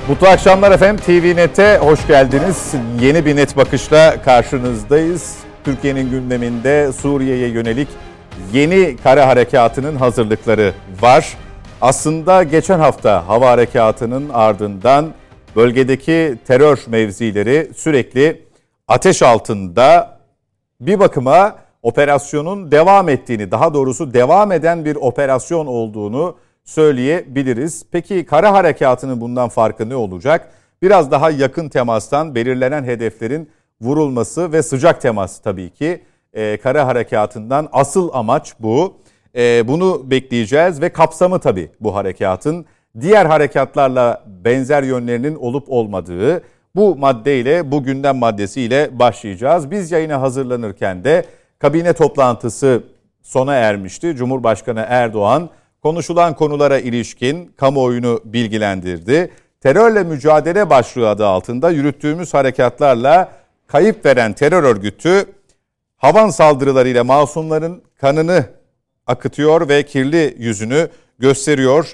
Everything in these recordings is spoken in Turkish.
Mutlu akşamlar efendim. TV.net'e hoş geldiniz. Yeni bir net bakışla karşınızdayız. Türkiye'nin gündeminde Suriye'ye yönelik yeni kara harekatının hazırlıkları var. Aslında geçen hafta hava harekatının ardından bölgedeki terör mevzileri sürekli ateş altında. Bir bakıma operasyonun devam ettiğini, daha doğrusu devam eden bir operasyon olduğunu söyleyebiliriz. Peki kara harekatının bundan farkı ne olacak? Biraz daha yakın temastan belirlenen hedeflerin vurulması ve sıcak temas tabii ki. Kara harekatından asıl amaç bu. Bunu bekleyeceğiz ve kapsamı tabii bu harekatın diğer harekatlarla benzer yönlerinin olup olmadığı bu maddeyle, bu gündem maddesiyle başlayacağız. Biz yayına hazırlanırken de kabine toplantısı sona ermişti. Cumhurbaşkanı Erdoğan konuşulan konulara ilişkin kamuoyunu bilgilendirdi. Terörle mücadele başlığı adı altında yürüttüğümüz harekatlarla kayıp veren terör örgütü havan saldırılarıyla masumların kanını akıtıyor ve kirli yüzünü gösteriyor.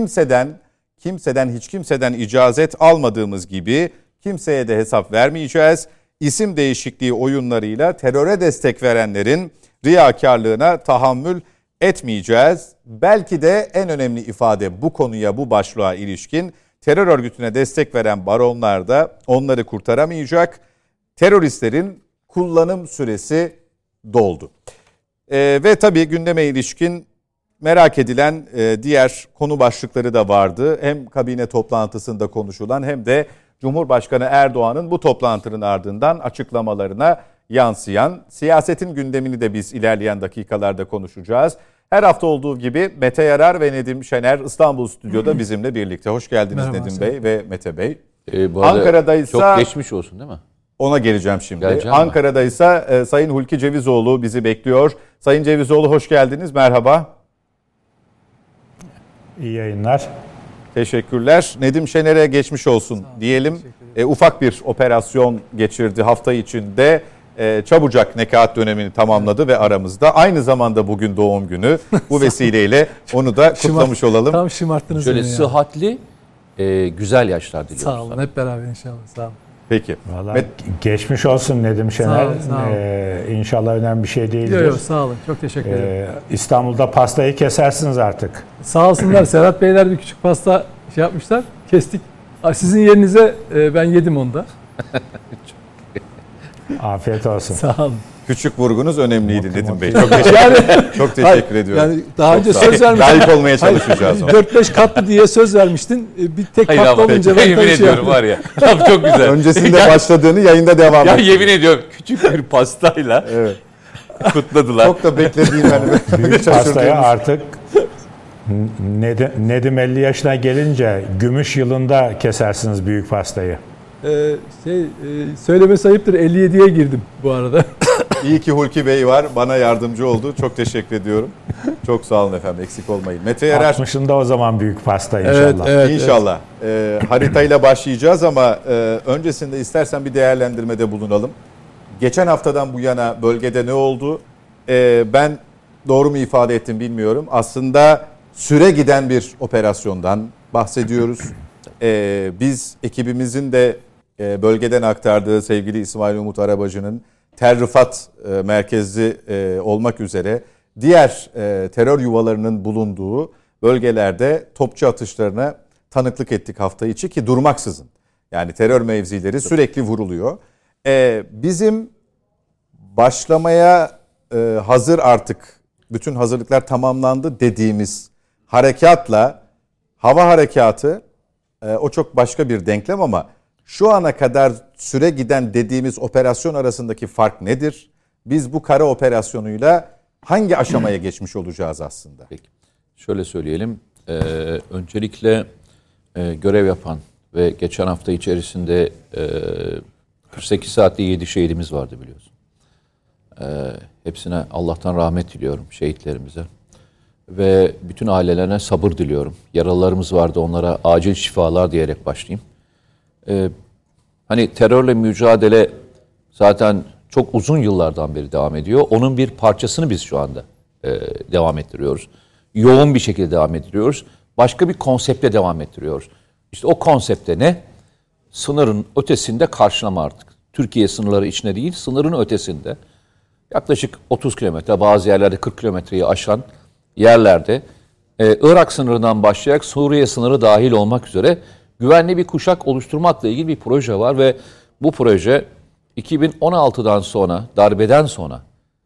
Hiç kimseden icazet almadığımız gibi kimseye de hesap vermeyeceğiz. İsim değişikliği oyunlarıyla teröre destek verenlerin riyakarlığına tahammül etmeyeceğiz. Belki de en önemli ifade bu konuya, bu başlığa ilişkin terör örgütüne destek veren baronlar da onları kurtaramayacak. Teröristlerin kullanım süresi doldu. Ve tabii gündeme ilişkin merak edilen diğer konu başlıkları da vardı. Hem kabine toplantısında konuşulan hem de Cumhurbaşkanı Erdoğan'ın bu toplantının ardından açıklamalarına yansıyan siyasetin gündemini de biz ilerleyen dakikalarda konuşacağız. Her hafta olduğu gibi Mete Yarar ve Nedim Şener İstanbul Stüdyo'da bizimle birlikte. Hoş geldiniz. Merhaba, Nedim Bey ve Mete Bey. Ankara'daysa çok geçmiş olsun değil mi? Ona geleceğim şimdi. Ankara'daysa Sayın Hulki Cevizoğlu bizi bekliyor. Sayın Cevizoğlu hoş geldiniz. Merhaba. İyi yayınlar. Teşekkürler. Nedim Şener'e geçmiş olsun diyelim. Ufak bir operasyon geçirdi hafta içinde. Çabucak nekaat dönemini tamamladı ve aramızda. Aynı zamanda bugün doğum günü. Bu vesileyle onu da kutlamış olalım. Tam şımarttınız. Şöyle sıhhatli, güzel yaşlar diliyoruz. Sağ olun. Hep beraber inşallah. Sağ olun. Peki. Vallahi geçmiş olsun Nedim Şener. Sağ olun. İnşallah önemli bir şey değildir. Yok, sağ olun. Çok teşekkür ederim. İstanbul'da pastayı kesersiniz artık. Sağ olsunlar. Serhat Beyler bir küçük pasta yapmışlar. Kestik. Sizin yerinize ben yedim onu da. Afiyet olsun. Sağ olun. Küçük vurgunuz önemliydi Nedim Bey. Çok teşekkür ediyorum. Yani daha önce söz vermiştin. Layık olmaya çalışacağız. 4-5 katlı diye söz vermiştin. Bir tek katlı olunca ben yemin ediyorum var ya. Çok güzel. Öncesinde başladığını yayında devam ya yemin ediyorum küçük bir pastayla kutladılar. Çok da beklediğim büyük pastaya artık Nedim 50 yaşına gelince gümüş yılında kesersiniz büyük pastayı. Söylemesi ayıptır, 57'ye girdim bu arada. İyi ki Hulki Bey var. Bana yardımcı oldu. Çok teşekkür ediyorum. Çok sağ olun efendim. Eksik olmayın. Mete Yarar. 60'ında o zaman büyük pasta inşallah. Evet, İnşallah. Haritayla başlayacağız ama öncesinde istersen bir değerlendirmede bulunalım. Geçen haftadan bu yana bölgede ne oldu? Ben doğru mu ifade ettim bilmiyorum. Aslında süre giden bir operasyondan bahsediyoruz. Biz ekibimizin de bölgeden aktardığı sevgili İsmail Umut Arabacı'nın Tel Rifat merkezli olmak üzere diğer terör yuvalarının bulunduğu bölgelerde topçu atışlarına tanıklık ettik hafta içi ki durmaksızın. Yani terör mevzileri sürekli vuruluyor. Bizim başlamaya hazır artık bütün hazırlıklar tamamlandı dediğimiz harekatla hava harekatı o çok başka bir denklem ama şu ana kadar süre giden dediğimiz operasyon arasındaki fark nedir? Biz bu kara operasyonuyla hangi aşamaya geçmiş olacağız aslında? Peki. Şöyle söyleyelim. Öncelikle görev yapan ve geçen hafta içerisinde 48 saatte 7 şehidimiz vardı biliyorsun. Hepsine Allah'tan rahmet diliyorum şehitlerimize. Ve bütün ailelerine sabır diliyorum. Yaralılarımız vardı, onlara acil şifalar diyerek başlayayım. Hani terörle mücadele zaten çok uzun yıllardan beri devam ediyor. Onun bir parçasını biz şu anda devam ettiriyoruz. Yoğun bir şekilde devam ettiriyoruz. Başka bir konseptle devam ettiriyoruz. İşte o konsepte ne? Sınırın ötesinde karşılama artık. Türkiye sınırları içine değil, sınırın ötesinde. Yaklaşık 30 kilometre, bazı yerlerde 40 kilometreyi aşan yerlerde Irak sınırından başlayarak Suriye sınırı dahil olmak üzere güvenli bir kuşak oluşturmakla ilgili bir proje var ve bu proje 2016'dan sonra, darbeden sonra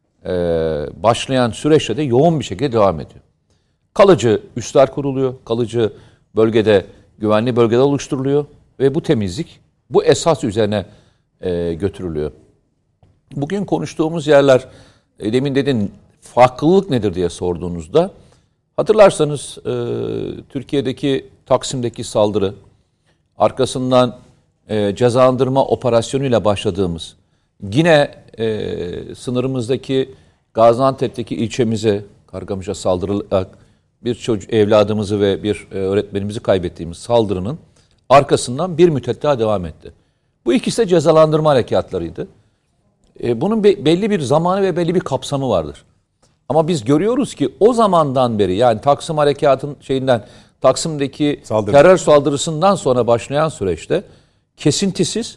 başlayan süreçte de yoğun bir şekilde devam ediyor. Kalıcı üsler kuruluyor, kalıcı bölgede, güvenli bölgeler oluşturuluyor ve bu temizlik bu esas üzerine götürülüyor. Bugün konuştuğumuz yerler, demin dedin farklılık nedir diye sorduğunuzda, hatırlarsanız Türkiye'deki Taksim'deki saldırı, arkasından cezalandırma operasyonuyla başladığımız, yine sınırımızdaki Gaziantep'teki ilçemize, Kargamış'a saldırılarak bir evladımızı ve bir öğretmenimizi kaybettiğimiz saldırının arkasından bir müddet daha devam etti. Bu ikisi de cezalandırma harekatlarıydı. Bunun belli bir zamanı ve belli bir kapsamı vardır. Ama biz görüyoruz ki o zamandan beri, yani Taksim Harekatı'nın Taksim'deki terör saldırısından sonra başlayan süreçte kesintisiz,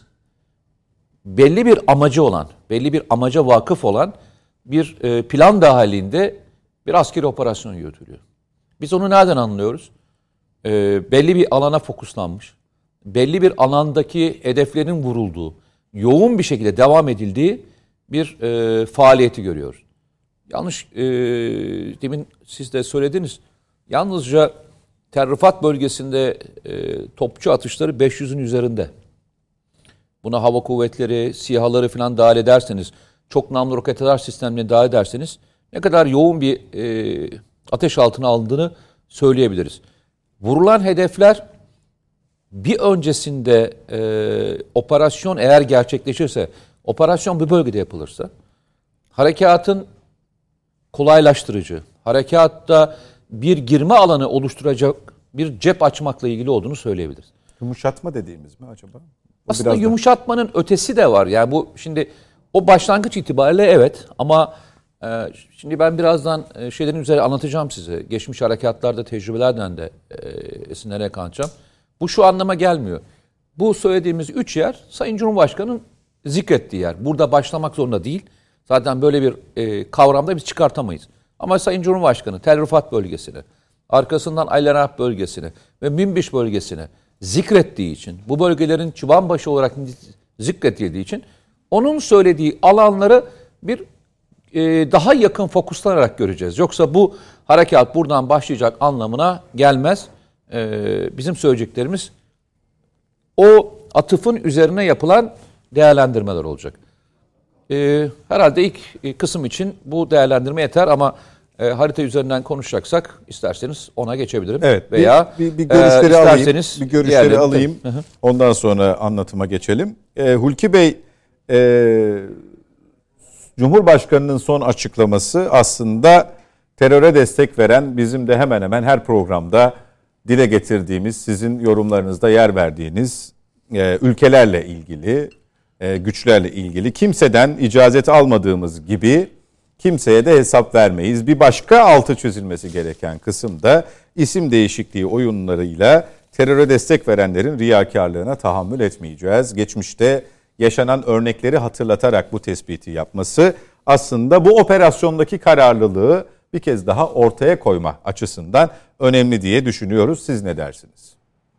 belli bir amacı olan, belli bir amaca vakıf olan bir plan dahilinde bir askeri operasyon yürütülüyor. Biz onu nereden anlıyoruz? Belli bir alana fokuslanmış, belli bir alandaki hedeflerin vurulduğu, yoğun bir şekilde devam edildiği bir faaliyeti görüyoruz. Yanlış, demin siz de söylediniz, yalnızca Tel Rifat bölgesinde topçu atışları 500'ün üzerinde. Buna hava kuvvetleri, SİHA'ları falan dahil ederseniz, çok namlu roket atar sistemlerini dahil ederseniz ne kadar yoğun bir ateş altına alındığını söyleyebiliriz. Vurulan hedefler bir öncesinde operasyon eğer gerçekleşirse, operasyon bir bölgede yapılırsa, harekatın kolaylaştırıcı, harekatta bir girme alanı oluşturacak bir cep açmakla ilgili olduğunu söyleyebiliriz. Yumuşatma dediğimiz mi acaba? Aslında yumuşatmanın ötesi de var. Yani bu şimdi o başlangıç itibariyle evet, ama şimdi ben birazdan şeylerin üzerine anlatacağım size. Geçmiş harekatlarda tecrübelerden de esinlenerek anlatacağım. Bu şu anlama gelmiyor. Bu söylediğimiz 3 yer Sayın Cumhurbaşkanı'nın zikrettiği yer. Burada başlamak zorunda değil. Zaten böyle bir kavramda biz çıkartamayız. Ama Sayın Cumhurbaşkanı Tel Rifat bölgesini, arkasından Aylanap bölgesini ve Münbiş bölgesini zikrettiği için, bu bölgelerin çıbanbaşı olarak zikredildiği için onun söylediği alanları bir daha yakın fokuslanarak göreceğiz. Yoksa bu harekat buradan başlayacak anlamına gelmez. Bizim söyleyeceklerimiz o atıfın üzerine yapılan değerlendirmeler olacak. Herhalde ilk kısım için bu değerlendirme yeter ama harita üzerinden konuşacaksak isterseniz ona geçebilirim. Evet. Veya bir görüşleri alayım. Bir görüşleri alayım. Hı hı. Ondan sonra anlatıma geçelim. Hulki Bey, Cumhurbaşkanı'nın son açıklaması aslında teröre destek veren, bizim de hemen hemen her programda dile getirdiğimiz, sizin yorumlarınızda yer verdiğiniz ülkelerle ilgili, güçlerle ilgili, kimseden icazet almadığımız gibi kimseye de hesap vermeyiz. Bir başka altı çözülmesi gereken kısımda isim değişikliği oyunlarıyla teröre destek verenlerin riyakarlığına tahammül etmeyeceğiz. Geçmişte yaşanan örnekleri hatırlatarak bu tespiti yapması aslında bu operasyondaki kararlılığı bir kez daha ortaya koyma açısından önemli diye düşünüyoruz. Siz ne dersiniz?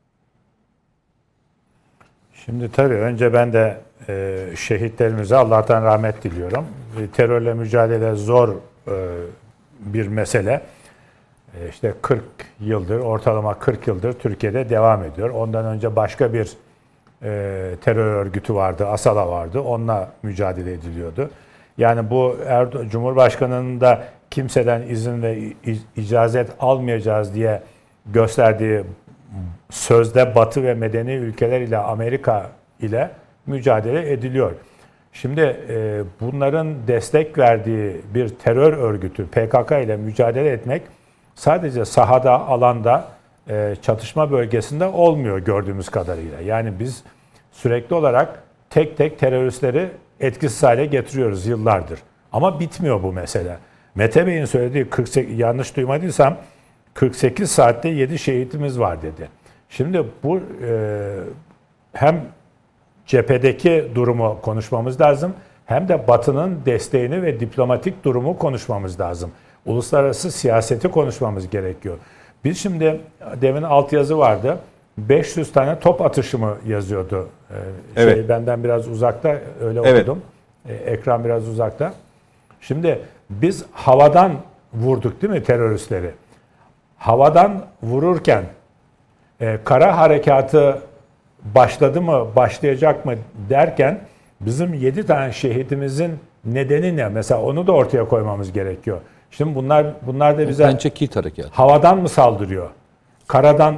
Şimdi tabii önce ben de şehitlerimize Allah'tan rahmet diliyorum. Terörle mücadele zor bir mesele. İşte 40 yıldır, ortalama 40 yıldır Türkiye'de devam ediyor. Ondan önce başka bir terör örgütü vardı, ASALA vardı. Onunla mücadele ediliyordu. Yani bu Cumhurbaşkanı'nın da kimseden izin ve icazet almayacağız diye gösterdiği sözde Batı ve medeni ülkeler ile Amerika ile mücadele ediliyor. Şimdi bunların destek verdiği bir terör örgütü PKK ile mücadele etmek sadece sahada, alanda, çatışma bölgesinde olmuyor gördüğümüz kadarıyla. Yani biz sürekli olarak tek tek teröristleri etkisiz hale getiriyoruz yıllardır. Ama bitmiyor bu mesele. Mete Bey'in söylediği 48, yanlış duymadıysam 48 saatte 7 şehitimiz var dedi. Şimdi bu hem cephedeki durumu konuşmamız lazım, hem de Batı'nın desteğini ve diplomatik durumu konuşmamız lazım. Uluslararası siyaseti konuşmamız gerekiyor. Biz şimdi, demin altyazı vardı, 500 tane top atışı mı yazıyordu? Evet. Benden biraz uzakta, öyle Evet. okudum. Ekran biraz uzakta. Şimdi biz havadan vurduk değil mi teröristleri? Havadan vururken kara harekatı başladı mı, başlayacak mı derken bizim 7 tane şehidimizin nedeni ne? Mesela onu da ortaya koymamız gerekiyor. Şimdi bunlar da bize Bence kilit harekat. havadan mı saldırıyor? Karadan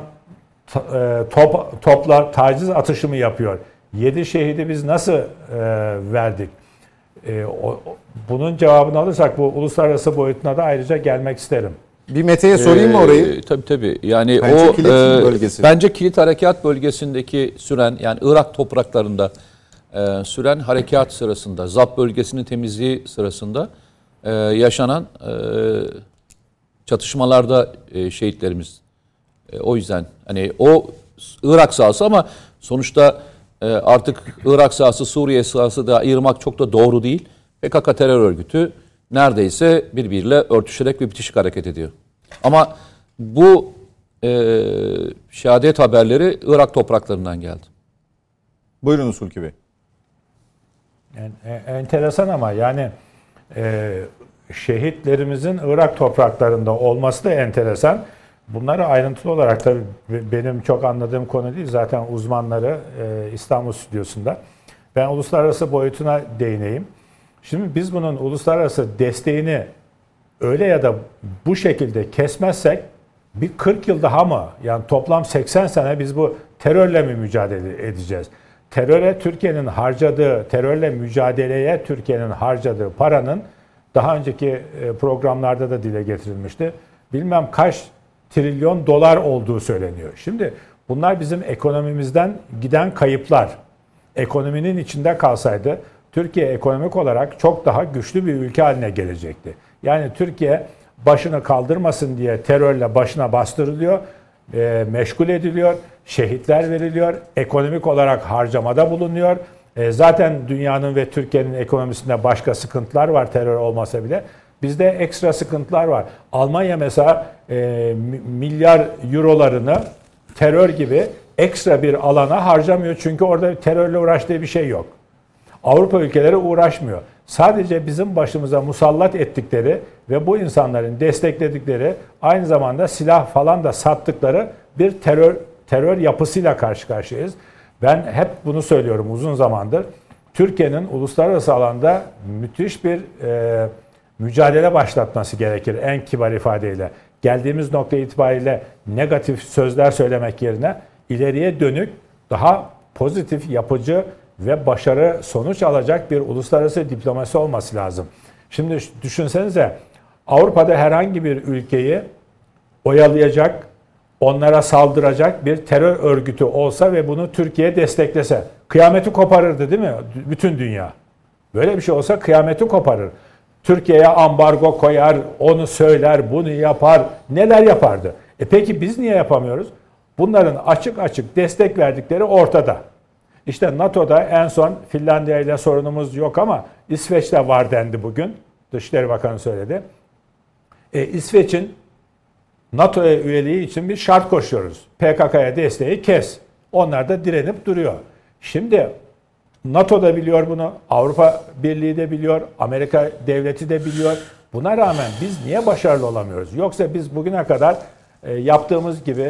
topla taciz atışı mı yapıyor? 7 şehidi biz nasıl verdik? Bunun cevabını alırsak bu uluslararası boyutuna da ayrıca gelmek isterim. Bir Mete'ye sorayım mı orayı? Tabii. Yani Bence o kilit bölgesi. Bence kilit harekat bölgesindeki süren, yani Irak topraklarında süren harekat sırasında, ZAP bölgesinin temizliği sırasında yaşanan çatışmalarda şehitlerimiz. O yüzden hani o Irak sahası, ama sonuçta artık Irak sahası, Suriye sahası da ayırmak çok da doğru değil. PKK terör örgütü neredeyse birbiriyle örtüşerek ve bitişik hareket ediyor. Ama bu şehadet haberleri Irak topraklarından geldi. Buyurunuz Hulki Bey. Enteresan ama yani şehitlerimizin Irak topraklarında olması da enteresan. Bunları ayrıntılı olarak, tabii benim çok anladığım konu değil. Zaten uzmanları İstanbul stüdyosunda. Ben uluslararası boyutuna değineyim. Şimdi biz bunun uluslararası desteğini öyle ya da bu şekilde kesmezsek bir 40 yıl daha mı? Yani toplam 80 sene biz bu terörle mi mücadele edeceğiz? Terörle mücadeleye Türkiye'nin harcadığı paranın daha önceki programlarda da dile getirilmişti. Bilmem kaç trilyon dolar olduğu söyleniyor. Şimdi bunlar bizim ekonomimizden giden kayıplar. Ekonominin içinde kalsaydı Türkiye ekonomik olarak çok daha güçlü bir ülke haline gelecekti. Yani Türkiye başını kaldırmasın diye terörle başına bastırılıyor, meşgul ediliyor, şehitler veriliyor, ekonomik olarak harcamada bulunuyor. Zaten dünyanın ve Türkiye'nin ekonomisinde başka sıkıntılar var terör olmasa bile. Bizde ekstra sıkıntılar var. Almanya mesela milyar eurolarını terör gibi ekstra bir alana harcamıyor. Çünkü orada terörle uğraştığı bir şey yok. Avrupa ülkeleri uğraşmıyor. Sadece bizim başımıza musallat ettikleri ve bu insanların destekledikleri, aynı zamanda silah falan da sattıkları bir terör yapısıyla karşı karşıyayız. Ben hep bunu söylüyorum uzun zamandır. Türkiye'nin uluslararası alanda müthiş bir mücadele başlatması gerekir en kibar ifadeyle. Geldiğimiz nokta itibariyle negatif sözler söylemek yerine ileriye dönük daha pozitif, yapıcı ve başarı sonuç alacak bir uluslararası diplomasi olması lazım. Şimdi düşünsenize, Avrupa'da herhangi bir ülkeyi oyalayacak, onlara saldıracak bir terör örgütü olsa ve bunu Türkiye desteklese, kıyameti koparırdı değil mi bütün dünya? Böyle bir şey olsa kıyameti koparır. Türkiye'ye ambargo koyar, onu söyler, bunu yapar, neler yapardı? Peki biz niye yapamıyoruz? Bunların açık açık destek verdikleri ortada. İşte NATO'da en son Finlandiya ile sorunumuz yok ama İsveç'te var dendi bugün. Dışişleri Bakanı söyledi. İsveç'in NATO'ya üyeliği için bir şart koşuyoruz. PKK'ya desteği kes. Onlar da direnip duruyor. Şimdi NATO da biliyor bunu, Avrupa Birliği de biliyor, Amerika devleti de biliyor. Buna rağmen biz niye başarılı olamıyoruz? Yoksa biz bugüne kadar yaptığımız gibi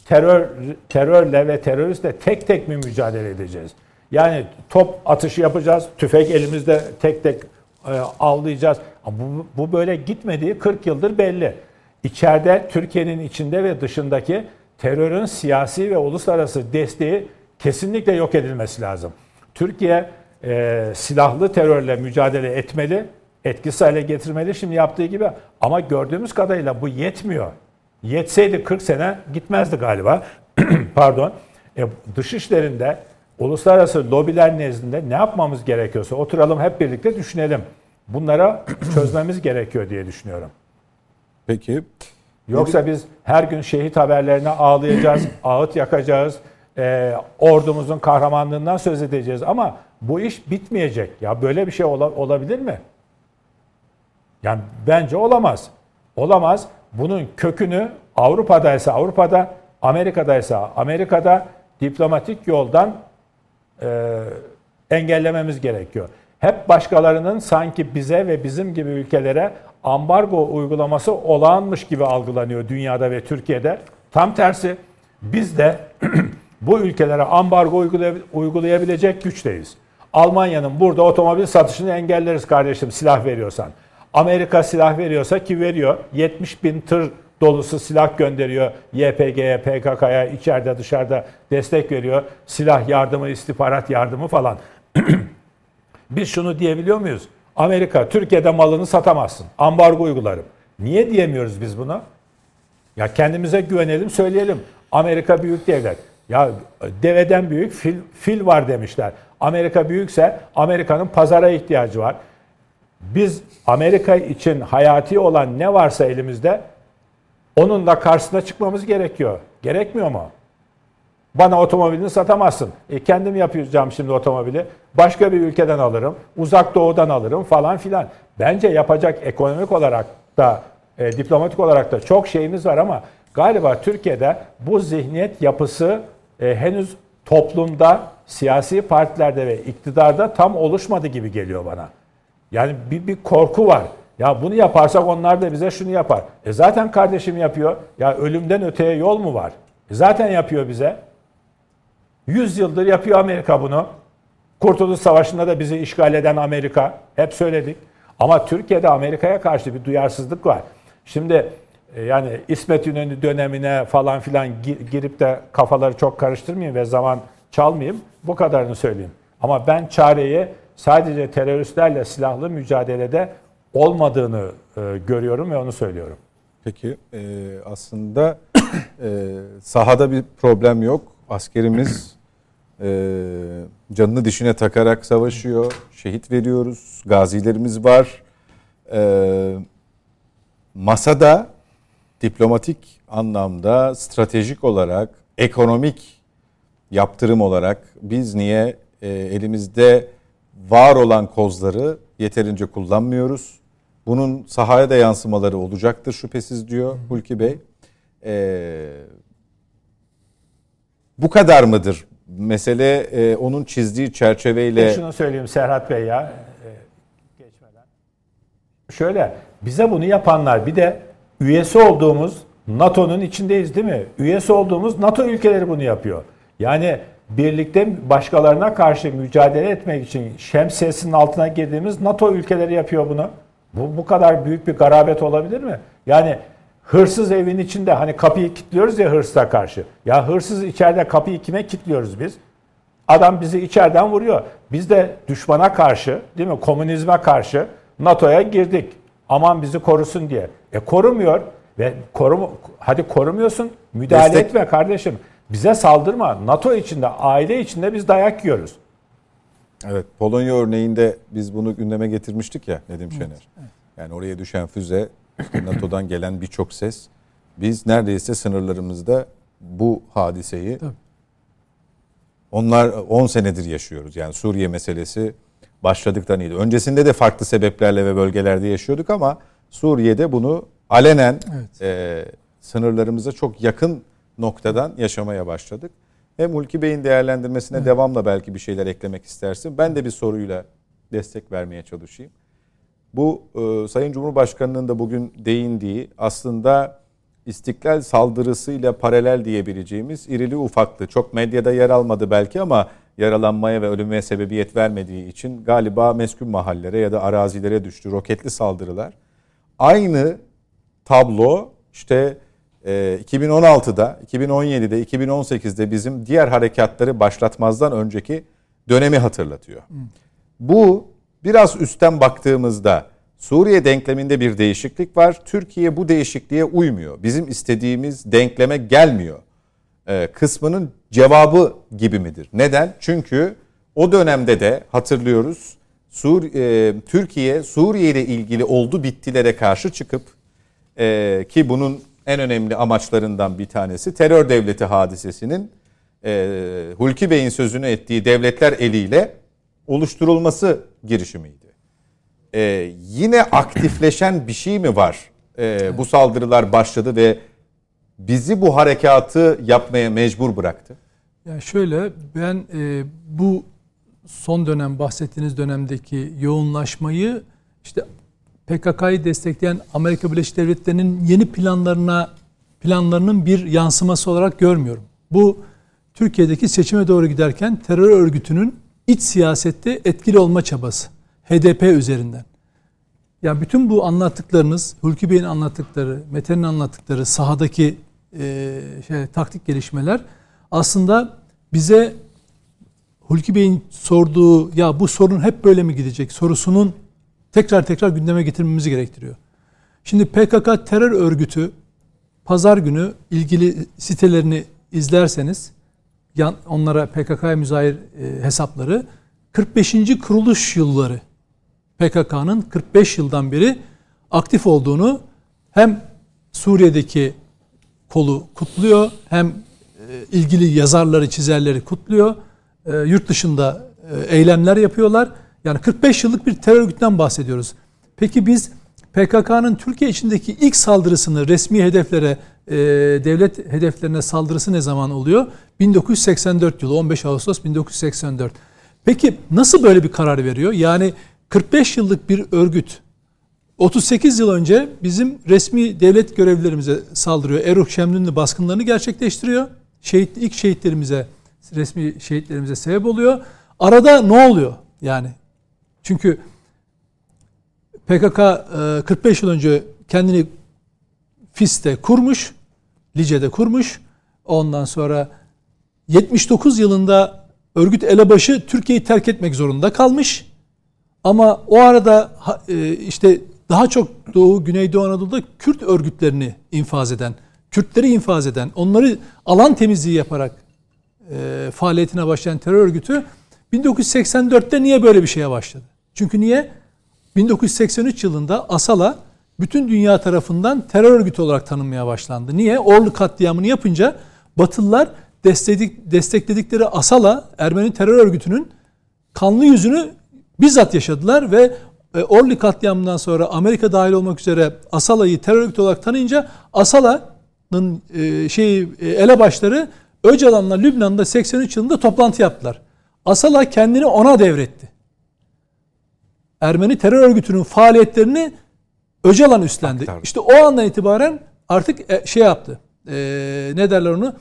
terörle ve teröristle tek tek mi mücadele edeceğiz? Yani top atışı yapacağız, tüfek elimizde tek tek avlayacağız. Bu böyle gitmediği 40 yıldır belli. İçeride, Türkiye'nin içinde ve dışındaki terörün siyasi ve uluslararası desteği kesinlikle yok edilmesi lazım. Türkiye silahlı terörle mücadele etmeli, etkisiz hale getirmeli şimdi yaptığı gibi. Ama gördüğümüz kadarıyla bu yetmiyor. Yetseydi 40 sene gitmezdi galiba. Pardon. Dışişlerinde, uluslararası lobiler nezdinde ne yapmamız gerekiyorsa oturalım hep birlikte düşünelim. Bunlara çözmemiz gerekiyor diye düşünüyorum. Peki. Yoksa biz her gün şehit haberlerine ağlayacağız, ağıt yakacağız, ordumuzun kahramanlığından söz edeceğiz. Ama bu iş bitmeyecek. Ya böyle bir şey olabilir mi? Yani bence olamaz. Olamaz. Bunun kökünü Avrupa'daysa Avrupa'da, Amerika'daysa Amerika'da diplomatik yoldan engellememiz gerekiyor. Hep başkalarının sanki bize ve bizim gibi ülkelere ambargo uygulaması olağanmış gibi algılanıyor dünyada ve Türkiye'de. Tam tersi biz de bu ülkelere ambargo uygulayabilecek güçteyiz. Almanya'nın burada otomobil satışını engelleriz kardeşim silah veriyorsan. Amerika silah veriyorsa ki veriyor. 70 bin tır dolusu silah gönderiyor YPG'ye, PKK'ya, içeride dışarıda destek veriyor. Silah yardımı, istihbarat yardımı falan. Biz şunu diyebiliyor muyuz? Amerika, Türkiye'de malını satamazsın. Ambargo uygularım. Niye diyemiyoruz biz bunu? Ya kendimize güvenelim, söyleyelim. Amerika büyük devlet. Ya deveden büyük fil var demişler. Amerika büyükse Amerika'nın pazara ihtiyacı var. Biz Amerika için hayati olan ne varsa elimizde onunla karşısına çıkmamız gerekiyor. Gerekmiyor mu? Bana otomobilini satamazsın. Kendim yapacağım şimdi otomobili. Başka bir ülkeden alırım. Uzak doğudan alırım falan filan. Bence yapacak ekonomik olarak da diplomatik olarak da çok şeyimiz var ama galiba Türkiye'de bu zihniyet yapısı henüz toplumda, siyasi partilerde ve iktidarda tam oluşmadı gibi geliyor bana. Yani bir korku var. Ya bunu yaparsak onlar da bize şunu yapar. Zaten kardeşim yapıyor. Ya ölümden öteye yol mu var? Zaten yapıyor bize. 100 yıldır yapıyor Amerika bunu. Kurtuluş Savaşı'nda da bizi işgal eden Amerika. Hep söyledik. Ama Türkiye'de Amerika'ya karşı bir duyarsızlık var. Şimdi yani İsmet İnönü dönemine falan filan girip de kafaları çok karıştırmayayım ve zaman çalmayayım. Bu kadarını söyleyeyim. Ama ben çareyi sadece teröristlerle silahlı mücadelede olmadığını görüyorum ve onu söylüyorum. Peki aslında sahada bir problem yok. Askerimiz canını dişine takarak savaşıyor. Şehit veriyoruz. Gazilerimiz var. Masada diplomatik anlamda, stratejik olarak, ekonomik yaptırım olarak biz niye elimizde var olan kozları yeterince kullanmıyoruz? Bunun sahaya da yansımaları olacaktır şüphesiz diyor Hulki Bey. Bu kadar mıdır? Mesele onun çizdiği çerçeveyle... Şunu söyleyeyim Serhat Bey ya. Geçmeden. Şöyle, bize bunu yapanlar bir de üyesi olduğumuz NATO'nun içindeyiz değil mi? Üyesi olduğumuz NATO ülkeleri bunu yapıyor. Yani birlikte başkalarına karşı mücadele etmek için şemsiyesinin altına girdiğimiz NATO ülkeleri yapıyor bunu. Bu kadar büyük bir garabet olabilir mi? Yani hırsız evin içinde hani kapıyı kilitliyoruz ya hırsıza karşı. Ya hırsız içeride kapıyı kime kilitliyoruz biz? Adam bizi içeriden vuruyor. Biz de düşmana karşı, değil mi? Komünizme karşı NATO'ya girdik. Aman bizi korusun diye. Korumuyor ve hadi korumuyorsun. Müdahale etme kardeşim. Bize saldırma. NATO içinde, aile içinde biz dayak yiyoruz. Evet, Polonya örneğinde biz bunu gündeme getirmiştik ya Nedim Şener. Evet. Yani oraya düşen füze, işte NATO'dan gelen birçok ses. Biz neredeyse sınırlarımızda bu hadiseyi onlar 10 senedir yaşıyoruz. Yani Suriye meselesi başladıktan iyiydi. Öncesinde de farklı sebeplerle ve bölgelerde yaşıyorduk ama Suriye'de bunu alenen sınırlarımıza çok yakın noktadan yaşamaya başladık. Hem Hulki Bey'in değerlendirmesine devamla belki bir şeyler eklemek istersin. Ben de bir soruyla destek vermeye çalışayım. Bu Sayın Cumhurbaşkanı'nın da bugün değindiği aslında İstiklal saldırısıyla paralel diyebileceğimiz irili ufaklı, çok medyada yer almadı belki ama yaralanmaya ve ölüme sebebiyet vermediği için galiba meskun mahallelere ya da arazilere düştü roketli saldırılar. Aynı tablo işte 2016'da, 2017'de, 2018'de bizim diğer harekatları başlatmazdan önceki dönemi hatırlatıyor. Bu biraz üstten baktığımızda Suriye denkleminde bir değişiklik var. Türkiye bu değişikliğe uymuyor. Bizim istediğimiz denkleme gelmiyor. Kısmının cevabı gibi midir? Neden? Çünkü o dönemde de hatırlıyoruz Türkiye Suriye ile ilgili oldu bittilere karşı çıkıp ki bunun en önemli amaçlarından bir tanesi terör devleti hadisesinin Hulki Bey'in sözünü ettiği devletler eliyle oluşturulması girişimiydi. Yine aktifleşen bir şey mi var? Bu saldırılar başladı ve bizi bu harekatı yapmaya mecbur bıraktı. Yani şöyle, ben bu son dönem, bahsettiğiniz dönemdeki yoğunlaşmayı işte PKK'yı destekleyen Amerika Birleşik Devletleri'nin yeni planlarının bir yansıması olarak görmüyorum. Bu Türkiye'deki seçime doğru giderken terör örgütünün iç siyasette etkili olma çabası. HDP üzerinden. Yani bütün bu anlattıklarınız, Hulki Bey'in anlattıkları, Mete'nin anlattıkları sahadaki taktik gelişmeler aslında bize Hulki Bey'in sorduğu, ya bu sorun hep böyle mi gidecek sorusunun tekrar gündeme getirmemizi gerektiriyor. Şimdi PKK terör örgütü pazar günü ilgili sitelerini izlerseniz, onlara PKK'ya müzahir hesapları, 45. kuruluş yılları PKK'nın 45 yıldan beri aktif olduğunu hem Suriye'deki kolu kutluyor, hem ilgili yazarları, çizerleri kutluyor. Yurt dışında eylemler yapıyorlar. Yani 45 yıllık bir terör örgütünden bahsediyoruz. Peki biz PKK'nın Türkiye içindeki ilk saldırısını, resmi hedeflere, devlet hedeflerine saldırısı ne zaman oluyor? 1984 yılı, 15 Ağustos 1984. Peki nasıl böyle bir karar veriyor? Yani 45 yıllık bir örgüt 38 yıl önce bizim resmi devlet görevlilerimize saldırıyor. Erruh Şemdinli baskınlarını gerçekleştiriyor. İlk şehitlerimize, resmi şehitlerimize sebep oluyor. Arada ne oluyor? Yani çünkü PKK 45 yıl önce kendini Fis'te kurmuş, Lice'de kurmuş. Ondan sonra 79 yılında örgüt elebaşı Türkiye'yi terk etmek zorunda kalmış. Ama o arada işte daha çok Doğu, Güneydoğu Anadolu'da Kürt örgütlerini infaz eden, Kürtleri infaz eden, onları alan temizliği yaparak faaliyetine başlayan terör örgütü 1984'te niye böyle bir şeye başladı? Çünkü niye? 1983 yılında ASAL'a bütün dünya tarafından terör örgütü olarak tanınmaya başlandı. Niye? Ordu katliamını yapınca Batılılar destekledikleri ASAL'a, Ermeni terör örgütünün kanlı yüzünü bizzat yaşadılar ve Ordu katliamından sonra Amerika dahil olmak üzere ASAL'ı terör örgütü olarak tanıyınca ASAL'ın elebaşları Öcalan'la Lübnan'da 83 yılında toplantı yaptılar. ASAL'a kendini ona devretti. Ermeni terör örgütünün faaliyetlerini Öcalan üstlendi. Aktardı. İşte o andan itibaren artık yaptı. Ne derler onu?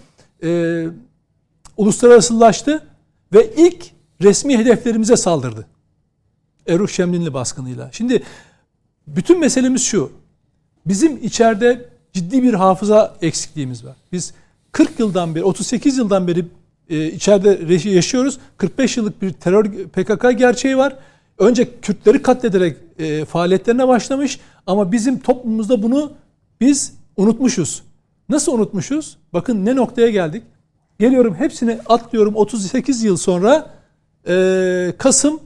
Uluslararasılaştı ve ilk resmi hedeflerimize saldırdı. Erruh Şemdinli baskınıyla. Şimdi bütün meselemiz şu. Bizim içeride ciddi bir hafıza eksikliğimiz var. Biz 40 yıldan beri, 38 yıldan beri içeride yaşıyoruz. 45 yıllık bir terör PKK gerçeği var. Önce Kürtleri katlederek faaliyetlerine başlamış ama bizim toplumumuzda bunu biz unutmuşuz. Nasıl unutmuşuz? Bakın ne noktaya geldik. Geliyorum hepsini atlıyorum 38 yıl sonra Kasım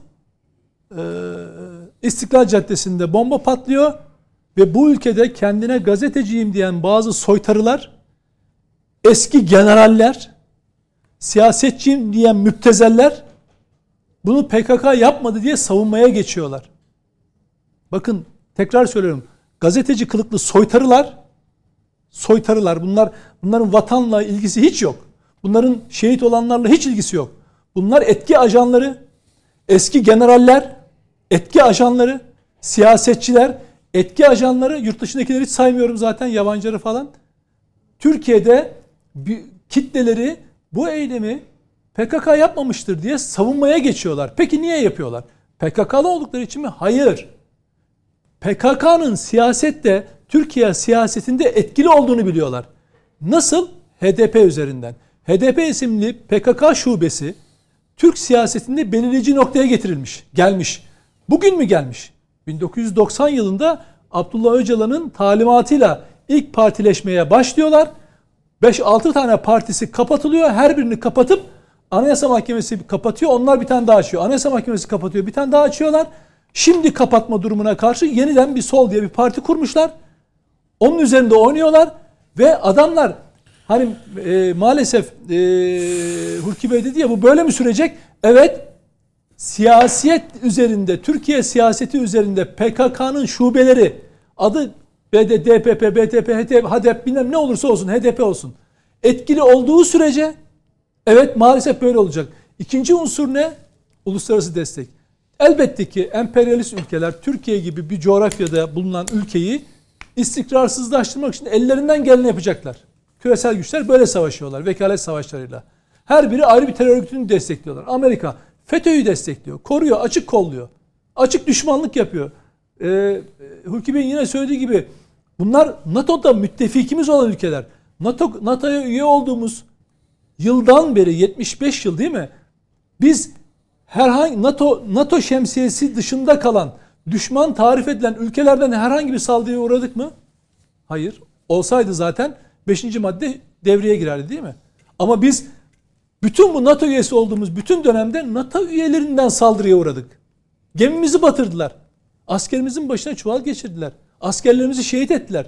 İstiklal Caddesi'nde bomba patlıyor ve bu ülkede kendine gazeteciyim diyen bazı soytarılar, eski generaller, siyasetçiyim diyen müptezeller bunu PKK yapmadı diye savunmaya geçiyorlar. Bakın tekrar söylüyorum. Gazeteci kılıklı soytarılar bunların vatanla ilgisi hiç yok. Bunların şehit olanlarla hiç ilgisi yok. Bunlar etki ajanları, eski generaller, etki ajanları, siyasetçiler, etki ajanları, yurt dışındakileri hiç saymıyorum zaten, yabancıları falan. Türkiye'de kitleleri bu eylemi PKK yapmamıştır diye savunmaya geçiyorlar. Peki niye yapıyorlar? PKK'lı oldukları için mi? Hayır. PKK'nın siyasette, Türkiye siyasetinde etkili olduğunu biliyorlar. Nasıl? HDP üzerinden. HDP isimli PKK şubesi Türk siyasetinde belirleyici noktaya gelmiş. Bugün mü gelmiş? 1990 yılında Abdullah Öcalan'ın talimatıyla ilk partileşmeye başlıyorlar. 5-6 tane partisi kapatılıyor. Her birini kapatıp Anayasa Mahkemesi kapatıyor. Onlar bir tane daha açıyor. Anayasa Mahkemesi kapatıyor. Bir tane daha açıyorlar. Şimdi kapatma durumuna karşı yeniden bir sol diye bir parti kurmuşlar. Onun üzerinde oynuyorlar. Ve adamlar hani maalesef Hulki Bey dedi ya, bu böyle mi sürecek? Evet. Siyaset üzerinde, Türkiye siyaseti üzerinde PKK'nın şubeleri, adı DPP, BTP, HDP bilmem ne olursa olsun, HDP olsun, etkili olduğu sürece evet maalesef böyle olacak. İkinci unsur ne? Uluslararası destek. Elbette ki emperyalist ülkeler Türkiye gibi bir coğrafyada bulunan ülkeyi istikrarsızlaştırmak için ellerinden geleni yapacaklar. Küresel güçler böyle savaşıyorlar, vekalet savaşlarıyla. Her biri ayrı bir terör örgütünü destekliyorlar. Amerika FETÖ'yü destekliyor, koruyor, açık kolluyor. Açık düşmanlık yapıyor. Hulki Bey'in yine söylediği gibi bunlar NATO'da müttefikimiz olan ülkeler. NATO'ya üye olduğumuz yıldan beri 75 yıl değil mi? Biz herhangi NATO şemsiyesi dışında kalan, düşman tarif edilen ülkelerden herhangi bir saldırıya uğradık mı? Hayır. Olsaydı zaten 5. madde devreye girerdi değil mi? Ama biz bütün bu NATO üyesi olduğumuz bütün dönemde NATO üyelerinden saldırıya uğradık. Gemimizi batırdılar. Askerimizin başına çuval geçirdiler. Askerlerimizi şehit ettiler.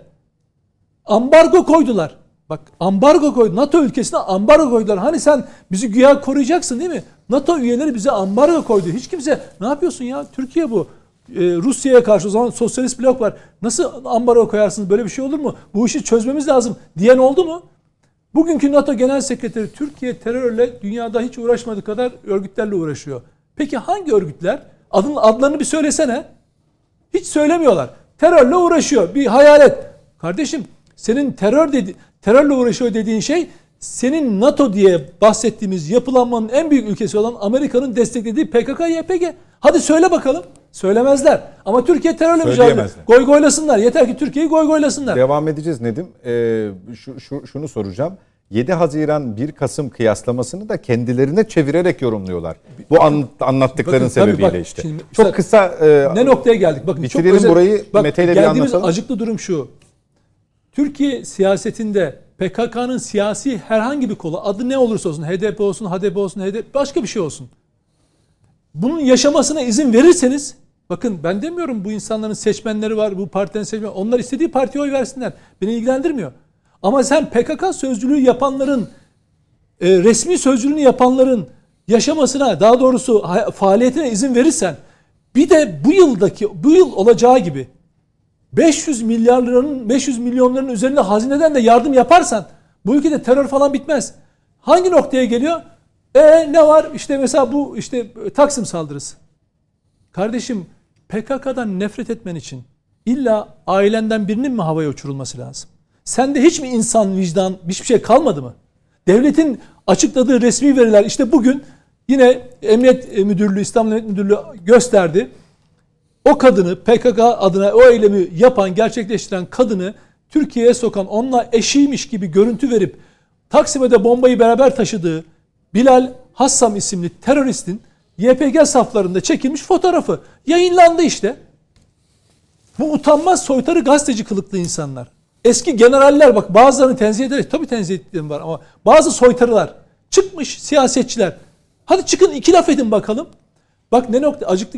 Ambargo koydular. Bak ambargo koydu. NATO ülkesine ambargo koydular. Hani sen bizi güya koruyacaksın değil mi? NATO üyeleri bize ambargo koydu. Hiç kimse ne yapıyorsun ya? Türkiye bu. Rusya'ya karşı o zaman sosyalist blok var. Nasıl ambargo koyarsınız? Böyle bir şey olur mu? Bu işi çözmemiz lazım diyen oldu mu? Bugünkü NATO Genel Sekreteri Türkiye terörle dünyada hiç uğraşmadığı kadar örgütlerle uğraşıyor. Peki hangi örgütler? Adlarını bir söylesene. Hiç söylemiyorlar. Terörle uğraşıyor. Bir hayal et. Kardeşim senin terörle uğraşıyor dediğin şey senin NATO diye bahsettiğimiz yapılanmanın en büyük ülkesi olan Amerika'nın desteklediği PKK-YPG. Hadi söyle bakalım. Söylemezler. Ama Türkiye terörle mücadele. Goygoylasınlar. Yeter ki Türkiye'yi goygoylasınlar. Devam edeceğiz Nedim. Şunu soracağım. 7 Haziran 1 Kasım kıyaslamasını da kendilerine çevirerek yorumluyorlar. Bu anlattıkların sebebiyle işte. Şimdi, çok kısa ne noktaya geldik? Bakın bitirelim çok burayı. Mete ile bir anlatalım. Geldiğimiz acıklı durum şu. Türkiye siyasetinde PKK'nın siyasi herhangi bir kolu, adı ne olursa olsun, HDP olsun, HDP olsun, başka bir şey olsun. Bunun yaşamasına izin verirseniz, bakın ben demiyorum bu insanların seçmenleri var, bu partilerin seçmenleri, onlar istediği partiye oy versinler. Beni ilgilendirmiyor. Ama sen PKK sözcülüğü yapanların, resmi sözcülüğünü yapanların yaşamasına, daha doğrusu faaliyetine izin verirsen, bir de bu yıl olacağı gibi 500 milyonların üzerinde hazineden de yardım yaparsan bu ülkede terör falan bitmez. Hangi noktaya geliyor? Ne var? İşte mesela bu Taksim saldırısı. Kardeşim PKK'dan nefret etmen için illa ailenden birinin mi havaya uçurulması lazım? Sende hiç mi insan, vicdan, hiçbir şey kalmadı mı? Devletin açıkladığı resmi veriler işte bugün yine Emniyet Müdürlüğü, İstanbul Emniyet Müdürlüğü gösterdi. O kadını PKK adına o eylemi yapan, gerçekleştiren kadını Türkiye'ye sokan, onunla eşiymiş gibi görüntü verip Taksim'e de bombayı beraber taşıdığı Bilal Hassam isimli teröristin YPG saflarında çekilmiş fotoğrafı yayınlandı işte. Bu utanmaz soytarı gazeteci kılıklı insanlar. Eski generaller bak bazılarını tenzih ederek, tabii tenzih ettiğim var ama bazı soytarılar çıkmış siyasetçiler. Hadi çıkın iki laf edin bakalım. Bak ne nokta acıklı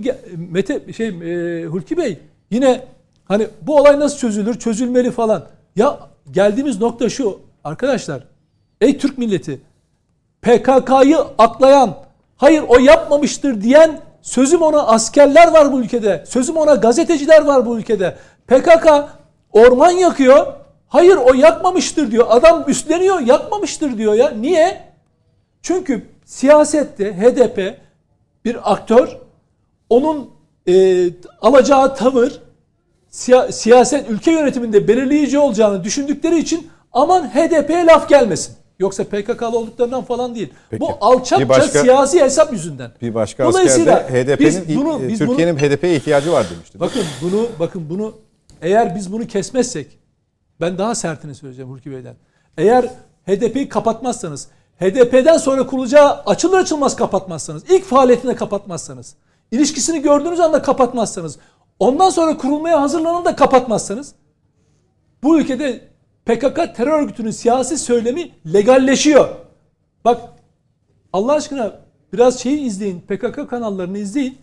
Hulki Bey yine hani bu olay nasıl çözülür, çözülmeli falan. Ya geldiğimiz nokta şu arkadaşlar. Ey Türk milleti, PKK'yı aklayan, hayır o yapmamıştır diyen sözüm ona askerler var bu ülkede. Sözüm ona gazeteciler var bu ülkede. PKK orman yakıyor. Hayır o yakmamıştır diyor. Adam üstleniyor, yakmamıştır diyor ya. Niye? Çünkü siyasette HDP bir aktör, onun alacağı tavır siyaset ülke yönetiminde belirleyici olacağını düşündükleri için aman HDP'ye laf gelmesin. Yoksa PKK'lı olduklarından falan değil. Peki. Bu alçakça siyasi hesap yüzünden. Bir başka asker de HDP'nin Türkiye'nin HDP'ye ihtiyacı var demişti. Bakın bunu eğer biz bunu kesmezsek, ben daha sertini söyleyeceğim Hulki Bey'den. Eğer HDP'yi kapatmazsanız, HDP'den sonra kurulacağı açılır açılmaz kapatmazsanız, ilk faaliyetine kapatmazsanız, ilişkisini gördüğünüz anda kapatmazsanız, ondan sonra kurulmaya hazırlanan da kapatmazsanız, bu ülkede PKK terör örgütünün siyasi söylemi legalleşiyor. Bak Allah aşkına biraz izleyin, PKK kanallarını izleyin.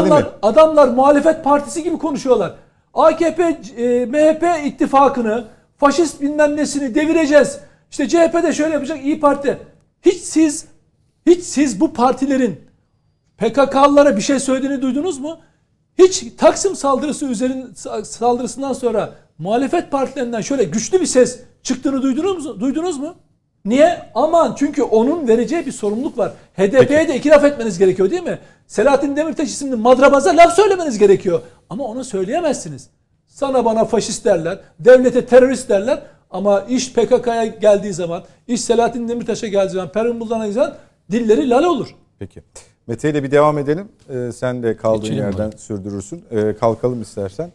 Adamlar muhalefet partisi gibi konuşuyorlar. AKP, MHP ittifakını faşist bilmem nesini devireceğiz. İşte CHP de şöyle yapacak, İYİ Parti. Hiç siz bu partilerin PKK'lılara bir şey söylediğini duydunuz mu? Hiç Taksim saldırısından sonra muhalefet partilerinden şöyle güçlü bir ses çıktığını duydunuz mu? Niye? Aman, çünkü onun vereceği bir sorumluluk var. HDP'ye de iki laf etmeniz gerekiyor değil mi? Selahattin Demirtaş isimli madrabaza laf söylemeniz gerekiyor. Ama onu söyleyemezsiniz. Sana bana faşist derler, devlete terörist derler ama iş PKK'ya geldiği zaman, iş Selahattin Demirtaş'a geldiği zaman, Pervin Buldan'a geldiği zaman dilleri lal olur. Peki. Mete ile bir devam edelim. Sen de kaldığın Geçelim yerden sürdürürsün. Kalkalım istersen.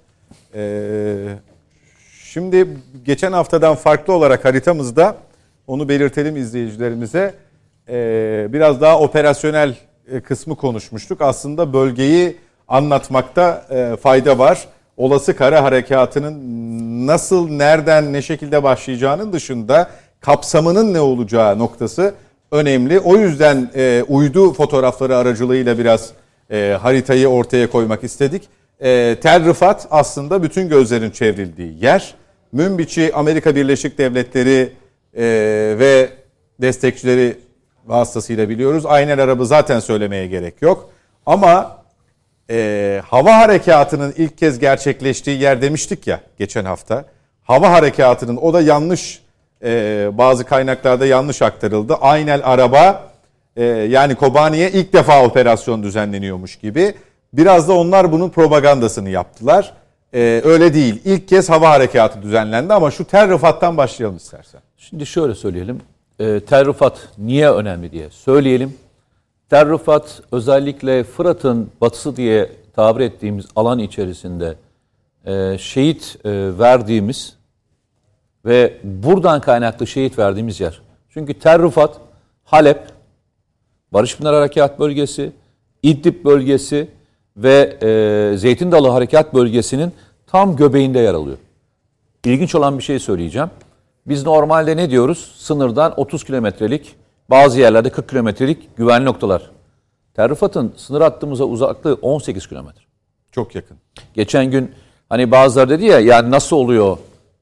Şimdi geçen haftadan farklı olarak haritamızda, onu belirtelim izleyicilerimize, biraz daha operasyonel kısmı konuşmuştuk. Aslında bölgeyi anlatmakta fayda var. Olası kara harekatının nasıl, nereden, ne şekilde başlayacağının dışında kapsamının ne olacağı noktası önemli. O yüzden uydu fotoğrafları aracılığıyla biraz haritayı ortaya koymak istedik. Tel Rifat aslında bütün gözlerin çevrildiği yer. Münbiç'i Amerika Birleşik Devletleri ve destekçileri vasıtasıyla biliyoruz. Aynel Arabı zaten söylemeye gerek yok. Ama hava harekatının ilk kez gerçekleştiği yer demiştik ya geçen hafta. Hava harekatının, o da yanlış, bazı kaynaklarda yanlış aktarıldı. Aynel Araba yani Kobani'ye ilk defa operasyon düzenleniyormuş gibi. Biraz da onlar bunun propagandasını yaptılar. Öyle değil. İlk kez hava harekatı düzenlendi ama şu Tel Rifat'tan başlayalım istersen. Şimdi şöyle söyleyelim. Tel Rifat niye önemli diye söyleyelim. Tel Rifat özellikle Fırat'ın batısı diye tabir ettiğimiz alan içerisinde şehit verdiğimiz ve buradan kaynaklı şehit verdiğimiz yer. Çünkü Tel Rifat, Halep, Barış Pınar Harekat Bölgesi, İdlib Bölgesi ve Zeytin Dalı Harekat Bölgesi'nin tam göbeğinde yer alıyor. İlginç olan bir şey söyleyeceğim. Biz normalde ne diyoruz? Sınırdan 30 kilometrelik, bazı yerlerde 40 kilometrelik güvenli noktalar. Tel Rifat'ın sınır hattımıza uzaklığı 18 kilometre. Çok yakın. Geçen gün hani bazıları dedi ya, yani nasıl oluyor?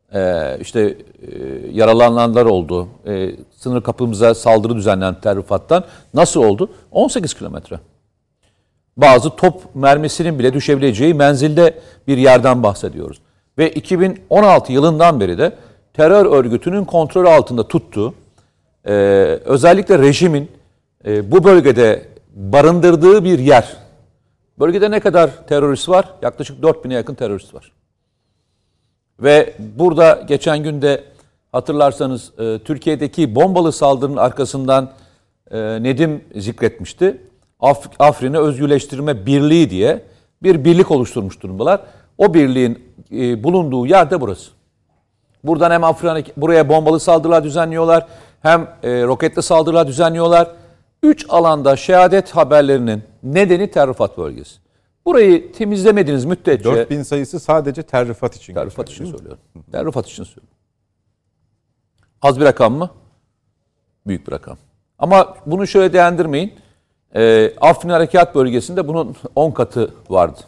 Yaralananlar oldu. Sınır kapımıza saldırı düzenlendi Tel Rifat'tan. Nasıl oldu? 18 kilometre. Bazı top mermisinin bile düşebileceği menzilde bir yerden bahsediyoruz. Ve 2016 yılından beri de terör örgütünün kontrol altında tuttuğu, özellikle rejimin bu bölgede barındırdığı bir yer. Bölgede ne kadar terörist var? Yaklaşık 4000'e yakın terörist var. Ve burada geçen günde hatırlarsanız Türkiye'deki bombalı saldırının arkasından Nedim zikretmişti. Afrin'i Özgürleştirme Birliği diye bir birlik oluşturmuş durumdalar. O birliğin bulunduğu yer de burası. Buradan hem buraya bombalı saldırılar düzenliyorlar, hem roketli saldırılar düzenliyorlar. 3 alanda şehadet haberlerinin nedeni Tel Rifat bölgesi. Burayı temizlemediğiniz müddetçe... 4000 sayısı sadece Tel Rifat için. Tel Rifat için söylüyorum. Tel Rifat için söylüyorum. Az bir rakam mı? Büyük bir rakam. Ama bunu şöyle değerlendirmeyin. Afrin Harekat Bölgesi'nde bunun 10 katı vardı.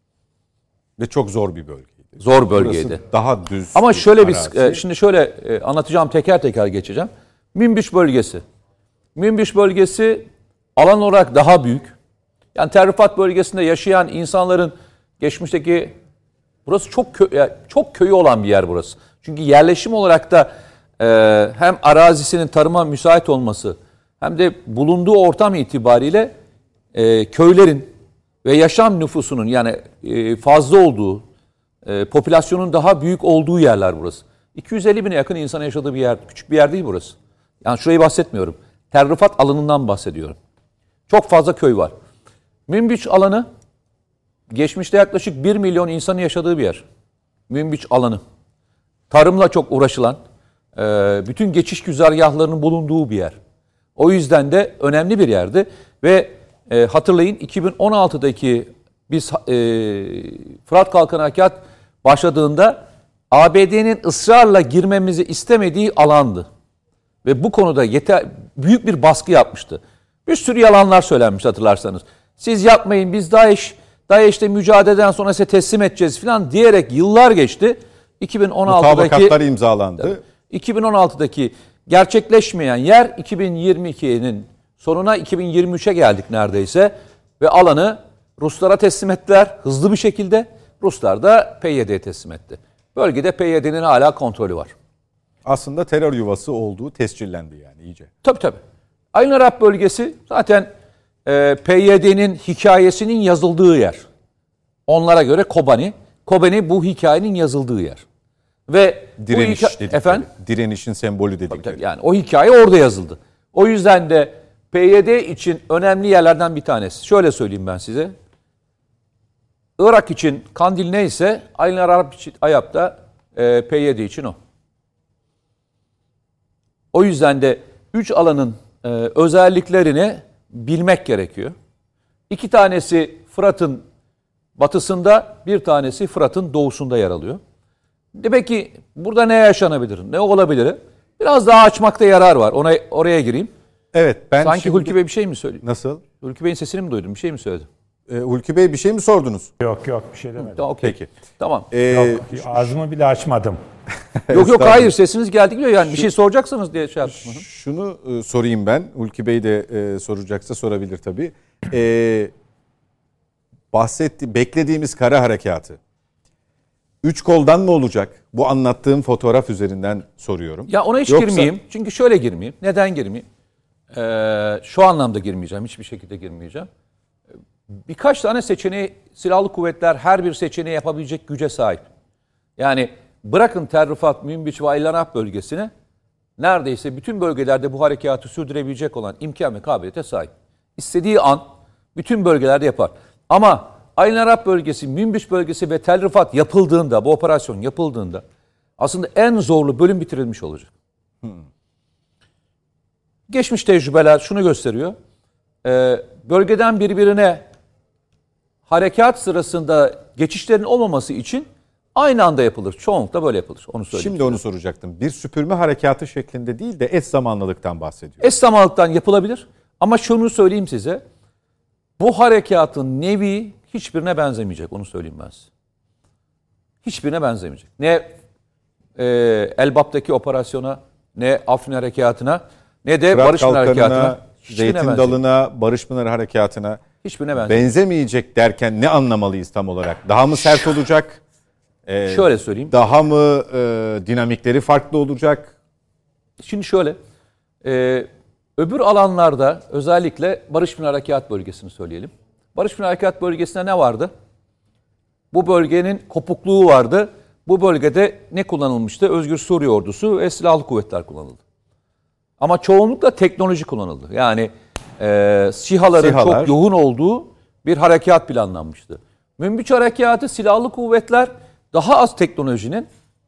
Ve çok zor bir bölgeydi. Zor bölgeydi. Burası daha düz. Ama şöyle arazi. şimdi şöyle anlatacağım, teker teker geçeceğim. Münbiç bölgesi. Münbiç bölgesi alan olarak daha büyük. Yani Tel Rifat bölgesinde yaşayan insanların geçmişteki, burası çok köyü olan bir yer burası. Çünkü yerleşim olarak da hem arazisinin tarıma müsait olması hem de bulunduğu ortam itibariyle köylerin ve yaşam nüfusunun yani fazla olduğu, popülasyonun daha büyük olduğu yerler burası. 250 bine yakın insan yaşadığı bir yer, küçük bir yer değil burası. Yani şurayı bahsetmiyorum. Tel Rifat alanından bahsediyorum. Çok fazla köy var. Münbiç alanı geçmişte yaklaşık 1 milyon insanın yaşadığı bir yer. Münbiç alanı. Tarımla çok uğraşılan, bütün geçiş güzergahlarının bulunduğu bir yer. O yüzden de önemli bir yerdi. Ve hatırlayın 2016'daki biz Fırat Kalkanı Harekat başladığında ABD'nin ısrarla girmemizi istemediği alandı. Ve bu konuda büyük bir baskı yapmıştı. Bir sürü yalanlar söylenmiş hatırlarsanız. Siz yapmayın, biz DAEŞ'le mücadeleden sonra size teslim edeceğiz falan diyerek yıllar geçti. Mutabakatlar imzalandı. 2016'daki gerçekleşmeyen yer 2022'nin sonuna 2023'e geldik neredeyse ve alanı Ruslara teslim ettiler hızlı bir şekilde. Ruslar da PYD'ye teslim etti. Bölgede PYD'nin hala kontrolü var. Aslında terör yuvası olduğu tescillendi yani iyice. Tabii. Ayn Arap bölgesi zaten PYD'nin hikayesinin yazıldığı yer. Onlara göre Kobani. Kobani bu hikayenin yazıldığı yer. Ve direniş dedikleri. Efendim? Direnişin sembolü dedikleri. Tabii. Yani o hikaye orada yazıldı. O yüzden de PYD için önemli yerlerden bir tanesi. Şöyle söyleyeyim ben size. Irak için Kandil neyse Ayn Arap için Ayap da PYD için o. O yüzden de 3 alanın özelliklerini bilmek gerekiyor. 2 tanesi Fırat'ın batısında, bir tanesi Fırat'ın doğusunda yer alıyor. Demek ki burada ne yaşanabilir, ne olabilir? Biraz daha açmakta yarar var. Oraya gireyim. Evet. Ben Sanki şimdi... Hulki Bey bir şey mi söyledi? Nasıl? Hulki Bey'in sesini mi duydum? Bir şey mi söyledi? Hulki Bey bir şey mi sordunuz? Yok bir şey demedim. Tamam, okay. Peki. Tamam. Yok, ağzımı bile açmadım. Yok hayır sesiniz geldi diyor yani bir şey soracaksanız diye şey yaptım. Şunu sorayım ben. Hulki Bey de soracaksa sorabilir tabii. Beklediğimiz kara harekatı 3 koldan mı olacak? Bu anlattığım fotoğraf üzerinden soruyorum. Ya ona hiç girmeyeyim. Çünkü şöyle girmeyeyim. Neden girmeyeyim? Şu anlamda girmeyeceğim. Hiçbir şekilde girmeyeceğim. Birkaç tane seçeneği, silahlı kuvvetler her bir seçeneği yapabilecek güce sahip. Yani bırakın Tel Rifat, Münbiç ve Ayn Arap bölgesine neredeyse bütün bölgelerde bu harekatı sürdürebilecek olan imkan ve kabiliyete sahip. İstediği an bütün bölgelerde yapar. Ama Ayn Arap bölgesi, Münbiç bölgesi ve Tel Rifat yapıldığında, bu operasyon yapıldığında aslında en zorlu bölüm bitirilmiş olacak. Geçmiş tecrübeler şunu gösteriyor. Bölgeden birbirine harekat sırasında geçişlerin olmaması için aynı anda yapılır. Çoğunlukla böyle yapılır. Onu söyleyeyim. Şimdi onu soracaktım. Bir süpürme harekatı şeklinde değil de eş zamanlılıktan bahsediyor. Eş zamanlılıktan yapılabilir. Ama şunu söyleyeyim size. Bu harekatın nevi hiçbirine benzemeyecek. Onu söyleyeyim ben size. Hiçbirine benzemeyecek. Ne Elbap'taki operasyona, ne Afrin harekatına, ne de Barış Pınarı harekatına. Zeytin Dalı'na, Barış Pınarı harekatına hiçbirine benzemeyecek derken ne anlamalıyız tam olarak? Daha mı sert olacak? Şöyle söyleyeyim. Daha mı dinamikleri farklı olacak? Şimdi şöyle, öbür alanlarda özellikle Barış Pınarı Harekat Bölgesi'ni söyleyelim. Barış Pınarı Harekat Bölgesi'nde ne vardı? Bu bölgenin kopukluğu vardı. Bu bölgede ne kullanılmıştı? Özgür Suriye Ordusu ve silahlı kuvvetler kullanıldı. Ama çoğunlukla teknoloji kullanıldı. Yani SİHA'ların çok yoğun olduğu bir harekat planlanmıştı. Münbiç harekatı silahlı kuvvetler daha az teknolojinin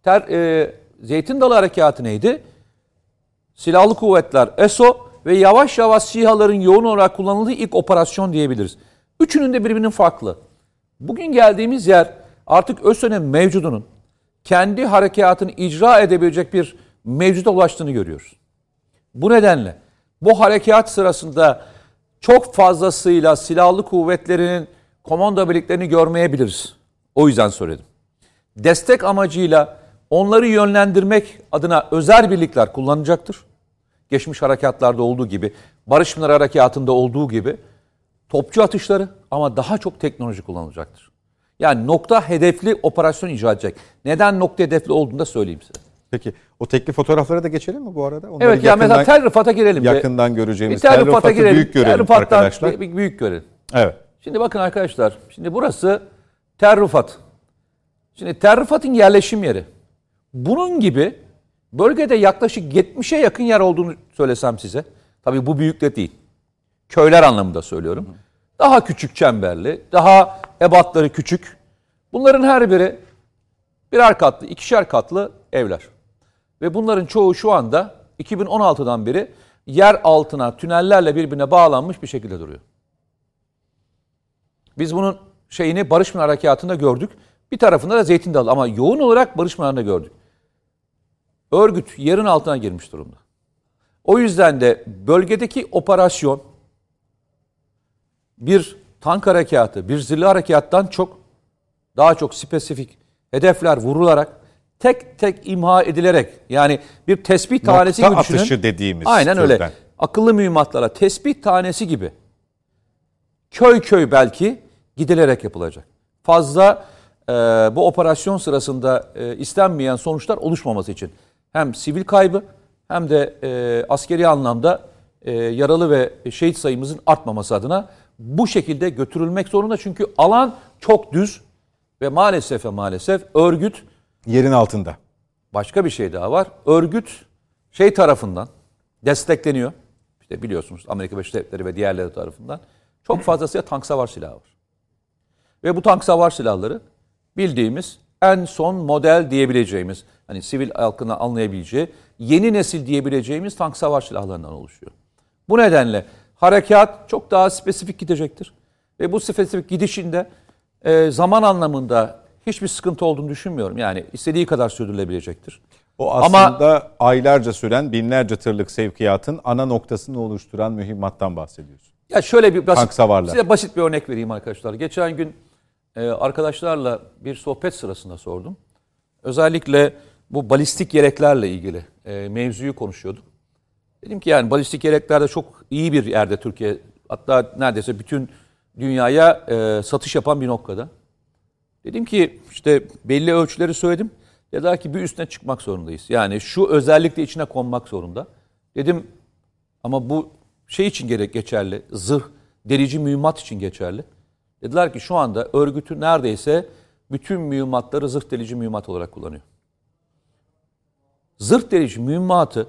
Zeytin Dalı harekatı neydi? Silahlı kuvvetler ESO ve yavaş yavaş SİHA'ların yoğun olarak kullanıldığı ilk operasyon diyebiliriz. Üçünün de birbirinin farklı. Bugün geldiğimiz yer artık ÖSÖ'nün mevcudunun kendi harekatını icra edebilecek bir mevcuda ulaştığını görüyoruz. Bu nedenle bu harekat sırasında çok fazlasıyla silahlı kuvvetlerinin komando birliklerini görmeyebiliriz. O yüzden söyledim. Destek amacıyla onları yönlendirmek adına özel birlikler kullanacaktır. Geçmiş harekatlarda olduğu gibi, Barış Pınarı harekatında olduğu gibi topçu atışları ama daha çok teknoloji kullanılacaktır. Yani nokta hedefli operasyon icra edecek. Neden nokta hedefli olduğunu da söyleyeyim size. Peki o tekli fotoğraflara da geçelim mi bu arada? Onları evet ya mesela Tel Rifat'a girelim. Yakından göreceğimiz Tel Rifat'a girelim. Büyük görelim arkadaşlar. Büyük görelim. Evet. Şimdi bakın arkadaşlar. Şimdi burası Tel Rifat. Şimdi Tel Rifat'ın yerleşim yeri. Bunun gibi bölgede yaklaşık 70'e yakın yer olduğunu söylesem size. Tabii bu büyükle değil. Köyler anlamında söylüyorum. Daha küçük çemberli, daha ebatları küçük. Bunların her biri birer katlı, ikişer katlı evler. Ve bunların çoğu şu anda 2016'dan beri yer altına tünellerle birbirine bağlanmış bir şekilde duruyor. Biz bunun şeyini Barış Pınarı Harekatı'nda gördük. Bir tarafında da Zeytin Dalı ama yoğun olarak Barış Pınarı'nda gördük. Örgüt yerin altına girmiş durumda. O yüzden de bölgedeki operasyon bir tank harekatı, bir zırhlı harekattan çok daha çok spesifik hedefler vurularak tek tek imha edilerek, yani bir tespih tanesi gibi Nokta düşünün. atışı dediğimiz Aynen sözden. öyle. Akıllı mühimmatlara tespih tanesi gibi köy köy belki gidilerek yapılacak. Fazla bu operasyon sırasında istenmeyen sonuçlar oluşmaması için hem sivil kaybı hem de askeri anlamda yaralı ve şehit sayımızın artmaması adına bu şekilde götürülmek zorunda. Çünkü alan çok düz ve maalesef örgüt, Yerin altında. başka bir şey daha var. Örgüt şey tarafından destekleniyor. İşte biliyorsunuz Amerika Birleşik Devletleri ve diğerleri tarafından çok fazlasıyla tank savar silahı var. Ve bu tank savar silahları bildiğimiz en son model diyebileceğimiz, hani sivil halkın anlayabileceği yeni nesil diyebileceğimiz tank savar silahlarından oluşuyor. Bu nedenle harekat çok daha spesifik gidecektir. Ve bu spesifik gidişinde zaman anlamında hiçbir sıkıntı olduğunu düşünmüyorum. Yani istediği kadar sürdürülebilecektir. O aslında aylarca süren binlerce tırlık sevkiyatın ana noktasını oluşturan mühimmattan bahsediyorsun. Ya şöyle bir size basit bir örnek vereyim arkadaşlar. Geçen gün arkadaşlarla bir sohbet sırasında sordum. Özellikle bu balistik yeleklerle ilgili mevzuyu konuşuyorduk. Dedim ki yani balistik yeleklerde çok iyi bir yerde Türkiye, hatta neredeyse bütün dünyaya satış yapan bir noktada. Dedim ki işte belli ölçüleri söyledim. Dediler ki bir üstüne çıkmak zorundayız. Yani şu özellikle içine konmak zorunda. Dedim ama bu şey için geçerli, zırh, delici mühimmat için geçerli. Dediler ki şu anda örgütü neredeyse bütün mühimmatları zırh delici mühimmat olarak kullanıyor. Zırh delici mühimmatı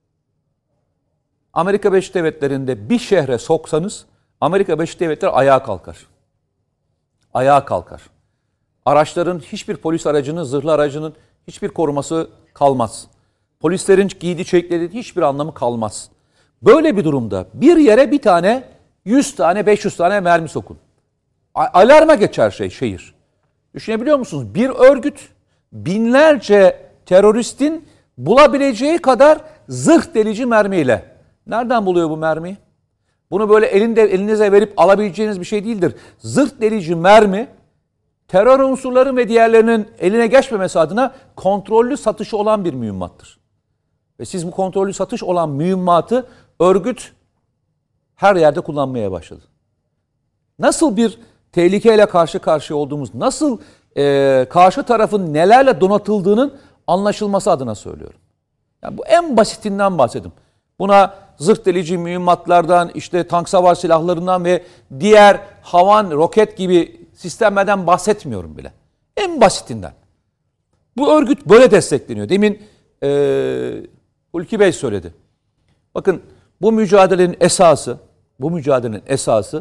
Amerika Birleşik Devletleri'nde bir şehre soksanız Amerika Birleşik Devletleri ayağa kalkar. Ayağa kalkar. Araçların, hiçbir polis aracının, zırhlı aracının hiçbir koruması kalmaz. Polislerin giydiği çeliklerin hiçbir anlamı kalmaz. Böyle bir durumda bir yere bir tane, 100 tane, 500 tane mermi sokun. Alarma geçer şehir. Düşünebiliyor musunuz? Bir örgüt binlerce teröristin bulabileceği kadar zırh delici mermiyle. Nereden buluyor bu mermiyi? Bunu böyle elinize verip alabileceğiniz bir şey değildir. Zırh delici mermi terör unsurları ve diğerlerinin eline geçmemesi adına kontrollü satışı olan bir mühimmattır. Ve siz bu kontrollü satış olan mühimmatı örgüt her yerde kullanmaya başladı. Nasıl bir tehlikeyle karşı karşıya olduğumuz, nasıl karşı tarafın nelerle donatıldığının anlaşılması adına söylüyorum. Yani bu en basitinden bahsedeyim. Buna zırh delici mühimmatlardan, işte tank savar silahlarından ve diğer havan, roket gibi sistemlerden bahsetmiyorum bile. En basitinden. Bu örgüt böyle destekleniyor. Demin Hulki Bey söyledi. Bakın bu mücadelenin esası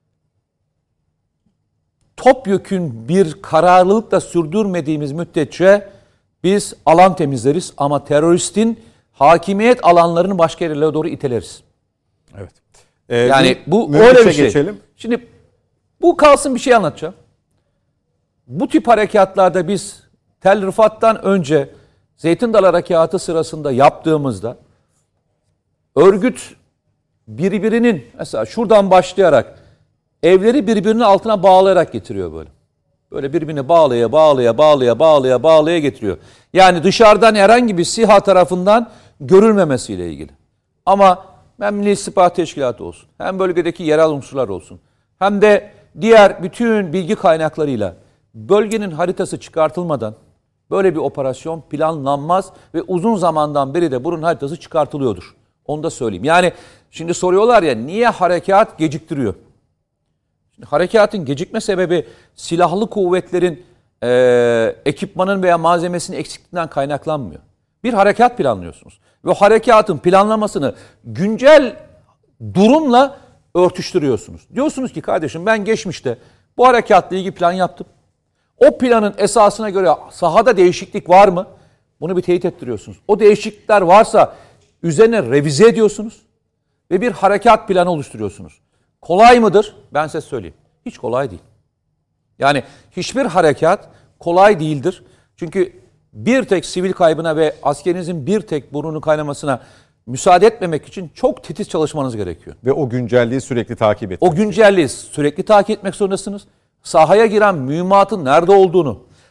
topyekün bir kararlılıkla sürdürmediğimiz müddetçe biz alan temizleriz ama teröristin hakimiyet alanlarını başka yerlere doğru iteleriz. Evet. Yani bu öyle bir şey. Geçelim. Şimdi bu kalsın, bir şey anlatacağım. Bu tip harekatlarda biz Tel Rifat'tan önce Zeytin Dalı Harekatı sırasında yaptığımızda örgüt birbirinin, mesela şuradan başlayarak evleri birbirinin altına bağlayarak getiriyor böyle. Böyle birbirine bağlaya getiriyor. Yani dışarıdan herhangi bir SİHA tarafından görülmemesiyle ilgili. Ama hem Milli İstihbarat Teşkilatı olsun, hem bölgedeki yerel unsurlar olsun, hem de diğer bütün bilgi kaynaklarıyla bölgenin haritası çıkartılmadan böyle bir operasyon planlanmaz ve uzun zamandan beri de bunun haritası çıkartılıyordur. Onu da söyleyeyim. Yani şimdi soruyorlar ya, niye harekat geciktiriyor? Şimdi harekatın gecikme sebebi silahlı kuvvetlerin ekipmanın veya malzemesinin eksikliğinden kaynaklanmıyor. Bir harekat planlıyorsunuz ve o harekatın planlamasını güncel durumla örtüştürüyorsunuz. Diyorsunuz ki kardeşim, ben geçmişte bu harekatla ilgili plan yaptım. O planın esasına göre sahada değişiklik var mı? Bunu bir teyit ettiriyorsunuz. O değişiklikler varsa üzerine revize ediyorsunuz ve bir harekat planı oluşturuyorsunuz. Kolay mıdır? Ben size söyleyeyim. Hiç kolay değil. Yani hiçbir harekat kolay değildir. Çünkü bir tek sivil kaybına ve askerinizin bir tek burnunu kaynamasına müsaade etmemek için çok titiz çalışmanız gerekiyor. Ve o güncelliği sürekli takip etmek. O güncelliği sürekli takip etmek zorundasınız. Sahaya giren mühimmatın nerede olduğunu,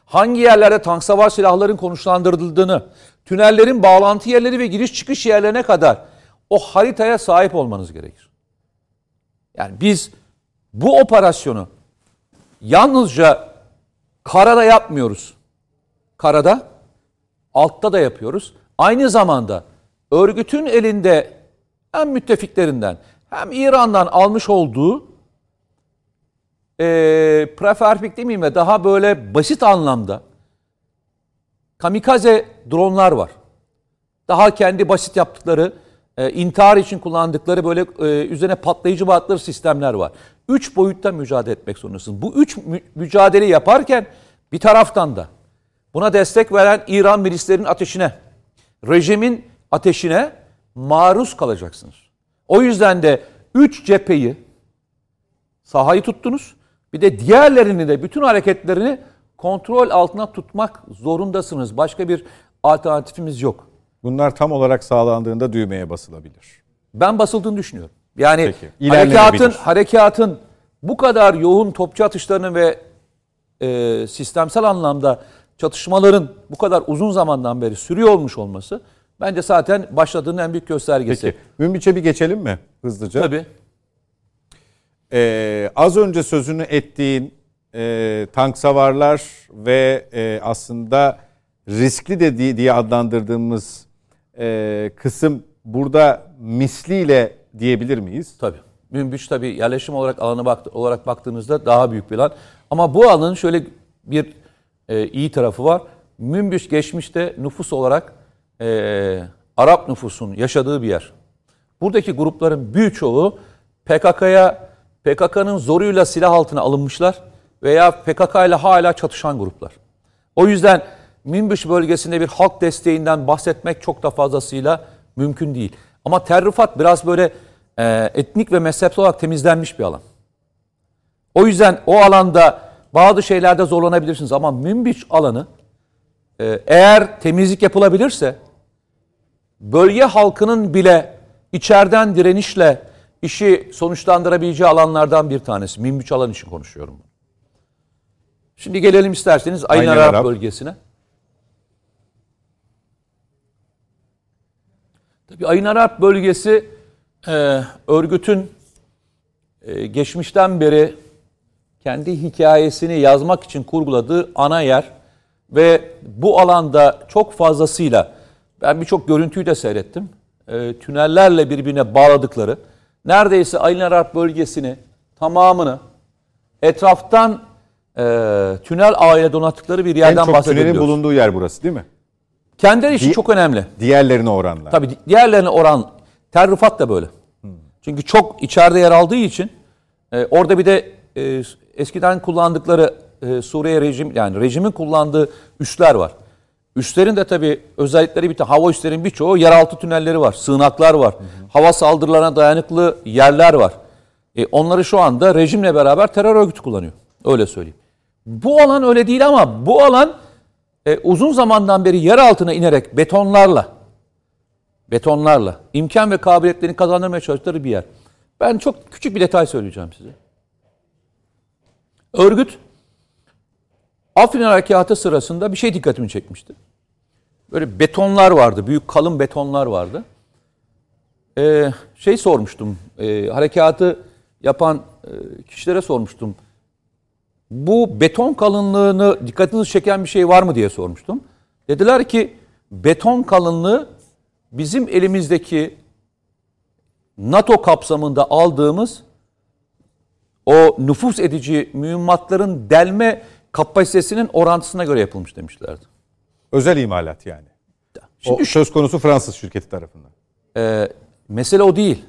hangi yerlerde tank savar silahların konuşlandırıldığını, tünellerin bağlantı yerleri ve giriş çıkış yerlerine kadar o haritaya sahip olmanız gerekir. Yani biz bu operasyonu yalnızca karada yapmıyoruz. Karada, altta da yapıyoruz. Aynı zamanda örgütün elinde hem müttefiklerinden hem İran'dan almış olduğu preferbik demeyeyim ve daha böyle basit anlamda kamikaze dronlar var. Daha kendi basit yaptıkları, intihar için kullandıkları böyle üzerine patlayıcı bağladıkları sistemler var. 3 boyutta mücadele etmek zorundasınız. Bu 3 mücadeleyi yaparken bir taraftan da buna destek veren İran milislerinin ateşine, rejimin ateşine maruz kalacaksınız. O yüzden de 3 cepheyi, sahayı tuttunuz. Bir de diğerlerini de, bütün hareketlerini kontrol altına tutmak zorundasınız. Başka bir alternatifimiz yok. Bunlar tam olarak sağlandığında düğmeye basılabilir. Ben basıldığını düşünüyorum. Yani Peki, harekatın bu kadar yoğun topçu atışlarının ve sistemsel anlamda çatışmaların bu kadar uzun zamandan beri sürüyor olmuş olması bence zaten başladığının en büyük göstergesi. Peki, Münbiç'e bir geçelim mi hızlıca? Tabii. Az önce sözünü ettiğin tank savarlar ve aslında riskli de diye adlandırdığımız kısım burada misliyle diyebilir miyiz? Tabii. Münbiç tabii yerleşim olarak baktığınızda daha büyük bir alan. Ama bu alanın şöyle bir iyi tarafı var. Münbiç geçmişte nüfus olarak Arap nüfusun yaşadığı bir yer. Buradaki grupların birçoğu PKK'nın zoruyla silah altına alınmışlar veya PKK ile hala çatışan gruplar. O yüzden Münbiç bölgesinde bir halk desteğinden bahsetmek çok da fazlasıyla mümkün değil. Ama Tel Rifat biraz böyle etnik ve mezhepsel olarak temizlenmiş bir alan. O yüzden o alanda bazı şeylerde zorlanabilirsiniz ama Münbiç alanı eğer temizlik yapılabilirse bölge halkının bile içeriden direnişle işi sonuçlandırabileceği alanlardan bir tanesi. Münbiç alanı için konuşuyorum. Şimdi gelelim isterseniz Ayn Arab bölgesine. Tabii Ayn Arab bölgesi örgütün geçmişten beri kendi hikayesini yazmak için kurguladığı ana yer ve bu alanda çok fazlasıyla ben birçok görüntüyü de seyrettim. Tünellerle birbirine bağladıkları neredeyse Ayn Arab bölgesini tamamını etraftan tünel ağıyla donattıkları bir yerden bahsedebiliyoruz. En çok tünelin bulunduğu yer burası değil mi? Kendileri için çok önemli. Diğerlerine oranla. Tabii diğerlerine oran. Tel Rifat da böyle. Çünkü çok içeride yer aldığı için orada bir de eskiden kullandıkları Suriye rejimin kullandığı üsler var. Üslerin de tabii özellikleri hava üslerinin birçoğu yeraltı tünelleri var, sığınaklar var. Hava saldırılarına dayanıklı yerler var. Onları şu anda rejimle beraber terör örgütü kullanıyor. Öyle söyleyeyim. Bu alan öyle değil ama bu alan uzun zamandan beri yer altına inerek betonlarla imkan ve kabiliyetlerini kazandırmaya çalıştıkları bir yer. Ben çok küçük bir detay söyleyeceğim size. Örgüt Afrin Harekatı sırasında bir şey dikkatimi çekmişti. Böyle betonlar vardı, büyük kalın betonlar vardı. Sormuştum, harekatı yapan kişilere sormuştum. Bu beton kalınlığını dikkatinizi çeken bir şey var mı diye sormuştum. Dediler ki beton kalınlığı bizim elimizdeki NATO kapsamında aldığımız o nüfuz edici mühimmatların delme kapasitesinin orantısına göre yapılmış demişlerdi. Özel imalat yani. Şimdi söz konusu Fransız şirketi tarafından. Mesele o değil.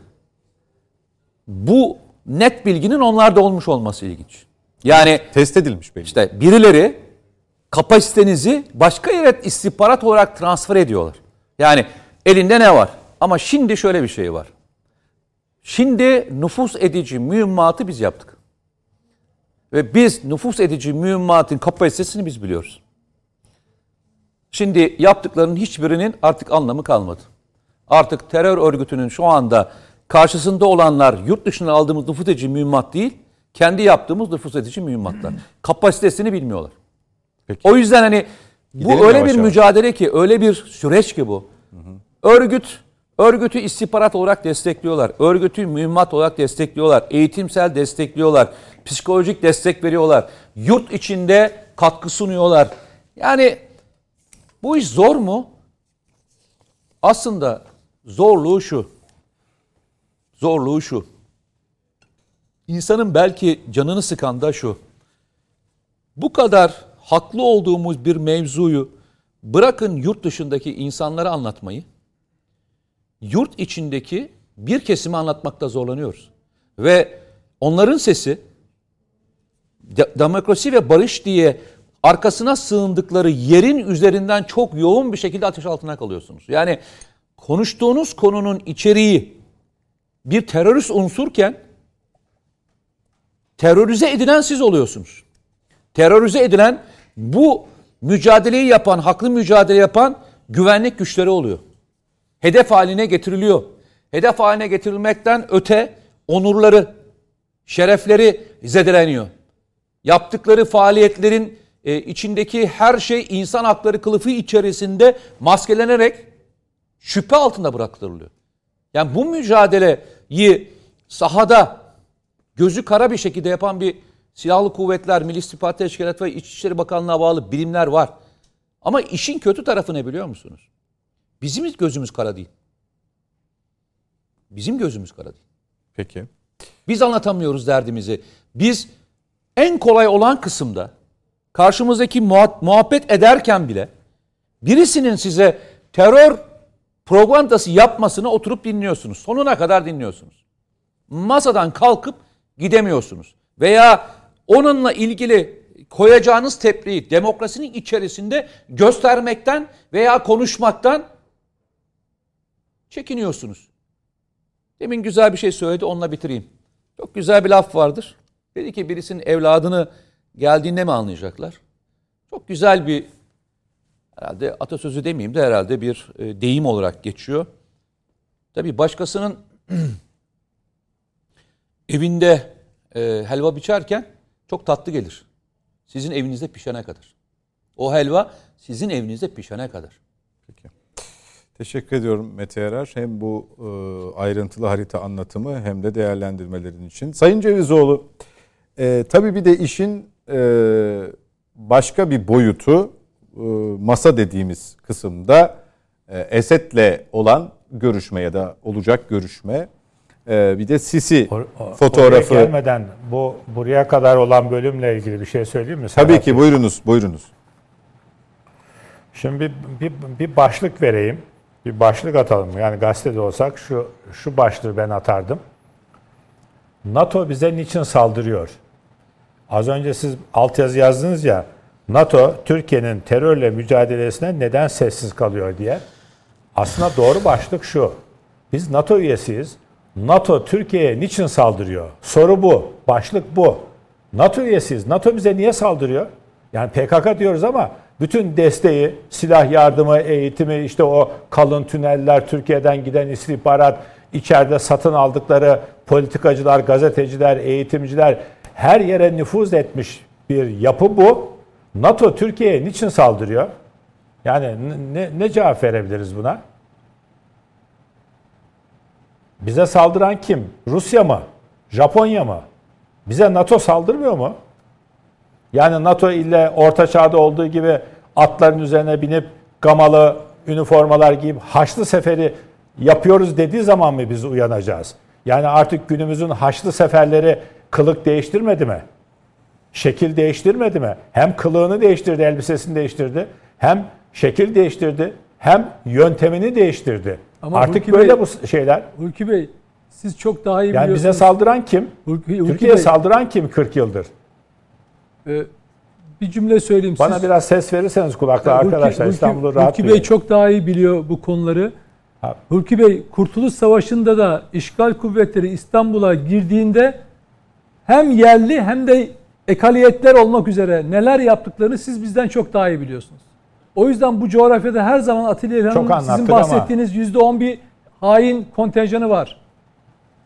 Bu net bilginin onlarda olmuş olması ilginç. Yani test edilmiş belli. İşte birileri kapasitenizi başka yere istihbarat olarak transfer ediyorlar. Yani elinde ne var? Ama şimdi şöyle bir şey var. Şimdi nüfuz edici mühimmatı biz yaptık. Ve biz nüfuz edici mühimmatın kapasitesini biz biliyoruz. Şimdi yaptıklarının hiçbirinin artık anlamı kalmadı. Artık terör örgütünün şu anda karşısında olanlar yurt dışına aldığımız nüfuz edici mühimmat değil, kendi yaptığımız nüfuz edici mühimmatlar. Kapasitesini bilmiyorlar. Peki. O yüzden hani bu Gidelim öyle yavaş bir yavaş. mücadele ki, öyle bir süreç ki bu. Örgütü istihbarat olarak destekliyorlar. Örgütü mühimmat olarak destekliyorlar. Eğitimsel destekliyorlar. Psikolojik destek veriyorlar. Yurt içinde katkı sunuyorlar. Yani bu iş zor mu? Aslında zorluğu şu. Zorluğu şu. İnsanın belki canını sıkan da şu. Bu kadar haklı olduğumuz bir mevzuyu bırakın yurt dışındaki insanlara anlatmayı, yurt içindeki bir kesimi anlatmakta zorlanıyoruz. Ve onların sesi demokrasi ve barış diye arkasına sığındıkları yerin üzerinden çok yoğun bir şekilde ateş altına kalıyorsunuz. Yani konuştuğunuz konunun içeriği bir terörist unsurken terörize edilen siz oluyorsunuz. Terörize edilen, bu mücadeleyi yapan, haklı mücadele yapan güvenlik güçleri oluyor. Hedef haline getiriliyor. Hedef haline getirilmekten öte onurları, şerefleri zedeleniyor. Yaptıkları faaliyetlerin içindeki her şey insan hakları kılıfı içerisinde maskelenerek şüphe altında bıraktırılıyor. Yani bu mücadeleyi sahada gözü kara bir şekilde yapan bir silahlı kuvvetler, Milli İstihbarat Teşkilatı ve İçişleri Bakanlığı'na bağlı birimler var. Ama işin kötü tarafı ne biliyor musunuz? Bizim gözümüz kara değil. Bizim gözümüz kara değil. Peki. Biz anlatamıyoruz derdimizi. Biz en kolay olan kısımda karşımızdaki muhabbet ederken bile birisinin size terör propagandası yapmasını oturup dinliyorsunuz. Sonuna kadar dinliyorsunuz. Masadan kalkıp gidemiyorsunuz. Veya onunla ilgili koyacağınız tepriği demokrasinin içerisinde göstermekten veya konuşmaktan çekiniyorsunuz. Demin güzel bir şey söyledi, onunla bitireyim. Çok güzel bir laf vardır. Dedi ki birisinin evladını geldiğinde mi anlayacaklar? Çok güzel bir, herhalde atasözü demeyeyim de herhalde bir deyim olarak geçiyor. Tabii başkasının evinde helva biçerken çok tatlı gelir. Sizin evinizde pişene kadar. O helva sizin evinizde pişene kadar. Peki. Teşekkür ediyorum Mete Yarar. Hem bu ayrıntılı harita anlatımı hem de değerlendirmelerin için. Sayın Cevizoğlu, tabii bir de işin başka bir boyutu masa dediğimiz kısımda Esed'le olan görüşme ya da olacak görüşme. Bir de Sisi fotoğrafı. Oraya gelmeden buraya kadar olan bölümle ilgili bir şey söyleyeyim mi? Tabii ki, buyurunuz. Şimdi bir başlık vereyim. Bir başlık atalım. Yani gazetede olsak şu başlığı ben atardım. NATO bize niçin saldırıyor? Az önce siz altyazı yazdınız ya. NATO Türkiye'nin terörle mücadelesine neden sessiz kalıyor diye. Aslında doğru başlık şu. Biz NATO üyesiyiz. NATO Türkiye'ye niçin saldırıyor? Soru bu. Başlık bu. NATO üyesiyiz. NATO bize niye saldırıyor? Yani PKK diyoruz ama bütün desteği, silah yardımı, eğitimi, işte o kalın tüneller, Türkiye'den giden istihbarat, içeride satın aldıkları politikacılar, gazeteciler, eğitimciler, her yere nüfuz etmiş bir yapı bu. NATO Türkiye'ye niçin saldırıyor? Yani ne cevap verebiliriz buna? Bize saldıran kim? Rusya mı? Japonya mı? Bize NATO saldırmıyor mu? Yani NATO ile Orta Çağ'da olduğu gibi atların üzerine binip gamalı üniformalar giyip Haçlı Seferi yapıyoruz dediği zaman mı biz uyanacağız? Yani artık günümüzün Haçlı seferleri kılık değiştirmedi mi? Şekil değiştirmedi mi? Hem kılığını değiştirdi, elbisesini değiştirdi, hem şekil değiştirdi, hem yöntemini değiştirdi. Ama artık Hulki böyle Bey, bu şeyler. Hulki Bey, siz çok daha iyi biliyorsunuz. Yani bize saldıran kim? Türkiye'ye saldıran kim 40 yıldır? Bir cümle söyleyeyim. Bana biraz ses verirseniz kulakta arkadaşlar. İstanbul'u rahat Hulki Bey çok daha iyi biliyor bu konuları. Hulki Bey, Kurtuluş Savaşı'nda da işgal kuvvetleri İstanbul'a girdiğinde hem yerli hem de ekaliyetler olmak üzere neler yaptıklarını siz bizden çok daha iyi biliyorsunuz. O yüzden bu coğrafyada her zaman Atilla İlhan'ın sizin bahsettiğiniz %10 bir hain kontenjanı var.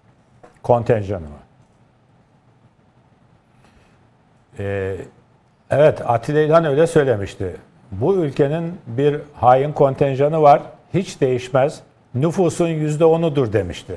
Kontenjanı var. Evet, Atilla İlhan öyle söylemişti. Bu ülkenin bir hain kontenjanı var, hiç değişmez. Nüfusun %10'udur demişti.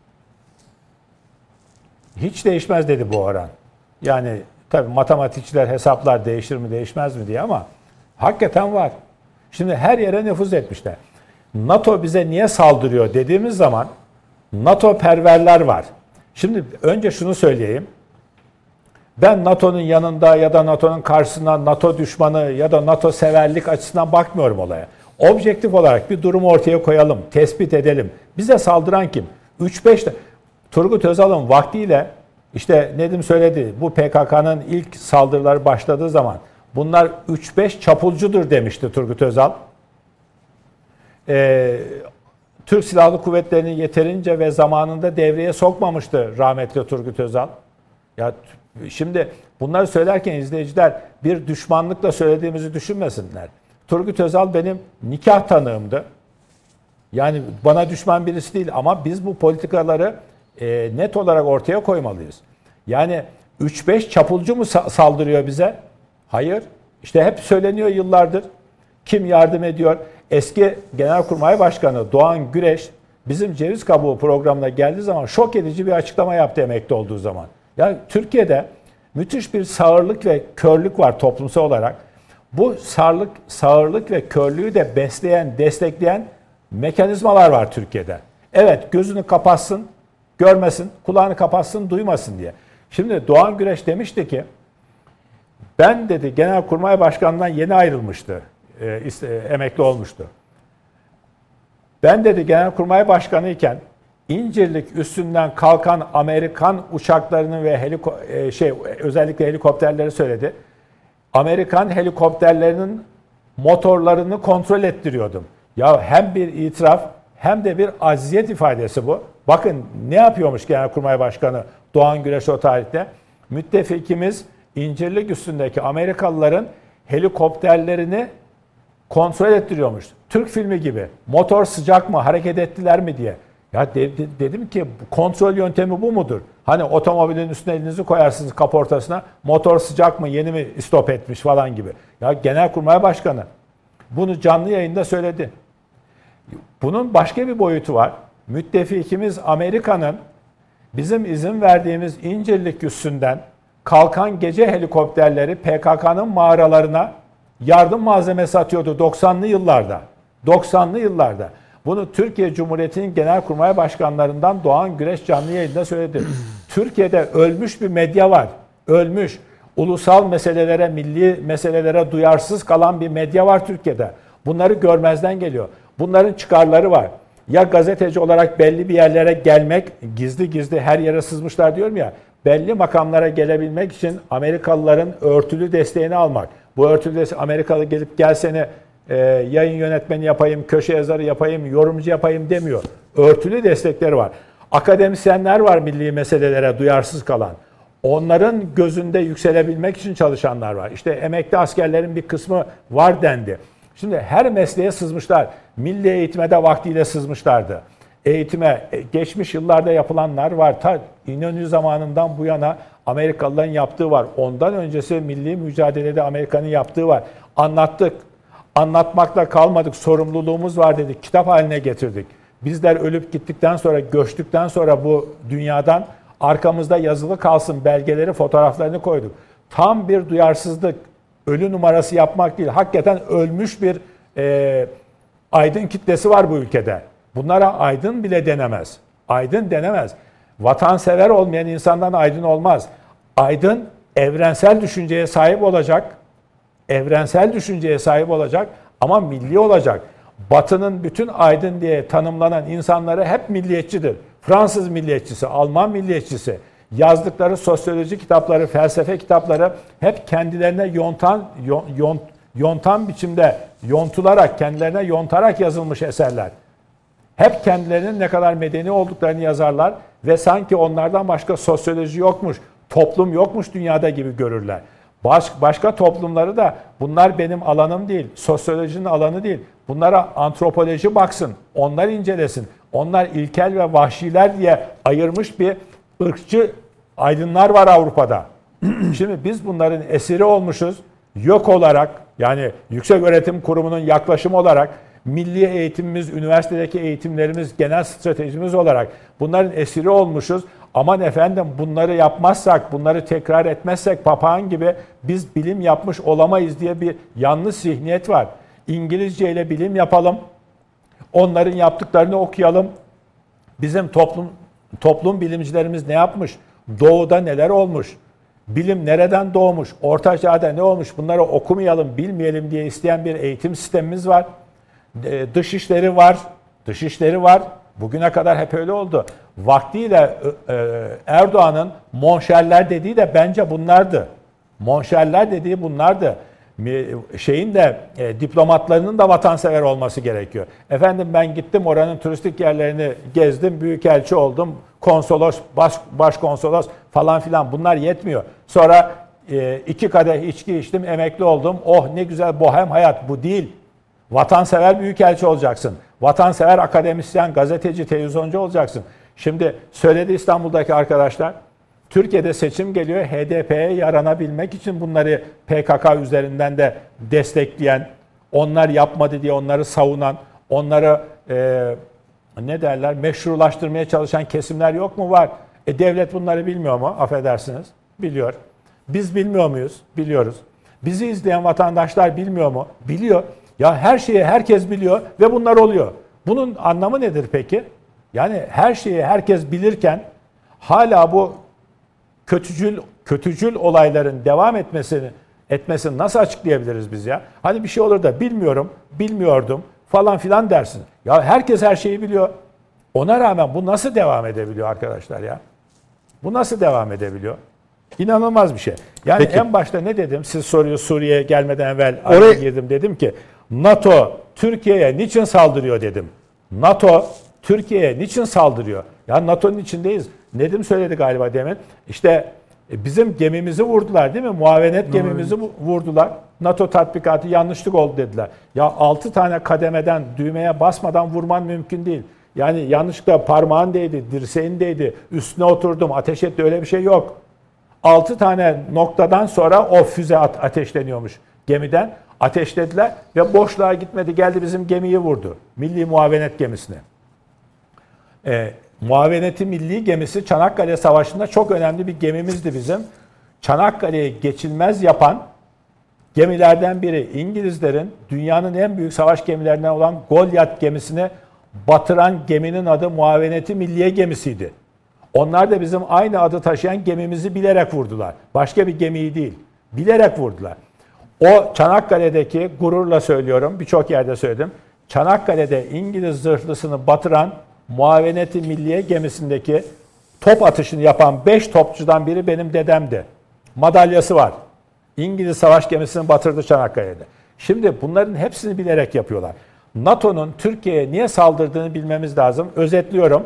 Hiç değişmez dedi bu oran. Yani tabii matematikçiler hesaplar değişir mi değişmez mi diye ama hakikaten var. Şimdi her yere nüfuz etmişler. NATO bize niye saldırıyor dediğimiz zaman NATO perverler var. Şimdi önce şunu söyleyeyim. Ben NATO'nun yanında ya da NATO'nun karşısına NATO düşmanı ya da NATO severlik açısından bakmıyorum olaya. Objektif olarak bir durumu ortaya koyalım, tespit edelim. Bize saldıran kim? 3-5 Turgut Özal'ın vaktiyle işte Nedim söyledi, bu PKK'nın ilk saldırıları başladığı zaman bunlar 3-5 çapulcudur demişti Turgut Özal. Türk Silahlı Kuvvetleri'ni yeterince ve zamanında devreye sokmamıştı rahmetli Turgut Özal. Ya şimdi bunları söylerken izleyiciler bir düşmanlıkla söylediğimizi düşünmesinler. Turgut Özal benim nikah tanığımdı. Yani bana düşman birisi değil ama biz bu politikaları net olarak ortaya koymalıyız. Yani 3-5 çapulcu mu saldırıyor bize? Hayır. İşte hep söyleniyor yıllardır. Kim yardım ediyor? Eski Genelkurmay Başkanı Doğan Güreş bizim Ceviz Kabuğu programına geldiği zaman şok edici bir açıklama yaptı emekli olduğu zaman. Yani Türkiye'de müthiş bir sağırlık ve körlük var toplumsal olarak. Bu sağırlık ve körlüğü de besleyen, destekleyen mekanizmalar var Türkiye'de. Evet, gözünü kapatsın, görmesin, kulağını kapatsın, duymasın diye. Şimdi Doğan Güreş demişti ki, ben dedi Genelkurmay Başkanı'ndan yeni ayrılmıştı, emekli olmuştu. Ben dedi Genelkurmay Başkanı iken İncirlik üstünden kalkan Amerikan uçaklarının ve özellikle helikopterleri söyledi. Amerikan helikopterlerinin motorlarını kontrol ettiriyordum. Ya hem bir itiraf hem de bir acziyet ifadesi bu. Bakın ne yapıyormuş Genelkurmay Başkanı Doğan Güreş o tarihte. Müttefikimiz İncirlik üstündeki Amerikalıların helikopterlerini kontrol ettiriyormuş. Türk filmi gibi. Motor sıcak mı, hareket ettiler mi diye. Ya dedim ki kontrol yöntemi bu mudur? Hani otomobilin üstüne elinizi koyarsınız kaportasına, motor sıcak mı, yeni mi stop etmiş falan gibi. Ya Genelkurmay Başkanı bunu canlı yayında söyledi. Bunun başka bir boyutu var. Müttefikimiz Amerika'nın bizim izin verdiğimiz İncirlik üssünden kalkan gece helikopterleri PKK'nın mağaralarına yardım malzemesi atıyordu 90'lı yıllarda. 90'lı yıllarda. Bunu Türkiye Cumhuriyeti'nin genelkurmay başkanlarından Doğan Güreş canlı yayında söyledi. Türkiye'de ölmüş bir medya var. Ölmüş. Ulusal meselelere, milli meselelere duyarsız kalan bir medya var Türkiye'de. Bunları görmezden geliyor. Bunların çıkarları var. Ya gazeteci olarak belli bir yerlere gelmek, gizli gizli her yere sızmışlar diyorum ya, belli makamlara gelebilmek için Amerikalıların örtülü desteğini almak. Bu örtülü destek, Amerikalı gelip gel seni yayın yönetmeni yapayım, köşe yazarı yapayım, yorumcu yapayım demiyor. Örtülü destekleri var. Akademisyenler var milli meselelere duyarsız kalan. Onların gözünde yükselebilmek için çalışanlar var. İşte emekli askerlerin bir kısmı var dendi. Şimdi her mesleğe sızmışlar. Milli eğitime de vaktiyle sızmışlardı. Eğitime geçmiş yıllarda yapılanlar var. Ta İnönü zamanından bu yana Amerikalıların yaptığı var. Ondan öncesi milli mücadelede Amerika'nın yaptığı var. Anlattık. Anlatmakla kalmadık. Sorumluluğumuz var dedik. Kitap haline getirdik. Bizler ölüp gittikten sonra, göçtükten sonra bu dünyadan arkamızda yazılı kalsın belgeleri, fotoğraflarını koyduk. Tam bir duyarsızlık. Ölü numarası yapmak değil. Hakikaten ölmüş bir aydın kitlesi var bu ülkede. Bunlara aydın bile denemez. Aydın denemez. Vatansever olmayan insandan aydın olmaz. Aydın evrensel düşünceye sahip olacak. Evrensel düşünceye sahip olacak ama milli olacak. Batı'nın bütün aydın diye tanımlanan insanları hep milliyetçidir. Fransız milliyetçisi, Alman milliyetçisi. Yazdıkları sosyoloji kitapları, felsefe kitapları hep kendilerine yontan biçimde yontularak, kendilerine yontarak yazılmış eserler. Hep kendilerinin ne kadar medeni olduklarını yazarlar ve sanki onlardan başka sosyoloji yokmuş, toplum yokmuş dünyada gibi görürler. Başka toplumları da bunlar benim alanım değil, sosyolojinin alanı değil. Bunlara antropoloji baksın, onlar incelesin. Onlar ilkel ve vahşiler diye ayırmış bir ırkçı aydınlar var Avrupa'da. Şimdi biz bunların esiri olmuşuz yok olarak, yani Yüksek Öğretim Kurumu'nun yaklaşımı olarak, milli eğitimimiz, üniversitedeki eğitimlerimiz, genel stratejimiz olarak bunların esiri olmuşuz. Aman efendim bunları yapmazsak, bunları tekrar etmezsek papağan gibi biz bilim yapmış olamayız diye bir yanlış zihniyet var. İngilizce ile bilim yapalım, onların yaptıklarını okuyalım. Bizim toplum bilimcilerimiz ne yapmış? Doğuda neler olmuş? Bilim nereden doğmuş? Orta Çağ'da ne olmuş? Bunları okumayalım, bilmeyelim diye isteyen bir eğitim sistemimiz var. Dışişleri var. Dışişleri var. Bugüne kadar hep öyle oldu. Vaktiyle Erdoğan'ın monşerler dediği de bence bunlardı. Monşerler dediği bunlardı. Şeyin de diplomatlarının da vatansever olması gerekiyor. Efendim ben gittim oranın turistik yerlerini gezdim, büyükelçi oldum, konsolos, başkonsolos falan filan, bunlar yetmiyor. Sonra 2 kadeh içki içtim, emekli oldum. Oh ne güzel bohem hayat, bu değil. Vatansever büyükelçi olacaksın. Vatansever akademisyen, gazeteci, televizyoncu olacaksın. Şimdi söyledi İstanbul'daki arkadaşlar. Türkiye'de seçim geliyor. HDP'ye yaranabilmek için bunları PKK üzerinden de destekleyen, onlar yapmadı diye onları savunan, onları ne derler meşrulaştırmaya çalışan kesimler yok mu? Var. Devlet bunları bilmiyor mu? Affedersiniz. Biliyor. Biz bilmiyor muyuz? Biliyoruz. Bizi izleyen vatandaşlar bilmiyor mu? Biliyor. Ya her şeyi herkes biliyor ve bunlar oluyor. Bunun anlamı nedir peki? Yani her şeyi herkes bilirken hala bu kötücül olayların devam etmesini nasıl açıklayabiliriz biz ya? Hani bir şey olur da bilmiyorum, bilmiyordum falan filan dersin. Ya herkes her şeyi biliyor. Ona rağmen bu nasıl devam edebiliyor arkadaşlar ya? Bu nasıl devam edebiliyor? İnanılmaz bir şey. Yani peki, en başta ne dedim? Siz soruyu Suriye'ye gelmeden evvel araya girdim. Dedim ki NATO Türkiye'ye niçin saldırıyor dedim. NATO Türkiye'ye niçin saldırıyor? Ya NATO'nun içindeyiz. Nedim söyledi galiba demin. İşte bizim gemimizi vurdular değil mi? Muavenet gemimizi vurdular. NATO tatbikatı yanlışlık oldu dediler. Ya 6 tane kademeden düğmeye basmadan vurman mümkün değil. Yani yanlışlıkla parmağın değdi, dirseğin değdi, üstüne oturdum, ateş etti, öyle bir şey yok. 6 tane noktadan sonra o füze ateşleniyormuş gemiden. Ateşlediler ve boşluğa gitmedi, geldi bizim gemiyi vurdu. Milli Muavenet gemisini. Muaveneti Milli gemisi Çanakkale Savaşı'nda çok önemli bir gemimizdi bizim. Çanakkale'yi geçilmez yapan gemilerden biri, İngilizlerin dünyanın en büyük savaş gemilerinden olan Goliath gemisini batıran geminin adı Muaveneti Milliye gemisiydi. Onlar da bizim aynı adı taşıyan gemimizi bilerek vurdular. Başka bir gemiyi değil. Bilerek vurdular. O Çanakkale'deki, gururla söylüyorum, birçok yerde söyledim. Çanakkale'de İngiliz zırhlısını batıran Muaveneti Milliye gemisindeki top atışını yapan 5 topçudan biri benim dedemdi. Madalyası var. İngiliz savaş gemisini batırdı Çanakkale'de. Şimdi bunların hepsini bilerek yapıyorlar. NATO'nun Türkiye'ye niye saldırdığını bilmemiz lazım. Özetliyorum.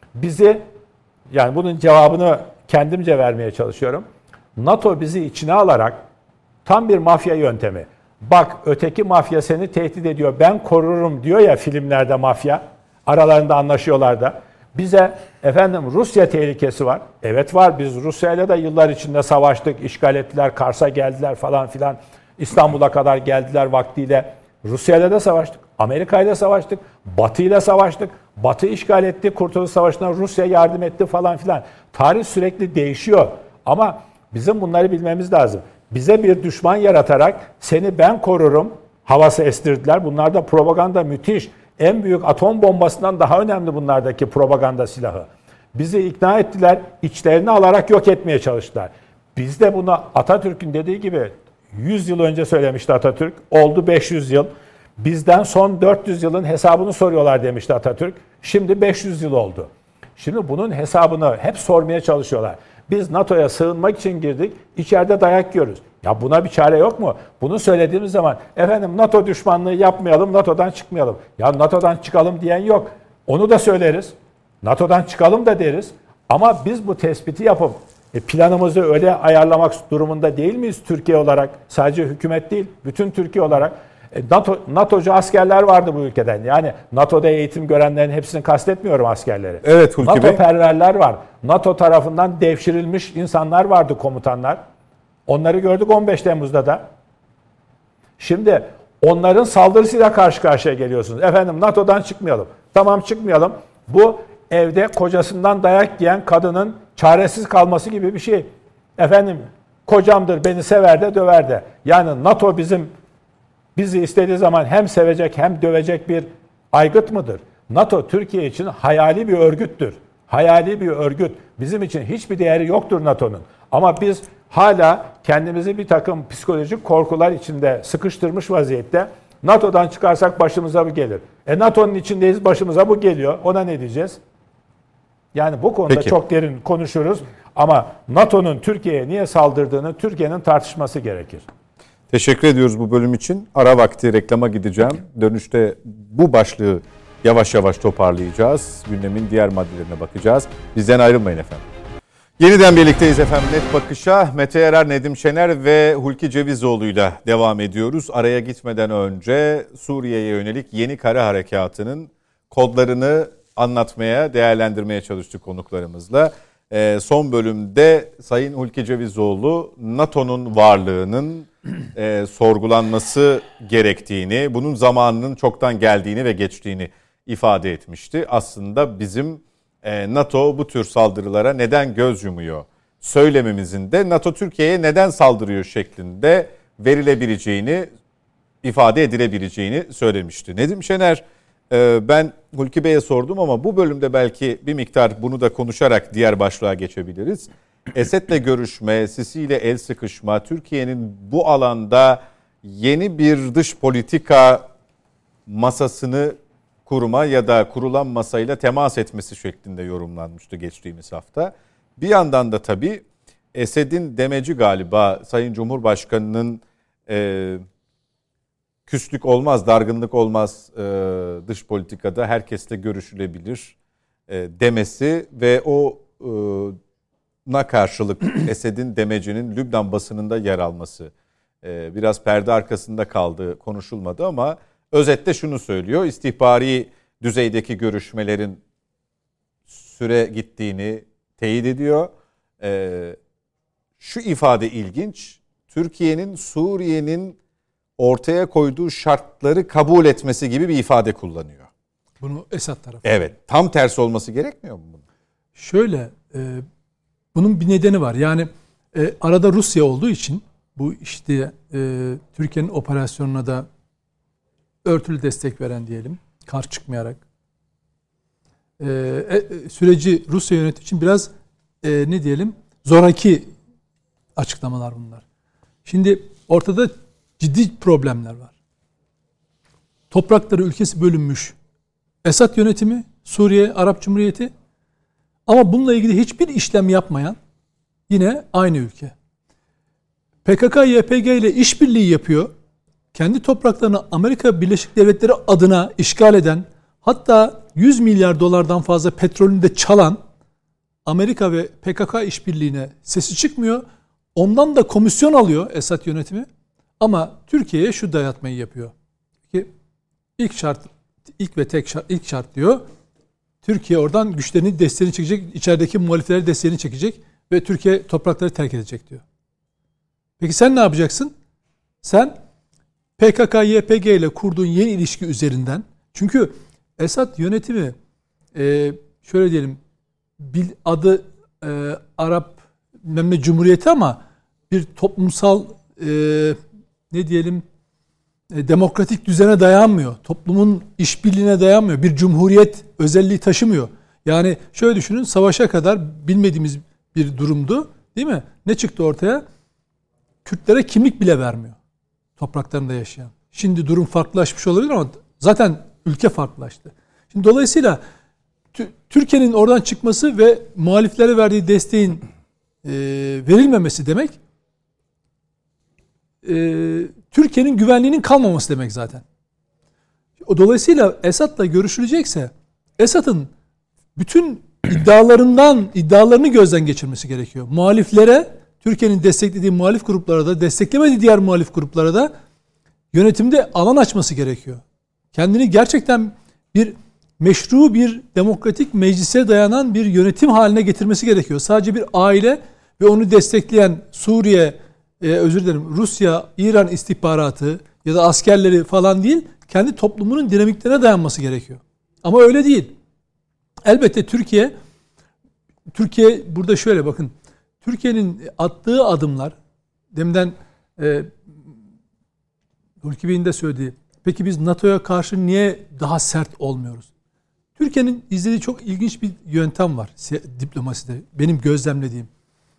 Yani bunun cevabını kendimce vermeye çalışıyorum. NATO bizi içine alarak tam bir mafya yöntemi. Bak öteki mafya seni tehdit ediyor, ben korurum diyor ya filmlerde mafya. Aralarında anlaşıyorlar da. Bize efendim Rusya tehlikesi var. Evet var, biz Rusya'yla da yıllar içinde savaştık, işgal ettiler, Kars'a geldiler falan filan. İstanbul'a kadar geldiler vaktiyle. Rusya'yla da savaştık, Amerika'yla savaştık, Batı'yla savaştık. Batı işgal etti, Kurtuluş Savaşı'na Rusya yardım etti falan filan. Tarih sürekli değişiyor ama bizim bunları bilmemiz lazım. Bize bir düşman yaratarak seni ben korurum havası estirdiler. Bunlar da propaganda müthiş. En büyük atom bombasından daha önemli bunlardaki propaganda silahı. Bizi ikna ettiler, içlerini alarak yok etmeye çalıştılar. Biz de bunu Atatürk'ün dediği gibi 100 yıl önce söylemişti Atatürk. Oldu 500 yıl. Bizden son 400 yılın hesabını soruyorlar demişti Atatürk. Şimdi 500 yıl oldu. Şimdi bunun hesabını hep sormaya çalışıyorlar. Biz NATO'ya sığınmak için girdik, içeride dayak yiyoruz. Ya buna bir çare yok mu? Bunu söylediğimiz zaman efendim NATO düşmanlığı yapmayalım, NATO'dan çıkmayalım. Ya NATO'dan çıkalım diyen yok. Onu da söyleriz. NATO'dan çıkalım da deriz. Ama biz bu tespiti yapıp planımızı öyle ayarlamak durumunda değil miyiz Türkiye olarak? Sadece hükümet değil, bütün Türkiye olarak. NATO'cu askerler vardı bu ülkeden. Yani NATO'da eğitim görenlerin hepsini kastetmiyorum askerleri. Evet Hulki Bey. NATO-perverler var. NATO tarafından devşirilmiş insanlar vardı, komutanlar. Onları gördük 15 Temmuz'da da. Şimdi onların saldırısıyla karşı karşıya geliyorsunuz. Efendim NATO'dan çıkmayalım. Tamam çıkmayalım. Bu evde kocasından dayak yiyen kadının çaresiz kalması gibi bir şey. Efendim kocamdır, beni sever de döver de. Yani NATO bizi istediği zaman hem sevecek hem dövecek bir aygıt mıdır? NATO Türkiye için hayali bir örgüttür. Hayali bir örgüt. Bizim için hiçbir değeri yoktur NATO'nun. Ama biz hala kendimizi bir takım psikolojik korkular içinde sıkıştırmış vaziyette. NATO'dan çıkarsak başımıza bu gelir. NATO'nun içindeyiz, başımıza bu geliyor. Ona ne diyeceğiz? Yani bu konuda çok derin konuşuruz. Ama NATO'nun Türkiye'ye niye saldırdığını Türkiye'nin tartışması gerekir. Teşekkür ediyoruz bu bölüm için. Ara vakti reklama gideceğim. Dönüşte bu başlığı yavaş yavaş toparlayacağız. Gündemin diğer maddelerine bakacağız. Bizden ayrılmayın efendim. Yeniden birlikteyiz efendim. Net Bakış'a Mete Yarar, Nedim Şener ve Hulki Cevizoğlu'yla devam ediyoruz. Araya gitmeden önce Suriye'ye yönelik yeni kara harekatının kodlarını anlatmaya, değerlendirmeye çalıştık konuklarımızla. Son bölümde Sayın Hulki Cevizoğlu NATO'nun varlığının sorgulanması gerektiğini, bunun zamanının çoktan geldiğini ve geçtiğini ifade etmişti. Aslında bizim NATO bu tür saldırılara neden göz yumuyor söylememizin de NATO Türkiye'ye neden saldırıyor şeklinde verilebileceğini, ifade edilebileceğini söylemişti. Nedim Şener, ben Hulki Bey'e sordum ama bu bölümde belki bir miktar bunu da konuşarak diğer başlığa geçebiliriz. Esed'le görüşme, Sisi ile el sıkışma, Türkiye'nin bu alanda yeni bir dış politika masasını kurma ya da kurulan masayla temas etmesi şeklinde yorumlanmıştı geçtiğimiz hafta. Bir yandan da tabii Esed'in demeci galiba Sayın Cumhurbaşkanı'nın küslük olmaz, dargınlık olmaz dış politikada herkesle görüşülebilir demesi ve ona karşılık Esed'in demecinin Lübnan basınında yer alması biraz perde arkasında kaldı, konuşulmadı ama özetle şunu söylüyor: istihbari düzeydeki görüşmelerin süre gittiğini teyit ediyor. Şu ifade ilginç: Türkiye'nin Suriye'nin ortaya koyduğu şartları kabul etmesi gibi bir ifade kullanıyor. Bunu Esad tarafı. Evet, tam tersi olması gerekmiyor mu bunun? Şöyle, bunun bir nedeni var. Yani arada Rusya olduğu için bu işte Türkiye'nin operasyonuna da örtülü destek veren diyelim, karşı çıkmayarak süreci Rusya yönettiği için biraz ne diyelim zoraki açıklamalar bunlar. Şimdi ortada ciddi problemler var. Toprakları, ülkesi bölünmüş. Esad yönetimi, Suriye Arap Cumhuriyeti, ama bununla ilgili hiçbir işlem yapmayan yine aynı ülke. PKK-YPG ile işbirliği yapıyor. Kendi topraklarını Amerika Birleşik Devletleri adına işgal eden, hatta 100 milyar dolardan fazla petrolünü de çalan Amerika ve PKK işbirliğine sesi çıkmıyor. Ondan da komisyon alıyor Esad yönetimi. Ama Türkiye'ye şu dayatmayı yapıyor. Ki ilk şart diyor. Türkiye oradan güçlerini, desteğini çekecek, içerideki muhalifleri desteğini çekecek ve Türkiye toprakları terk edecek diyor. Peki sen ne yapacaksın? Sen PKK-YPG ile kurduğun yeni ilişki üzerinden, çünkü Esad yönetimi şöyle diyelim, adı Arap Cumhuriyeti ama bir toplumsal ne diyelim demokratik düzene dayanmıyor. Toplumun işbirliğine dayanmıyor. Bir cumhuriyet özelliği taşımıyor. Yani şöyle düşünün, savaşa kadar bilmediğimiz bir durumdu, değil mi? Ne çıktı ortaya? Kürtlere kimlik bile vermiyor topraklarında yaşayan. Şimdi durum farklılaşmış olabilir ama zaten ülke farklılaştı. Şimdi dolayısıyla Türkiye'nin oradan çıkması ve muhaliflere verdiği desteğin verilmemesi demek Türkiye'nin güvenliğinin kalmaması demek zaten. Dolayısıyla Esad'la görüşülecekse Esad'ın bütün iddialarını gözden geçirmesi gerekiyor. Muhaliflere, Türkiye'nin desteklediği muhalif gruplara da, desteklemediği diğer muhalif gruplara da yönetimde alan açması gerekiyor. Kendini gerçekten bir meşru, bir demokratik meclise dayanan bir yönetim haline getirmesi gerekiyor. Sadece bir aile ve onu destekleyen Suriye, Rusya, İran istihbaratı ya da askerleri falan değil, kendi toplumunun dinamiklerine dayanması gerekiyor. Ama öyle değil. Elbette Türkiye burada şöyle bakın. Türkiye'nin attığı adımlar, deminden Hulki Bey'in de söylediği, peki biz NATO'ya karşı niye daha sert olmuyoruz? Türkiye'nin izlediği çok ilginç bir yöntem var diplomaside, benim gözlemlediğim.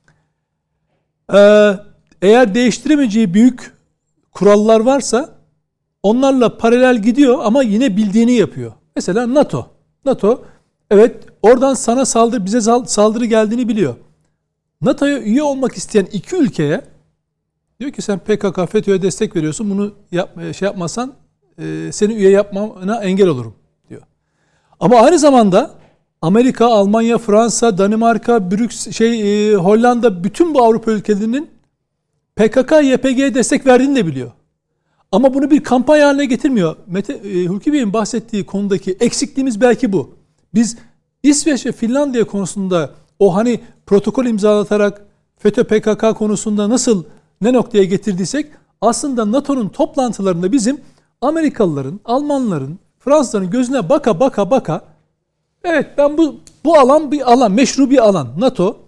Eğer değiştiremeyeceği büyük kurallar varsa onlarla paralel gidiyor ama yine bildiğini yapıyor. Mesela NATO evet oradan sana saldırı, bize saldırı geldiğini biliyor. NATO'ya üye olmak isteyen iki ülkeye diyor ki sen PKK, FETÖ'ye destek veriyorsun. Bunu yapmasan seni üye yapmana engel olurum diyor. Ama aynı zamanda Amerika, Almanya, Fransa, Danimarka, Hollanda, bütün bu Avrupa ülkelerinin PKK, YPG'ye destek verdiğini de biliyor. Ama bunu bir kampanya haline getirmiyor. Hulki Bey'in bahsettiği konudaki eksikliğimiz belki bu. Biz İsveç ve Finlandiya konusunda o hani protokol imzalatarak FETÖ, PKK konusunda nasıl ne noktaya getirdiysek aslında NATO'nun toplantılarında bizim Amerikalıların, Almanların, Fransızların gözüne baka evet ben bu alan bir alan, meşru bir alan. NATO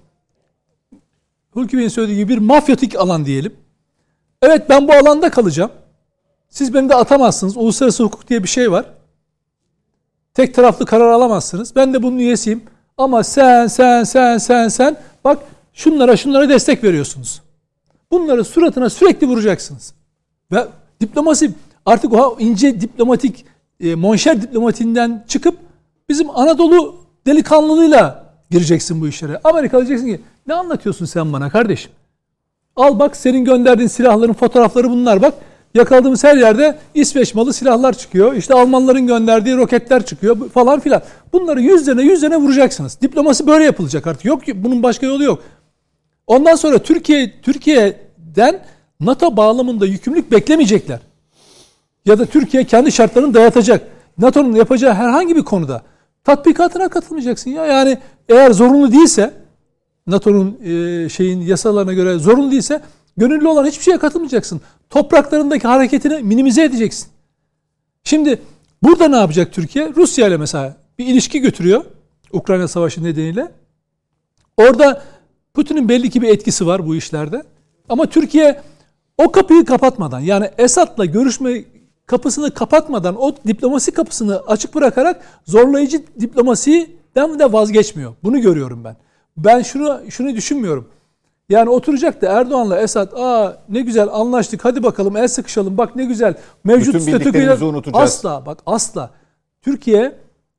Hulki Bey'in söylediği gibi bir mafyatik alan diyelim. Evet ben bu alanda kalacağım. Siz beni de atamazsınız. Uluslararası hukuk diye bir şey var. Tek taraflı karar alamazsınız. Ben de bunun üyesiyim. Ama sen bak şunlara destek veriyorsunuz. Bunları suratına sürekli vuracaksınız. Ve diplomasi artık o ince diplomatik, monşer diplomatiğinden çıkıp bizim Anadolu delikanlılığıyla gireceksin bu işlere. Amerika diyeceksin ki ne anlatıyorsun sen bana kardeşim? Al bak senin gönderdiğin silahların fotoğrafları bunlar bak. Yakaladığımız her yerde İsveç malı silahlar çıkıyor. İşte Almanların gönderdiği roketler çıkıyor falan filan. Bunları yüzlerine vuracaksınız. Diplomasi böyle yapılacak artık. Yok bunun başka yolu yok. Ondan sonra Türkiye'den NATO bağlamında yükümlülük beklemeyecekler. Ya da Türkiye kendi şartlarını dayatacak. NATO'nun yapacağı herhangi bir konuda tatbikatına katılmayacaksın ya. Yani eğer zorunlu değilse NATO'nun yasalarına göre zorunlu değilse gönüllü olan hiçbir şeye katılmayacaksın. Topraklarındaki hareketini minimize edeceksin. Şimdi burada ne yapacak Türkiye? Rusya ile mesela bir ilişki götürüyor. Ukrayna Savaşı nedeniyle. Orada Putin'in belli ki bir etkisi var bu işlerde. Ama Türkiye o kapıyı kapatmadan, yani Esad'la görüşme kapısını kapatmadan o diplomasi kapısını açık bırakarak zorlayıcı diplomasiden de vazgeçmiyor. Bunu görüyorum ben. Ben şunu düşünmüyorum. Yani oturacak da Erdoğan'la Esad ne güzel anlaştık hadi bakalım el sıkışalım bak ne güzel mevcut statükoyu unutacağız. Asla. Türkiye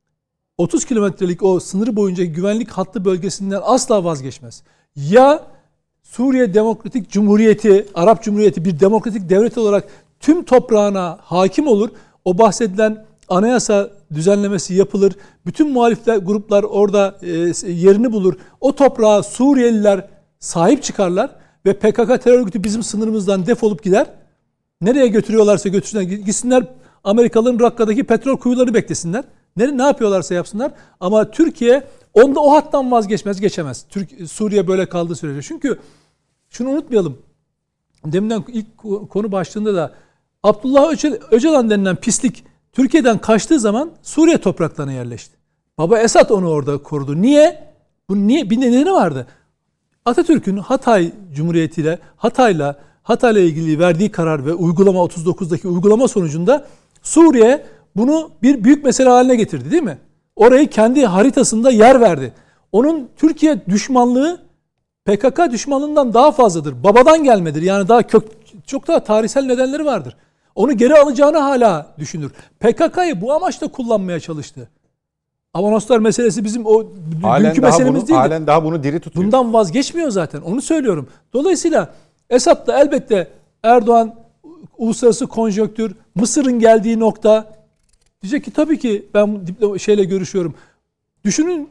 30 kilometrelik o sınır boyunca güvenlik hattı bölgesinden asla vazgeçmez. Ya Suriye Demokratik Cumhuriyeti, Arap Cumhuriyeti bir demokratik devlet olarak tüm toprağına hakim olur. O bahsedilen anayasa düzenlemesi yapılır. Bütün muhalif gruplar orada yerini bulur. O toprağa Suriyeliler sahip çıkarlar ve PKK terör örgütü bizim sınırımızdan defolup gider. Nereye götürüyorlarsa götürsünler. Gitsinler Amerikalıların Rakka'daki petrol kuyularını beklesinler. Ne yapıyorlarsa yapsınlar. Ama Türkiye onda o hattan geçemez. Suriye böyle kaldığı sürece. Çünkü şunu unutmayalım. Deminden ilk konu başlığında da Abdullah Öcalan denilen pislik Türkiye'den kaçtığı zaman Suriye topraklarına yerleşti. Baba Esad onu orada korudu. Niye? Bir nedeni vardı. Atatürk'ün Hatay Cumhuriyeti'yle Hatay'la ilgili verdiği karar ve uygulama 39'daki uygulama sonucunda Suriye bunu bir büyük mesele haline getirdi değil mi? Orayı kendi haritasında yer verdi. Onun Türkiye düşmanlığı PKK düşmanlığından daha fazladır. Babadan gelmedir. Yani çok daha tarihsel nedenleri vardır. Onu geri alacağını hala düşünür. PKK'yı bu amaçla kullanmaya çalıştı. Avanoslar meselesi bizim o dünkü meselemiz değil. Halen daha bunu diri tutuyor. Bundan vazgeçmiyor zaten. Onu söylüyorum. Dolayısıyla Esad'la elbette Erdoğan uluslararası konjonktür, Mısır'ın geldiği nokta diyecek ki tabii ki ben görüşüyorum. Düşünün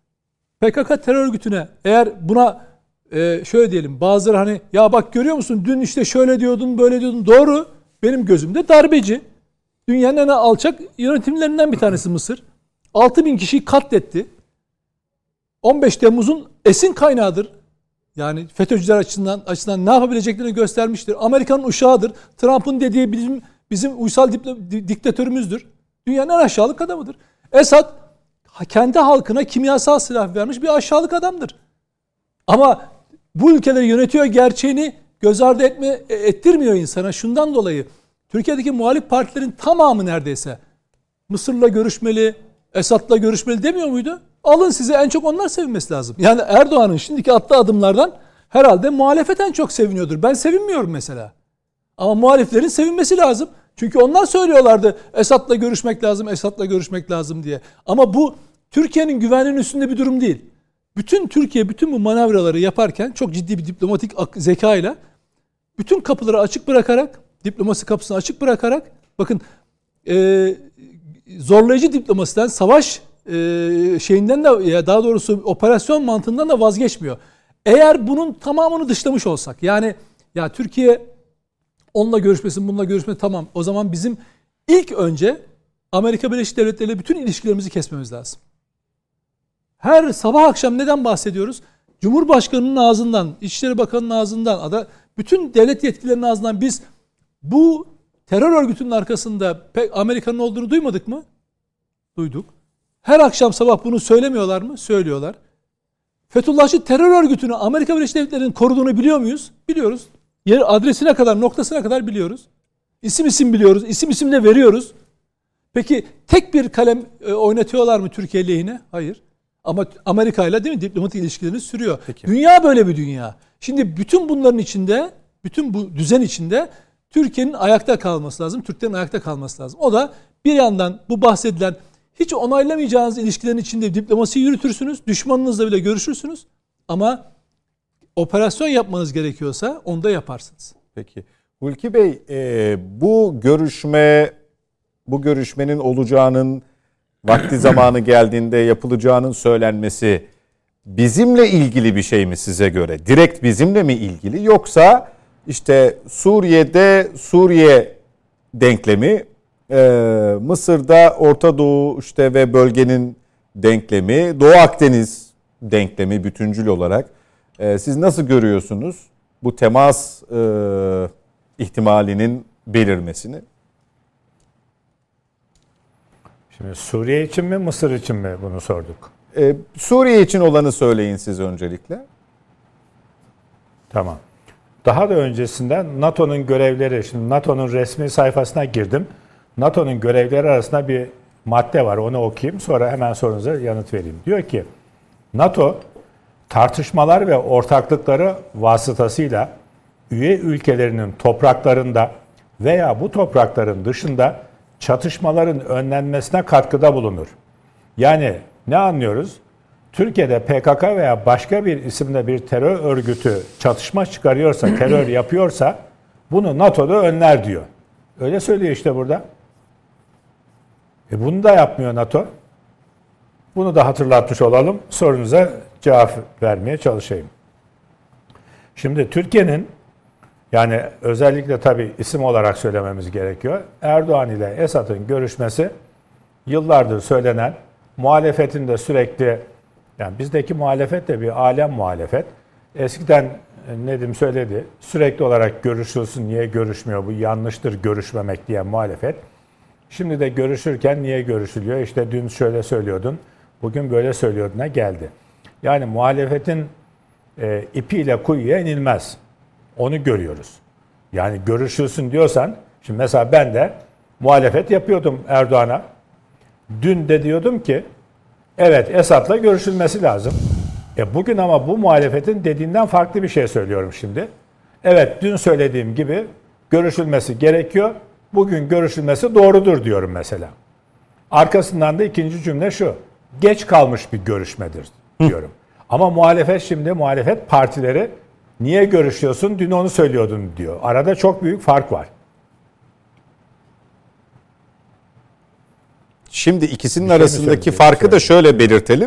PKK terör örgütüne eğer buna şöyle diyelim bazıları hani ya bak görüyor musun dün işte şöyle diyordun böyle diyordun doğru benim gözümde darbeci. Dünyanın en alçak yönetimlerinden bir tanesi Mısır. 6.000 kişiyi katletti. 15 Temmuz'un esin kaynağıdır. Yani FETÖ'cüler açısından ne yapabileceklerini göstermiştir. Amerika'nın uşağıdır. Trump'ın dediği bizim Bizim uysal diktatörümüzdür. Dünyanın en aşağılık adamıdır. Esad kendi halkına kimyasal silah vermiş bir aşağılık adamdır. Ama bu ülkeleri yönetiyor gerçeğini göz ardı ettirmiyor insana. Şundan dolayı Türkiye'deki muhalif partilerin tamamı neredeyse Mısır'la görüşmeli, Esad'la görüşmeli demiyor muydu? Alın size, en çok onlar sevinmesi lazım. Yani Erdoğan'ın şimdiki attığı adımlardan herhalde muhalefet en çok seviniyordur. Ben sevinmiyorum mesela. Ama muhaliflerin sevinmesi lazım. Çünkü onlar söylüyorlardı Esad'la görüşmek lazım, Esad'la görüşmek lazım diye. Ama bu Türkiye'nin güvenliğinin üstünde bir durum değil. Bütün Türkiye bütün bu manevraları yaparken çok ciddi bir diplomatik zekayla bütün kapıları açık bırakarak, diplomasi kapısını açık bırakarak, bakın zorlayıcı diplomasiden, savaş şeyinden de, ya daha doğrusu operasyon mantığından da vazgeçmiyor. Eğer bunun tamamını dışlamış olsak, yani ya Türkiye onunla görüşmesin, bununla görüşmesin, tamam, o zaman bizim ilk önce Amerika Birleşik Devletleri ile bütün ilişkilerimizi kesmemiz lazım. Her sabah akşam neden bahsediyoruz? Cumhurbaşkanının ağzından, İçişleri Bakanı'nın ağzından, bütün devlet yetkililerinin ağzından biz bu terör örgütünün arkasında Amerika'nın olduğunu duymadık mı? Duyduk. Her akşam sabah bunu söylemiyorlar mı? Söylüyorlar. Fethullahçı terör örgütünü Amerika Birleşik Devletleri'nin koruduğunu biliyor muyuz? Biliyoruz. Yer adresine kadar, noktasına kadar biliyoruz. İsim biliyoruz. İsim de veriyoruz. Peki tek bir kalem oynatıyorlar mı Türkiye lehine? Hayır. Ama Amerika ile, değil mi, diplomatik ilişkilerini sürüyor. Peki. Dünya böyle bir dünya. Şimdi bütün bunların içinde, bütün bu düzen içinde Türkiye'nin ayakta kalması lazım. Türklerin ayakta kalması lazım. O da bir yandan bu bahsedilen hiç onaylamayacağınız ilişkilerin içinde diplomasi yürütürsünüz. Düşmanınızla bile görüşürsünüz. Ama operasyon yapmanız gerekiyorsa onu da yaparsınız. Peki. Hulki Bey, bu görüşmenin olacağının, vakti zamanı geldiğinde yapılacağının söylenmesi bizimle ilgili bir şey mi size göre? Direkt bizimle mi ilgili, yoksa işte Suriye'de Suriye denklemi, Mısır'da Orta Doğu işte ve bölgenin denklemi, Doğu Akdeniz denklemi bütüncül olarak siz nasıl görüyorsunuz bu temas ihtimalinin belirmesini? Şimdi Suriye için mi, Mısır için mi bunu sorduk? Suriye için olanı söyleyin siz öncelikle. Tamam. Daha da öncesinden NATO'nun görevleri, şimdi NATO'nun resmi sayfasına girdim. NATO'nun görevleri arasında bir madde var, onu okuyayım, sonra hemen sorunuza yanıt vereyim. Diyor ki, NATO tartışmalar ve ortaklıkları vasıtasıyla üye ülkelerinin topraklarında veya bu toprakların dışında çatışmaların önlenmesine katkıda bulunur. Yani ne anlıyoruz? Türkiye'de PKK veya başka bir isimde bir terör örgütü çatışma çıkarıyorsa, terör yapıyorsa bunu NATO'da önler diyor. Öyle söylüyor işte burada. Bunu da yapmıyor NATO. Bunu da hatırlatmış olalım. Sorunuza cevap vermeye çalışayım. Şimdi Türkiye'nin, yani özellikle tabii isim olarak söylememiz gerekiyor, Erdoğan ile Esad'ın görüşmesi yıllardır söylenen, muhalefetin de sürekli, yani bizdeki muhalefet de bir alem muhalefet. Eskiden Nedim söyledi, sürekli olarak görüşülsün, niye görüşmüyor, bu yanlıştır görüşmemek diye muhalefet. Şimdi de görüşürken niye görüşülüyor, işte dün şöyle söylüyordun, bugün böyle söylüyordun'a geldi. Yani muhalefetin ipiyle kuyuya inilmez. Onu görüyoruz. Yani görüşülsün diyorsan, şimdi mesela ben de muhalefet yapıyordum Erdoğan'a. Dün de diyordum ki, evet Esad'la görüşülmesi lazım. Bugün ama bu muhalefetin dediğinden farklı bir şey söylüyorum şimdi. Evet, dün söylediğim gibi görüşülmesi gerekiyor. Bugün görüşülmesi doğrudur diyorum mesela. Arkasından da ikinci cümle şu: geç kalmış bir görüşmedir diyorum. Ama muhalefet partileri niye görüşüyorsun, dün onu söylüyordun diyor. Arada çok büyük fark var. Şimdi ikisinin arasındaki farkı da şöyle belirtelim.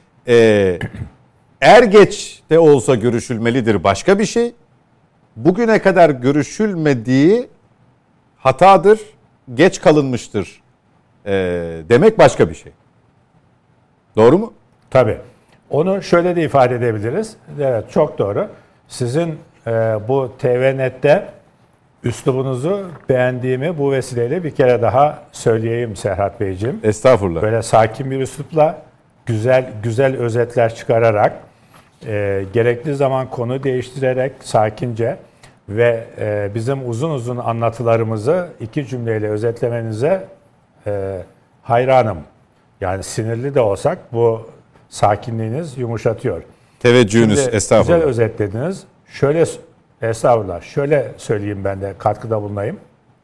Er geç de olsa görüşülmelidir başka bir şey. Bugüne kadar görüşülmediği hatadır, geç kalınmıştır demek başka bir şey. Doğru mu? Tabii. Onu şöyle de ifade edebiliriz. Evet, çok doğru. Sizin bu TVNet'te üslubunuzu beğendiğimi bu vesileyle bir kere daha söyleyeyim Serhat Beyciğim. Estağfurullah. Böyle sakin bir üslupla güzel özetler çıkararak gerekli zaman konu değiştirerek sakince ve bizim uzun uzun anlatılarımızı 2 cümleyle özetlemenize hayranım. Yani sinirli de olsak bu sakinliğiniz yumuşatıyor. Teveccühünüz, Şimdi estağfurullah. güzel özetlediniz. Şöyle söyleyeyim, ben de katkıda bulunayım.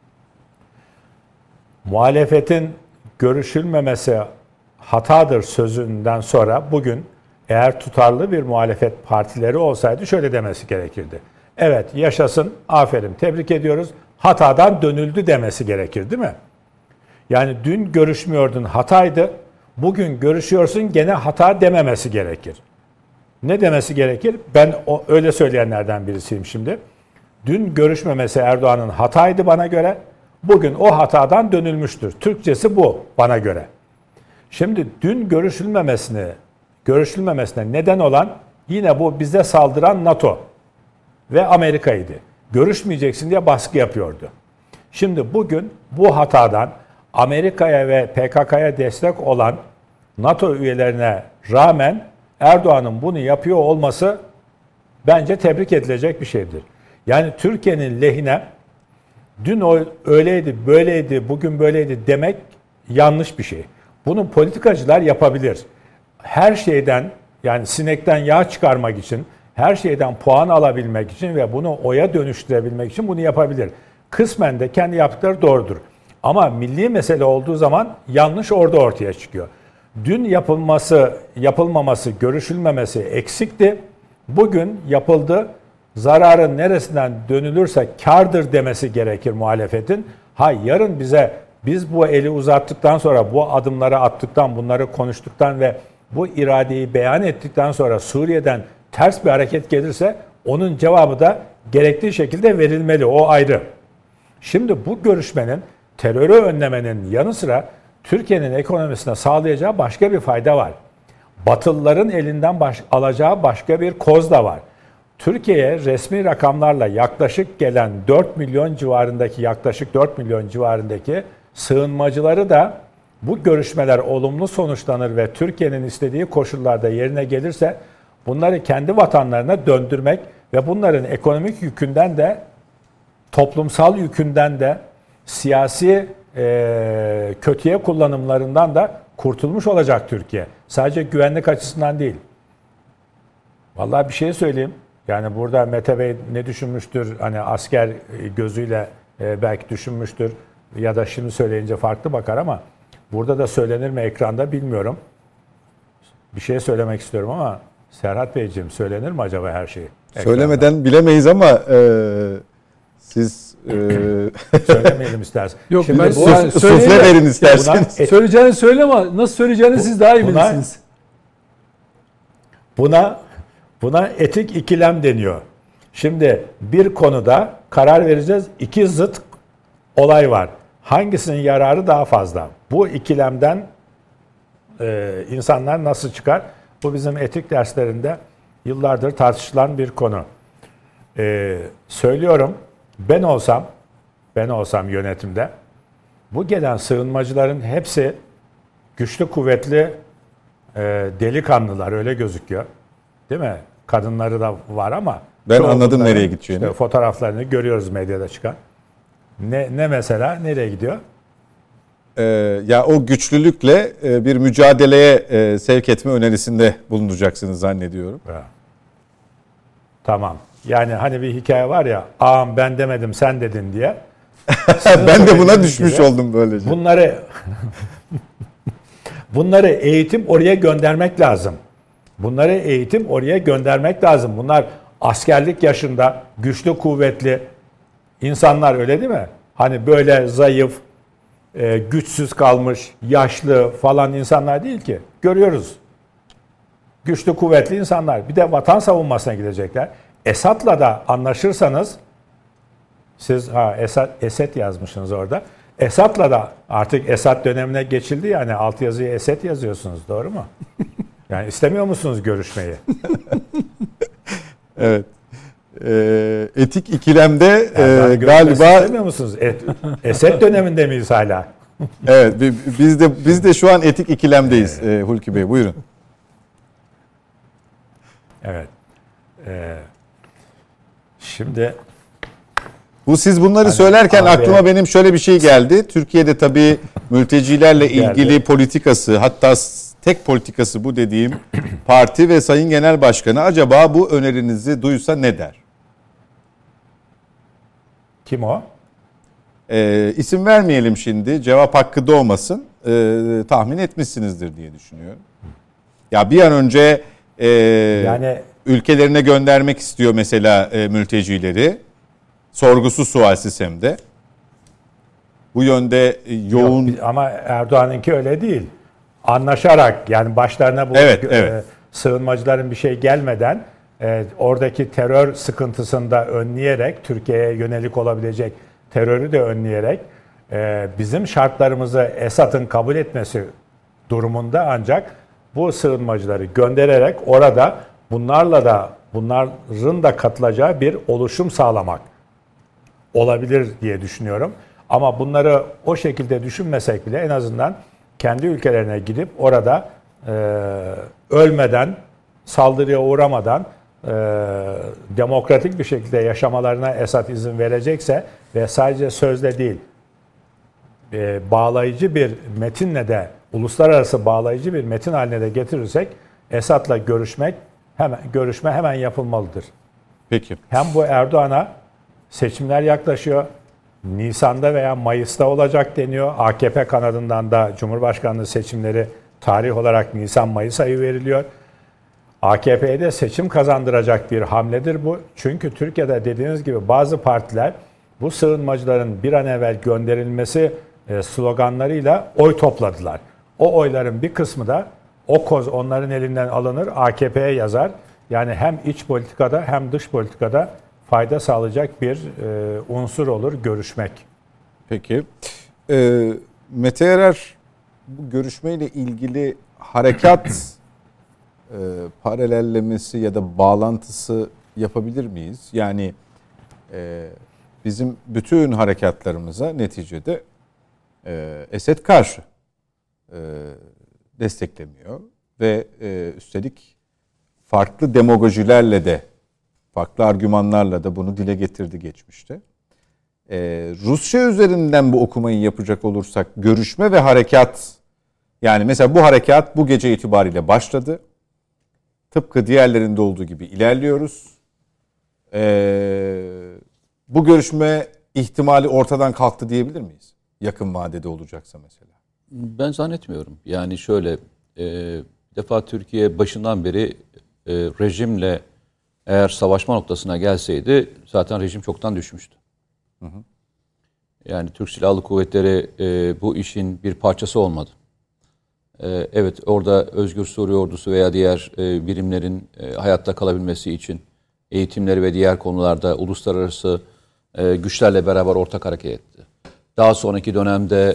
Muhalefetin görüşülmemesi hatadır sözünden sonra bugün eğer tutarlı bir muhalefet partileri olsaydı şöyle demesi gerekirdi. Evet, yaşasın, aferin, tebrik ediyoruz, hatadan dönüldü demesi gerekir, değil mi? Yani dün görüşmüyordun, hataydı, bugün görüşüyorsun, gene hata dememesi gerekir. Ne demesi gerekir? Ben öyle söyleyenlerden birisiyim şimdi. Dün görüşmemesi Erdoğan'ın hataydı bana göre. Bugün o hatadan dönülmüştür. Türkçesi bu bana göre. Şimdi dün görüşülmemesine neden olan yine bu bize saldıran NATO ve Amerika'ydı. Görüşmeyeceksin diye baskı yapıyordu. Şimdi bugün bu hatadan Amerika'ya ve PKK'ya destek olan NATO üyelerine rağmen Erdoğan'ın bunu yapıyor olması bence tebrik edilecek bir şeydir. Yani Türkiye'nin lehine dün öyleydi, böyleydi, bugün böyleydi demek yanlış bir şey. Bunu politikacılar yapabilir. Her şeyden, yani sinekten yağ çıkarmak için, her şeyden puan alabilmek için ve bunu oya dönüştürebilmek için bunu yapabilir. Kısmen de kendi yaptıkları doğrudur. Ama milli mesele olduğu zaman yanlış orada ortaya çıkıyor. Dün yapılmaması, görüşülmemesi eksikti. Bugün yapıldı. Zararın neresinden dönülürse kârdır demesi gerekir muhalefetin. Yarın biz bu eli uzattıktan sonra, bu adımları attıktan, bunları konuştuktan ve bu iradeyi beyan ettikten sonra Suriye'den ters bir hareket gelirse onun cevabı da gerektiği şekilde verilmeli. O ayrı. Şimdi bu görüşmenin terörü önlemenin yanı sıra Türkiye'nin ekonomisine sağlayacağı başka bir fayda var. Batılıların elinden alacağı başka bir koz da var. Türkiye'ye resmi rakamlarla yaklaşık 4 milyon civarındaki sığınmacıları da bu görüşmeler olumlu sonuçlanır ve Türkiye'nin istediği koşullarda yerine gelirse bunları kendi vatanlarına döndürmek ve bunların ekonomik yükünden de, toplumsal yükünden de, siyasi kötüye kullanımlarından da kurtulmuş olacak Türkiye. Sadece güvenlik açısından değil. Vallahi bir şey söyleyeyim. Yani burada Mete Bey ne düşünmüştür? Hani asker gözüyle belki düşünmüştür ya da şimdi söyleyince farklı bakar ama burada da söylenir mi ekranda bilmiyorum. Bir şey söylemek istiyorum ama Serhat Beyciğim, söylenir mi acaba her şey? Söylemeden bilemeyiz ama siz söylemeyelim istersen. Yok, şimdi ben sufle verin isterseniz. Söyleyeceğini söyle ama nasıl söyleyeceğini siz daha iyi bilirsiniz. Buna etik ikilem deniyor. Şimdi bir konuda karar vereceğiz. 2 zıt olay var. Hangisinin yararı daha fazla? Bu ikilemden insanlar nasıl çıkar? Bu bizim etik derslerinde yıllardır tartışılan bir konu. Söylüyorum, ben olsam yönetimde bu gelen sığınmacıların hepsi güçlü, kuvvetli delikanlılar, öyle gözüküyor. Değil mi? Kadınları da var ama ben anladım nereye gideceğini. İşte fotoğraflarını görüyoruz medyada çıkan. Ne mesela? Nereye gidiyor? Ya o güçlülükle bir mücadeleye sevk etme önerisinde bulunacaksınız zannediyorum. Ya. Tamam. Yani hani bir hikaye var ya, ağam ben demedim sen dedin diye. Ben de buna düşmüş oldum böylece. Bunları eğitim oraya göndermek lazım. Bunlar askerlik yaşında güçlü, kuvvetli insanlar, öyle değil mi? Hani böyle zayıf, güçsüz kalmış, yaşlı falan insanlar değil ki. Görüyoruz. Güçlü, kuvvetli insanlar. Bir de vatan savunmasına gidecekler. Esad'la da anlaşırsanız, siz Esed yazmışsınız orada. Esad'la da artık Esad dönemine geçildi, yani alt yazıyı Esed yazıyorsunuz, doğru mu? Yani istemiyor musunuz görüşmeyi? Evet. etik ikilemde galiba... galiba... musunuz? Esed döneminde miyiz hala? Evet, biz de şu an etik ikilemdeyiz Hulki Bey. Buyurun. Evet. Şimdi... Siz bunları söylerken aklıma benim şöyle bir şey geldi. Türkiye'de tabii mültecilerle ilgili politikası, hatta tek politikası bu dediğim parti ve Sayın Genel Başkanı acaba bu önerinizi duysa ne der? Kim o? İsim vermeyelim şimdi. Cevap hakkı doğmasın. Tahmin etmişsinizdir diye düşünüyorum. Ya bir an önce yani ülkelerine göndermek istiyor mesela mültecileri. Sorgusuz sualsiz hem de. Bu yönde yoğun... Yok, ama Erdoğan'ınki öyle değil. Anlaşarak, yani başlarına bu sığınmacıların bir şey gelmeden oradaki terör sıkıntısını da önleyerek, Türkiye'ye yönelik olabilecek terörü de önleyerek bizim şartlarımızı Esad'ın kabul etmesi durumunda ancak bu sığınmacıları göndererek orada bunların da katılacağı bir oluşum sağlamak olabilir diye düşünüyorum. Ama bunları o şekilde düşünmesek bile en azından kendi ülkelerine gidip orada ölmeden, saldırıya uğramadan demokratik bir şekilde yaşamalarına Esad izin verecekse ve sadece sözle değil, bağlayıcı bir metinle de, uluslararası bağlayıcı bir metin haline de getirirsek Esad'la görüşme hemen yapılmalıdır. Peki. Hem bu Erdoğan'a seçimler yaklaşıyor. Nisan'da veya Mayıs'ta olacak deniyor. AKP kanadından da Cumhurbaşkanlığı seçimleri tarih olarak Nisan-Mayıs ayı veriliyor. AKP'ye de seçim kazandıracak bir hamledir bu. Çünkü Türkiye'de dediğiniz gibi bazı partiler bu sığınmacıların bir an evvel gönderilmesi sloganlarıyla oy topladılar. O oyların bir kısmı da o koz onların elinden alınır, AKP'ye yazar. Yani hem iç politikada hem dış politikada fayda sağlayacak bir unsur olur görüşmek. Peki. Mete Erer bu görüşmeyle ilgili harekat paralellemesi ya da bağlantısı yapabilir miyiz? Yani bizim bütün harekatlarımıza neticede Esed karşı desteklemiyor ve üstelik farklı demagojilerle de, farklı argümanlarla da bunu dile getirdi geçmişte. Rusya üzerinden bu okumayı yapacak olursak görüşme ve harekat, yani mesela bu harekat bu gece itibariyle başladı. Tıpkı diğerlerinde olduğu gibi ilerliyoruz. Bu görüşme ihtimali ortadan kalktı diyebilir miyiz? Yakın vadede olacaksa mesela. Ben zannetmiyorum. Yani şöyle, bir defa Türkiye başından beri rejimle eğer savaşma noktasına gelseydi zaten rejim çoktan düşmüştü. Hı hı. Yani Türk Silahlı Kuvvetleri bu işin bir parçası olmadı. Evet, orada Özgür Suriye Ordusu veya diğer birimlerin hayatta kalabilmesi için eğitimleri ve diğer konularda uluslararası güçlerle beraber ortak hareket etti. Daha sonraki dönemde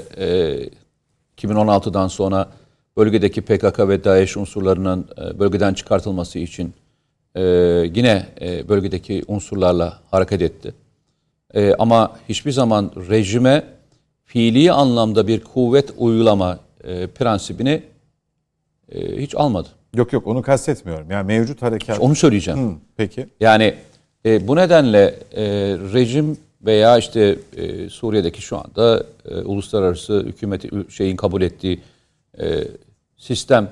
2016'dan sonra bölgedeki PKK ve DAEŞ unsurlarının bölgeden çıkartılması için yine bölgedeki unsurlarla hareket etti. Ama hiçbir zaman rejime fiili anlamda bir kuvvet uygulama prensibini hiç almadı. Yok onu kastetmiyorum. Yani mevcut harekat. Onu söyleyeceğim. Peki. Yani bu nedenle rejim veya işte Suriye'deki şu anda uluslararası hükümeti kabul ettiği sistem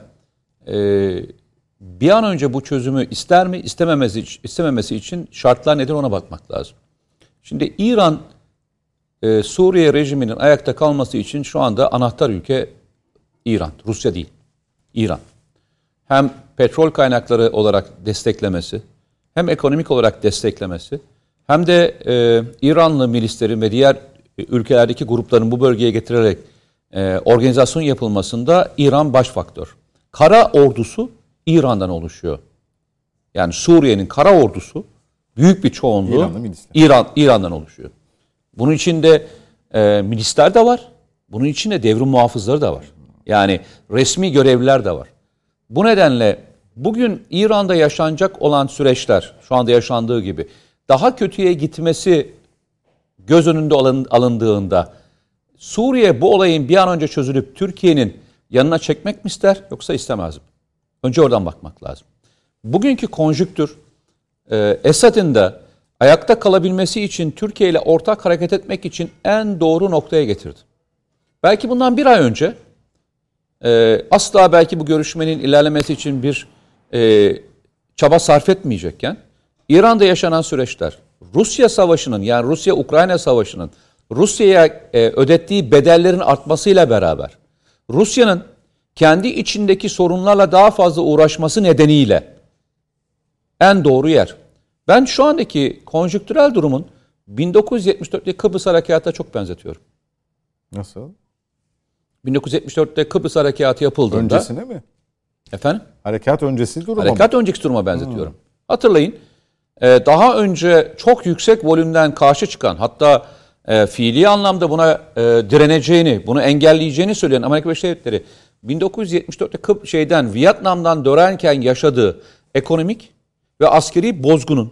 bir an önce bu çözümü ister mi, istememesi için şartlar nedir ona bakmak lazım. Şimdi İran Suriye rejiminin ayakta kalması için şu anda anahtar ülke İran, Rusya değil. İran. Hem petrol kaynakları olarak desteklemesi, hem ekonomik olarak desteklemesi, hem de İranlı milislerin ve diğer ülkelerdeki grupların bu bölgeye getirerek organizasyon yapılmasında İran baş faktör. Kara ordusu İran'dan oluşuyor. Yani Suriye'nin kara ordusu büyük bir çoğunluğu İran'dan oluşuyor. Bunun içinde milisler de var. Bunun içinde devrim muhafızları da var. Yani resmi görevliler de var. Bu nedenle bugün İran'da yaşanacak olan süreçler, şu anda yaşandığı gibi daha kötüye gitmesi göz önünde alındığında Suriye bu olayın bir an önce çözülüp Türkiye'nin yanına çekmek mi ister yoksa istemez mi? Önce oradan bakmak lazım. Bugünkü konjüktür Esad'ın da ayakta kalabilmesi için Türkiye ile ortak hareket etmek için en doğru noktaya getirdi. Belki bundan bir ay önce asla belki bu görüşmenin ilerlemesi için bir çaba sarf etmeyecekken İran'da yaşanan süreçler, Rusya Savaşı'nın yani Rusya-Ukrayna Savaşı'nın Rusya'ya ödettiği bedellerin artmasıyla beraber Rusya'nın kendi içindeki sorunlarla daha fazla uğraşması nedeniyle en doğru yer. Ben şu andaki konjüktürel durumun 1974'te Kıbrıs Harekatı'na çok benzetiyorum. Nasıl? 1974'te Kıbrıs Harekatı yapıldığında... Öncesine mi? Efendim? Harekat öncesi durum. Harekat önceki duruma benzetiyorum. Hatırlayın, daha önce çok yüksek volümden karşı çıkan, hatta fiili anlamda buna direneceğini, bunu engelleyeceğini söyleyen Amerika Birleşik Devletleri 1974'te Vietnam'dan dönerken yaşadığı ekonomik ve askeri bozgunun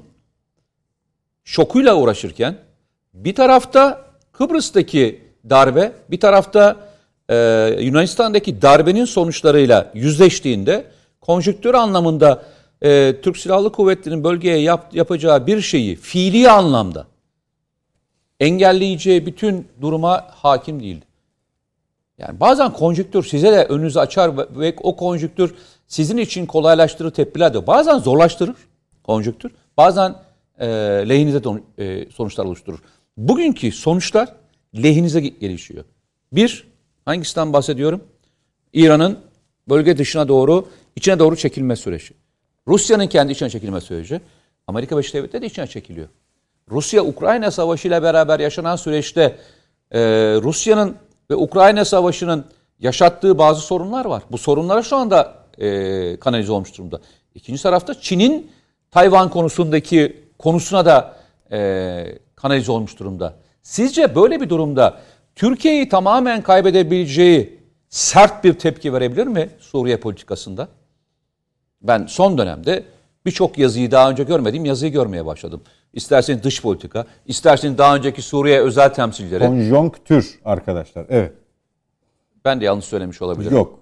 şokuyla uğraşırken bir tarafta Kıbrıs'taki darbe, bir tarafta Yunanistan'daki darbenin sonuçlarıyla yüzleştiğinde konjüktür anlamında Türk Silahlı Kuvvetleri'nin bölgeye yapacağı bir şeyi fiili anlamda engelleyeceği bütün duruma hakim değildi. Yani bazen konjüktür size de önünüzü açar ve o konjüktür sizin için kolaylaştırır, tedbirler de bazen zorlaştırır konjüktür. Bazen lehinize sonuçlar oluşturur. Bugünkü sonuçlar lehinize gelişiyor. Bir, hangisinden bahsediyorum? İran'ın bölge dışına doğru, içine doğru çekilme süreci. Rusya'nın kendi içine çekilme süreci. Amerika Birleşik Devletleri de içine çekiliyor. Rusya-Ukrayna Savaşı ile beraber yaşanan süreçte Rusya'nın ve Ukrayna Savaşı'nın yaşattığı bazı sorunlar var. Bu sorunlara şu anda kanalize olmuş durumda. İkinci tarafta Çin'in Tayvan konusuna da kanalize olmuş durumda. Sizce böyle bir durumda Türkiye'yi tamamen kaybedebileceği sert bir tepki verebilir mi Suriye politikasında? Ben son dönemde birçok yazıyı daha önce görmediğim yazıyı görmeye başladım. İsterseniz dış politika, isterseniz daha önceki Suriye özel temsilcileri. Konjonktür arkadaşlar, evet. Ben de yanlış söylemiş olabilirim. Yok.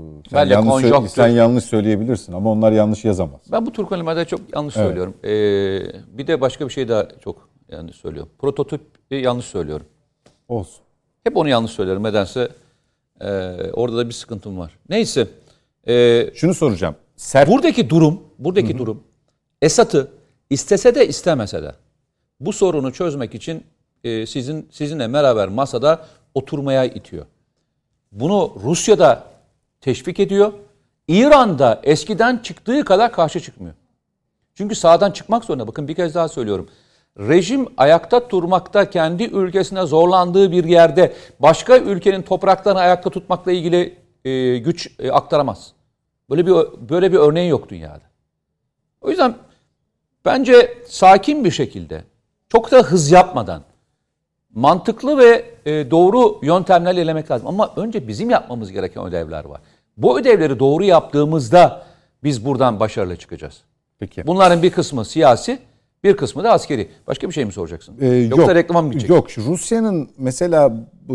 Sen yanlış söyleyebilirsin ama onlar yanlış yazamaz. Ben bu tür konularda çok yanlış söylüyorum. Bir de başka bir şey daha çok yanlış söylüyorum. Prototip yanlış söylüyorum. Olsun. Hep onu yanlış söylerim. Nedense orada da bir sıkıntım var. Neyse. Şunu soracağım. Buradaki durum Esad'ı istese de istemese de bu sorunu çözmek için sizinle beraber masada oturmaya itiyor. Bunu Rusya'da teşvik ediyor. İran'da eskiden çıktığı kadar karşı çıkmıyor. Çünkü sağdan çıkmak zorunda. Bakın bir kez daha söylüyorum. Rejim ayakta durmakta kendi ülkesine zorlandığı bir yerde başka ülkenin topraklarını ayakta tutmakla ilgili güç aktaramaz. Böyle bir örneği yok dünyada. O yüzden bence sakin bir şekilde, çok da hız yapmadan, mantıklı ve doğru yöntemlerle ilerlemek lazım. Ama önce bizim yapmamız gereken ödevler var. Bu ödevleri doğru yaptığımızda biz buradan başarılı çıkacağız. Peki. Bunların bir kısmı siyasi, bir kısmı da askeri. Başka bir şey mi soracaksın? Yoksa yok, reklama mı gidecek? Yok. Rusya'nın mesela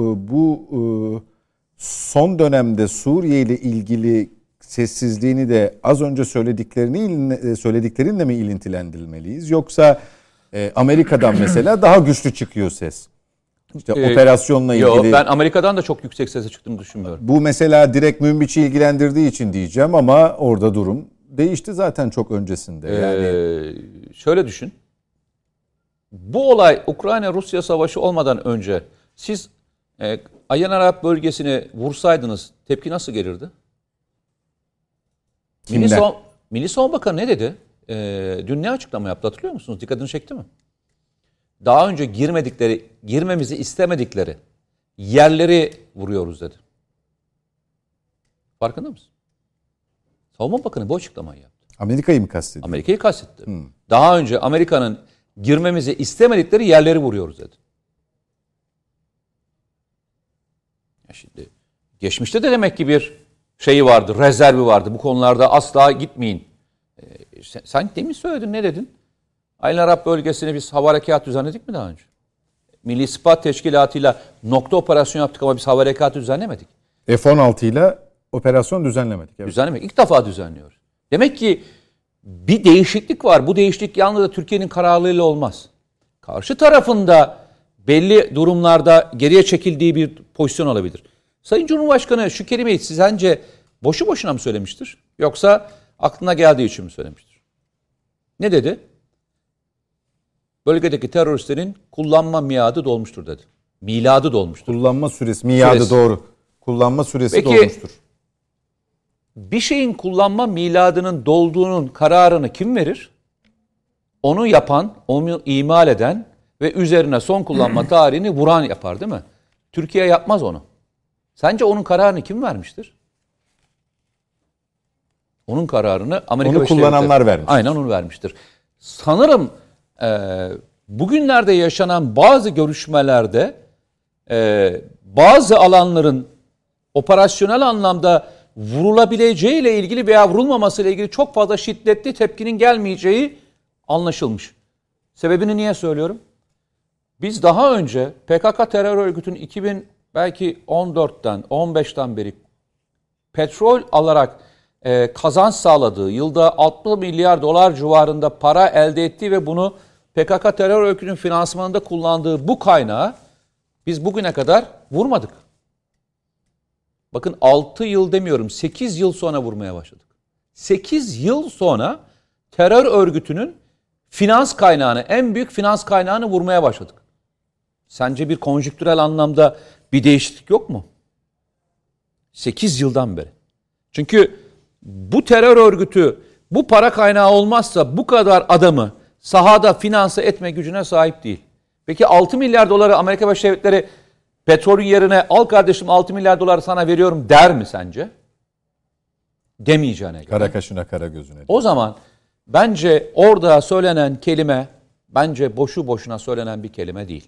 bu son dönemde Suriye ile ilgili sessizliğini de az önce söylediklerinle mi ilintilendirilmeliyiz? Yoksa Amerika'dan mesela daha güçlü çıkıyor ses. İşte operasyonla ilgili. Yok, ben Amerika'dan da çok yüksek sese çıktığını düşünmüyorum. Bu mesela direkt Münbiç'i ilgilendirdiği için diyeceğim ama orada durum değişti zaten çok öncesinde. Yani şöyle düşün. Bu olay Ukrayna-Rusya savaşı olmadan önce siz Ayyan Arap bölgesini vursaydınız tepki nasıl gelirdi? Milli Savunma Bakanı ne dedi? Dün ne açıklama yaptı hatırlıyor musunuz? Dikkatini çekti mi? Daha önce girmemizi istemedikleri yerleri vuruyoruz dedi. Farkında mısın? Savunma Bakanı bu açıklamayı yaptı. Amerika'yı mı kastediyor? Amerika'yı kastetti. Daha önce Amerika'nın girmemizi istemedikleri yerleri vuruyoruz dedi. Ya şimdi geçmişte de demek ki bir şeyi vardı, rezervi vardı. Bu konularda asla gitmeyin. Sen demin söyledin, ne dedin? Aynı Arap bölgesine biz hava harekatı düzenledik mi daha önce? Milli İstihbarat Teşkilatı'yla nokta operasyon yaptık ama biz hava harekatı düzenlemedik. F-16 ile operasyon düzenlemedik. Evet. Düzenlemedik. İlk defa düzenliyoruz. Demek ki bir değişiklik var. Bu değişiklik yalnız da Türkiye'nin kararlılığıyla olmaz. Karşı tarafında belli durumlarda geriye çekildiği bir pozisyon olabilir. Sayın Cumhurbaşkanı şu kelimeyi sizce boşu boşuna mı söylemiştir? Yoksa aklına geldiği için mi söylemiştir? Ne dedi? Bölgedeki teröristlerin kullanma miadı dolmuştur dedi. Miladı dolmuştur. Kullanma süresi, miadı doğru. Kullanma süresi Peki, dolmuştur. Bir şeyin kullanma miladının dolduğunun kararını kim verir? Onu yapan, onu imal eden ve üzerine son kullanma tarihini vuran yapar değil mi? Türkiye yapmaz onu. Sence onun kararını kim vermiştir? Onun kararını Amerika onu kullananlar vermiş. Aynen onu vermiştir. Sanırım bugünlerde yaşanan bazı görüşmelerde bazı alanların operasyonel anlamda vurulabileceği ile ilgili veya vurulmaması ile ilgili çok fazla şiddetli tepkinin gelmeyeceği anlaşılmış. Sebebini niye söylüyorum? Biz daha önce PKK terör örgütünün belki 14'ten 15'ten beri petrol alarak kazanç sağladığı, yılda 60 milyar dolar civarında para elde ettiği ve bunu PKK terör örgütünün finansmanında kullandığı bu kaynağı biz bugüne kadar vurmadık. Bakın 6 yıl demiyorum, 8 yıl sonra vurmaya başladık. 8 yıl sonra terör örgütünün finans kaynağını, en büyük finans kaynağını vurmaya başladık. Sence bir konjüktürel anlamda bir değişiklik yok mu? 8 yıldan beri. Çünkü bu terör örgütü bu para kaynağı olmazsa bu kadar adamı sahada finanse etme gücüne sahip değil. Peki 6 milyar doları Amerika Birleşik Devletleri petrolün yerine al kardeşim 6 milyar dolar sana veriyorum der mi sence? Demeyeceğine göre. Kara kaşına kara gözüne. O zaman bence orada söylenen kelime bence boşu boşuna söylenen bir kelime değil.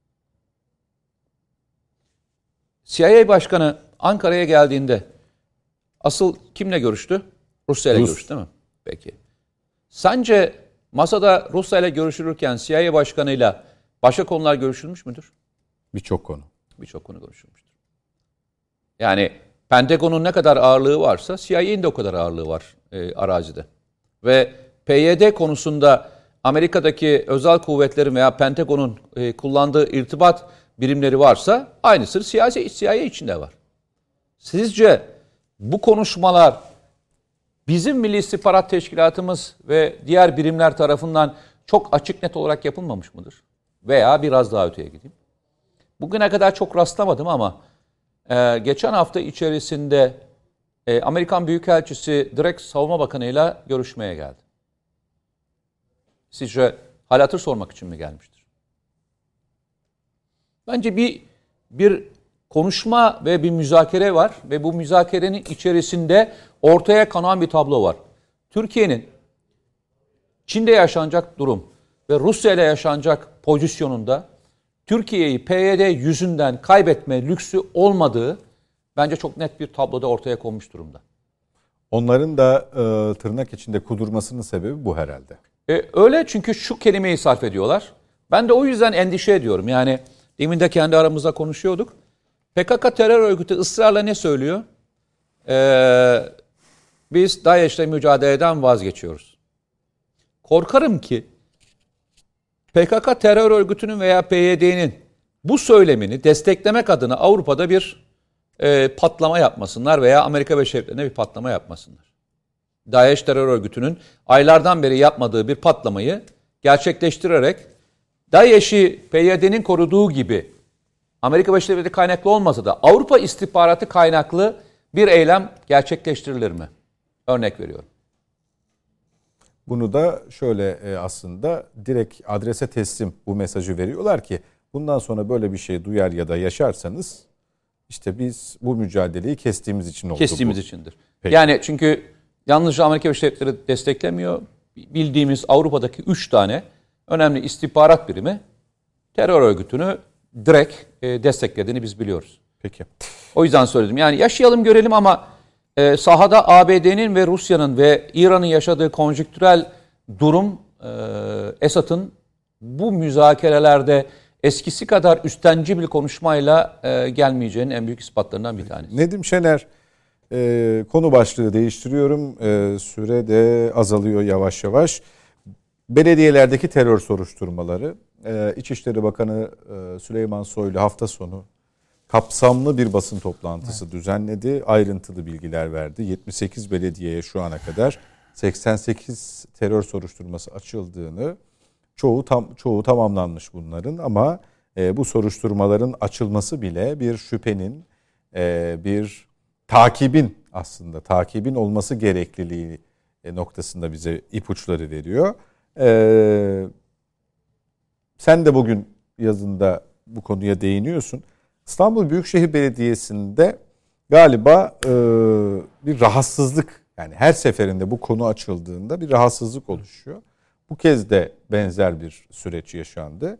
CIA Başkanı Ankara'ya geldiğinde asıl kimle görüştü? Rusya ile görüştü değil mi? Peki. Sence masada Rusya ile görüşülürken CIA Başkanı'yla başka konular görüşülmüş müdür? Birçok konu. Birçok konu görüşülmüştür. Yani Pentagon'un ne kadar ağırlığı varsa CIA'nin de o kadar ağırlığı var arazide. Ve PYD konusunda Amerika'daki özel kuvvetlerin veya Pentagon'un kullandığı irtibat birimleri varsa aynısı CIA içinde var. Sizce bu konuşmalar bizim Milli İstihbarat Teşkilatımız ve diğer birimler tarafından çok açık net olarak yapılmamış mıdır? Veya biraz daha öteye gideyim. Bugüne kadar çok rastlamadım ama geçen hafta içerisinde Amerikan Büyükelçisi direkt Savunma Bakanı'yla görüşmeye geldi. Sizce hal hatır sormak için mi gelmiştir? Bence bir konuşma ve bir müzakere var ve bu müzakerenin içerisinde ortaya konan bir tablo var. Türkiye'nin Çin'de yaşanacak durum ve Rusya ile yaşanacak pozisyonunda Türkiye'yi PYD yüzünden kaybetme lüksü olmadığı bence çok net bir tabloda ortaya konmuş durumda. Onların da tırnak içinde kudurmasının sebebi bu herhalde. Öyle çünkü şu kelimeyi sarf ediyorlar. Ben de o yüzden endişe ediyorum. Yani demin de kendi aramızda konuşuyorduk. PKK terör örgütü ısrarla ne söylüyor? Biz DAEŞ'le mücadeleden vazgeçiyoruz. Korkarım ki PKK terör örgütünün veya PYD'nin bu söylemini desteklemek adına Avrupa'da bir patlama yapmasınlar veya Amerika Birleşik Devletleri'ne bir patlama yapmasınlar. DAEŞ terör örgütünün aylardan beri yapmadığı bir patlamayı gerçekleştirerek DAEŞ'i PYD'nin koruduğu gibi Amerika Birleşik Devletleri kaynaklı olmasa da Avrupa istihbaratı kaynaklı bir eylem gerçekleştirilir mi? Örnek veriyorum. Bunu da şöyle aslında direkt adrese teslim bu mesajı veriyorlar ki bundan sonra böyle bir şey duyar ya da yaşarsanız işte biz bu mücadeleyi kestiğimiz için oldu. Kestiğimiz içindir. Peki. Yani çünkü yalnızca Amerika Birleşik Devletleri desteklemiyor. Bildiğimiz Avrupa'daki 3 tane önemli istihbarat birimi terör örgütünü direkt desteklediğini biz biliyoruz. Peki. O yüzden söyledim. Yani yaşayalım görelim ama sahada ABD'nin ve Rusya'nın ve İran'ın yaşadığı konjüktürel durum Esad'ın bu müzakerelerde eskisi kadar üstenci bir konuşmayla gelmeyeceğinin en büyük ispatlarından bir tanesi. Nedim Şener, konu başlığı değiştiriyorum. Süre de azalıyor yavaş yavaş. Belediyelerdeki terör soruşturmaları. İçişleri Bakanı Süleyman Soylu hafta sonu kapsamlı bir basın toplantısı düzenledi. Ayrıntılı bilgiler verdi. 78 belediyeye şu ana kadar 88 terör soruşturması açıldığını, çoğu tamamlanmış bunların, ama bu soruşturmaların açılması bile bir şüphenin, bir takibin olması gerekliliği noktasında bize ipuçları veriyor. Sen de bugün yazında bu konuya değiniyorsun. İstanbul Büyükşehir Belediyesi'nde galiba bir rahatsızlık, yani her seferinde bu konu açıldığında bir rahatsızlık oluşuyor. Bu kez de benzer bir süreç yaşandı.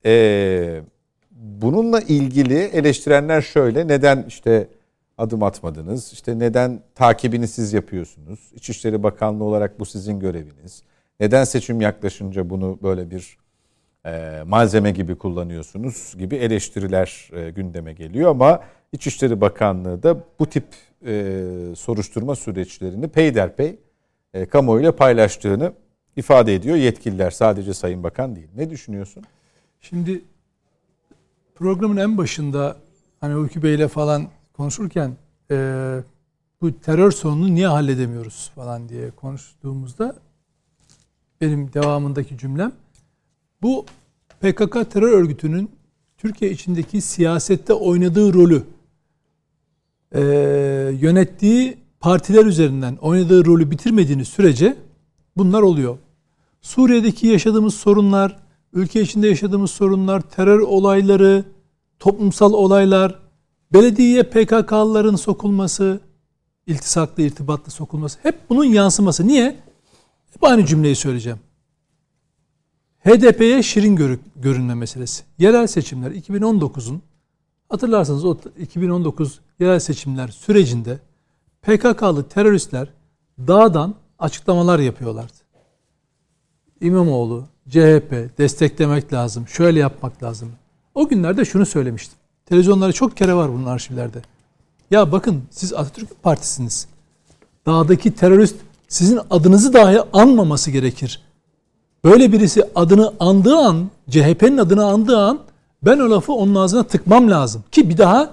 Bununla ilgili eleştirenler şöyle: neden işte adım atmadınız? İşte neden takibini siz yapıyorsunuz? İçişleri Bakanlığı olarak bu sizin göreviniz. Neden seçim yaklaşınca bunu böyle bir malzeme gibi kullanıyorsunuz gibi eleştiriler gündeme geliyor, ama İçişleri Bakanlığı da bu tip soruşturma süreçlerini peyderpey kamuoyuyla paylaştığını ifade ediyor yetkililer, sadece Sayın Bakan değil. Ne düşünüyorsun? Şimdi programın en başında hani Uyku Bey'le falan konuşurken bu terör sorununu niye halledemiyoruz falan diye konuştuğumuzda benim devamındaki cümlem bu: PKK terör örgütünün Türkiye içindeki siyasette oynadığı rolü, yönettiği partiler üzerinden oynadığı rolü bitirmediğiniz sürece bunlar oluyor. Suriye'deki yaşadığımız sorunlar, ülke içinde yaşadığımız sorunlar, terör olayları, toplumsal olaylar, belediyeye PKK'lıların sokulması, iltisaklı, irtibatlı sokulması, hep bunun yansıması. Niye? Hep aynı cümleyi söyleyeceğim. HDP'ye şirin görünme meselesi. Yerel seçimler 2019'un, hatırlarsanız o 2019 yerel seçimler sürecinde PKK'lı teröristler dağdan açıklamalar yapıyorlardı. İmamoğlu, CHP desteklemek lazım, şöyle yapmak lazım. O günlerde şunu söylemiştim. Televizyonlarda çok kere var bunun arşivlerde. Ya bakın, siz Atatürk Partisi'niz. Dağdaki terörist sizin adınızı dahi anmaması gerekir. Böyle birisi adını andığı an, CHP'nin adını andığı an, ben o lafı onun ağzına tıkmam lazım. Ki bir daha,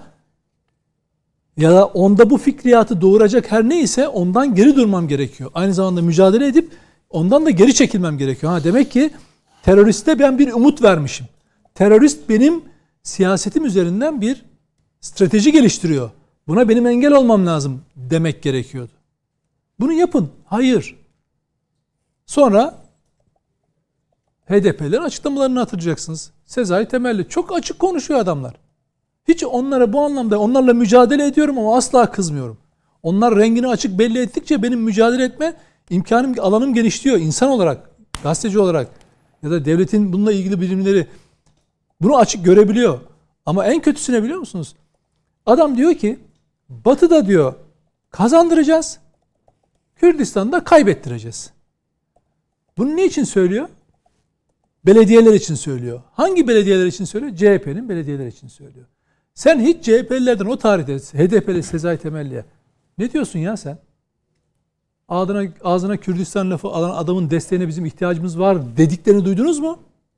ya da onda bu fikriyatı doğuracak her neyse ondan geri durmam gerekiyor. Aynı zamanda mücadele edip ondan da geri çekilmem gerekiyor. Demek ki teröriste ben bir umut vermişim. Terörist benim siyasetim üzerinden bir strateji geliştiriyor. Buna benim engel olmam lazım demek gerekiyordu. Bunu yapın. Hayır. Sonra HDP'lerin açıklamalarını hatırlayacaksınız. Sezai Temelli çok açık konuşuyor adamlar. Hiç onlara bu anlamda, onlarla mücadele ediyorum ama asla kızmıyorum. Onlar rengini açık belli ettikçe benim mücadele etme imkanım, alanım genişliyor. İnsan olarak, gazeteci olarak ya da devletin bununla ilgili birimleri bunu açık görebiliyor. Ama en kötüsü ne biliyor musunuz? Adam diyor ki Batı'da diyor kazandıracağız, Kürdistan'da kaybettireceğiz. Bunu niçin söylüyor? Belediyeler için söylüyor. Hangi belediyeler için söylüyor? CHP'nin belediyeler için söylüyor. Sen hiç CHP'lilerden o tarihte HDP'li Sezai Temelli'ye ne diyorsun ya sen? Ağzına Kürdistan lafı alan adamın desteğine bizim ihtiyacımız var dediklerini duydunuz mu?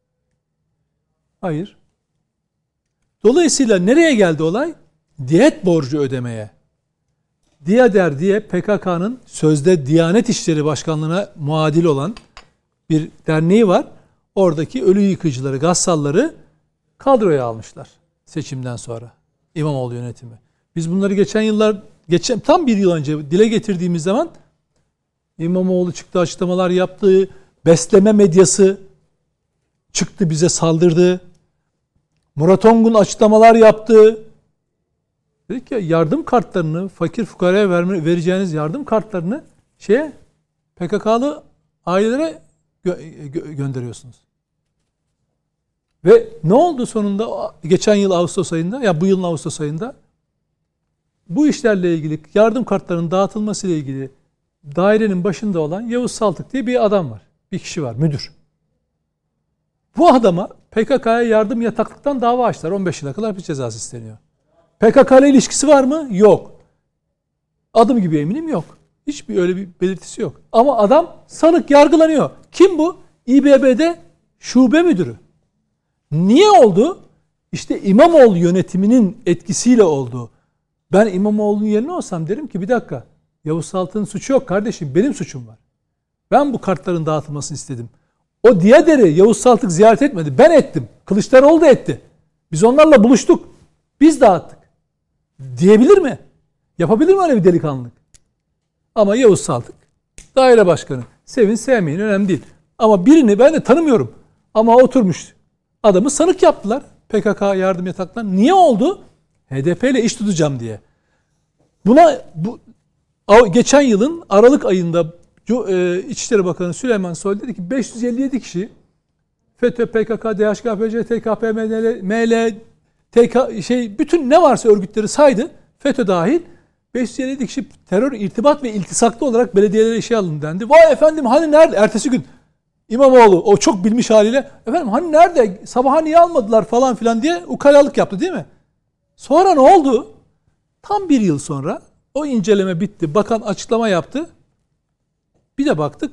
Hayır. Dolayısıyla nereye geldi olay? Diyet borcu ödemeye. Diyader diye PKK'nın sözde Diyanet İşleri Başkanlığı'na muadil olan bir derneği var. Oradaki ölü yıkıcıları, gassalları kadroya almışlar seçimden sonra. İmamoğlu yönetimi. Biz bunları tam bir yıl önce dile getirdiğimiz zaman İmamoğlu çıktı, açıklamalar yaptı. Besleme medyası çıktı, bize saldırdı. Murat Ongun açıklamalar yaptı. Dedik ya, yardım kartlarını, fakir fukaraya vereceğiniz yardım kartlarını PKK'lı ailelere gönderiyorsunuz. Ve ne oldu sonunda? Geçen yıl Ağustos ayında, ya bu yılın Ağustos ayında bu işlerle ilgili, yardım kartlarının dağıtılması ile ilgili dairenin başında olan Yavuz Saltık diye bir adam var. Bir kişi var, müdür. Bu adama PKK'ya yardım yataklıktan dava açtılar. 15 yıla kadar hapis cezası isteniyor. PKK ile ilişkisi var mı? Yok. Adım gibi eminim yok. Hiçbir öyle bir belirtisi yok. Ama adam sanık yargılanıyor. Kim bu? İBB'de şube müdürü. Niye oldu? İşte İmamoğlu yönetiminin etkisiyle oldu. Ben İmamoğlu'nun yerine olsam derim ki bir dakika. Yavuz Saltık'ın suçu yok kardeşim. Benim suçum var. Ben bu kartların dağıtılmasını istedim. O Diyader'i Yavuz Saltık ziyaret etmedi. Ben ettim. Kılıçdaroğlu da etti. Biz onlarla buluştuk. Biz dağıttık. Diyebilir mi? Yapabilir mi öyle bir delikanlılık? Ama Yavuz Saltık daire başkanı. Sevin sevmeyin önemli değil. Ama birini ben de tanımıyorum. Ama oturmuş. Adamı sanık yaptılar. PKK yardım yataklarına. Niye oldu? HDP ile iş tutacağım diye. Geçen yılın Aralık ayında İçişleri Bakanı Süleyman Soylu dedi ki 557 kişi FETÖ, PKK, DHKPC, TKP, ML, bütün ne varsa örgütleri saydı. FETÖ dahil 557 kişi terör irtibat ve iltisaklı olarak belediyelere işe alındı dendi. Vay efendim hani nerede? Ertesi gün İmamoğlu o çok bilmiş haliyle efendim hani nerede? Sabaha niye almadılar falan filan diye ukalalık yaptı değil mi? Sonra ne oldu? Tam bir yıl sonra o inceleme bitti. Bakan açıklama yaptı. Bir de baktık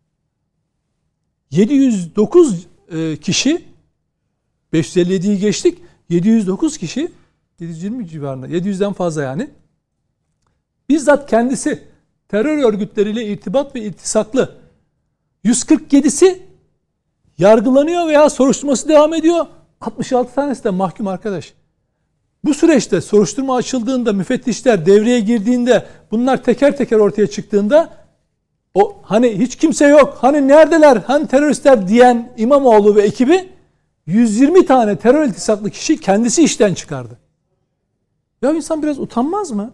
709 kişi 557'yi geçtik. 709 kişi 720 civarında 700'den fazla yani. Bizzat kendisi terör örgütleriyle irtibat ve iltisaklı 147'si yargılanıyor veya soruşturması devam ediyor. 66 tanesi de mahkum arkadaş. Bu süreçte soruşturma açıldığında, müfettişler devreye girdiğinde, bunlar teker teker ortaya çıktığında o hani hiç kimse yok, hani neredeler, hani teröristler diyen İmamoğlu ve ekibi 120 tane terör iltisaklı kişi kendisi işten çıkardı. Ya insan biraz utanmaz mı?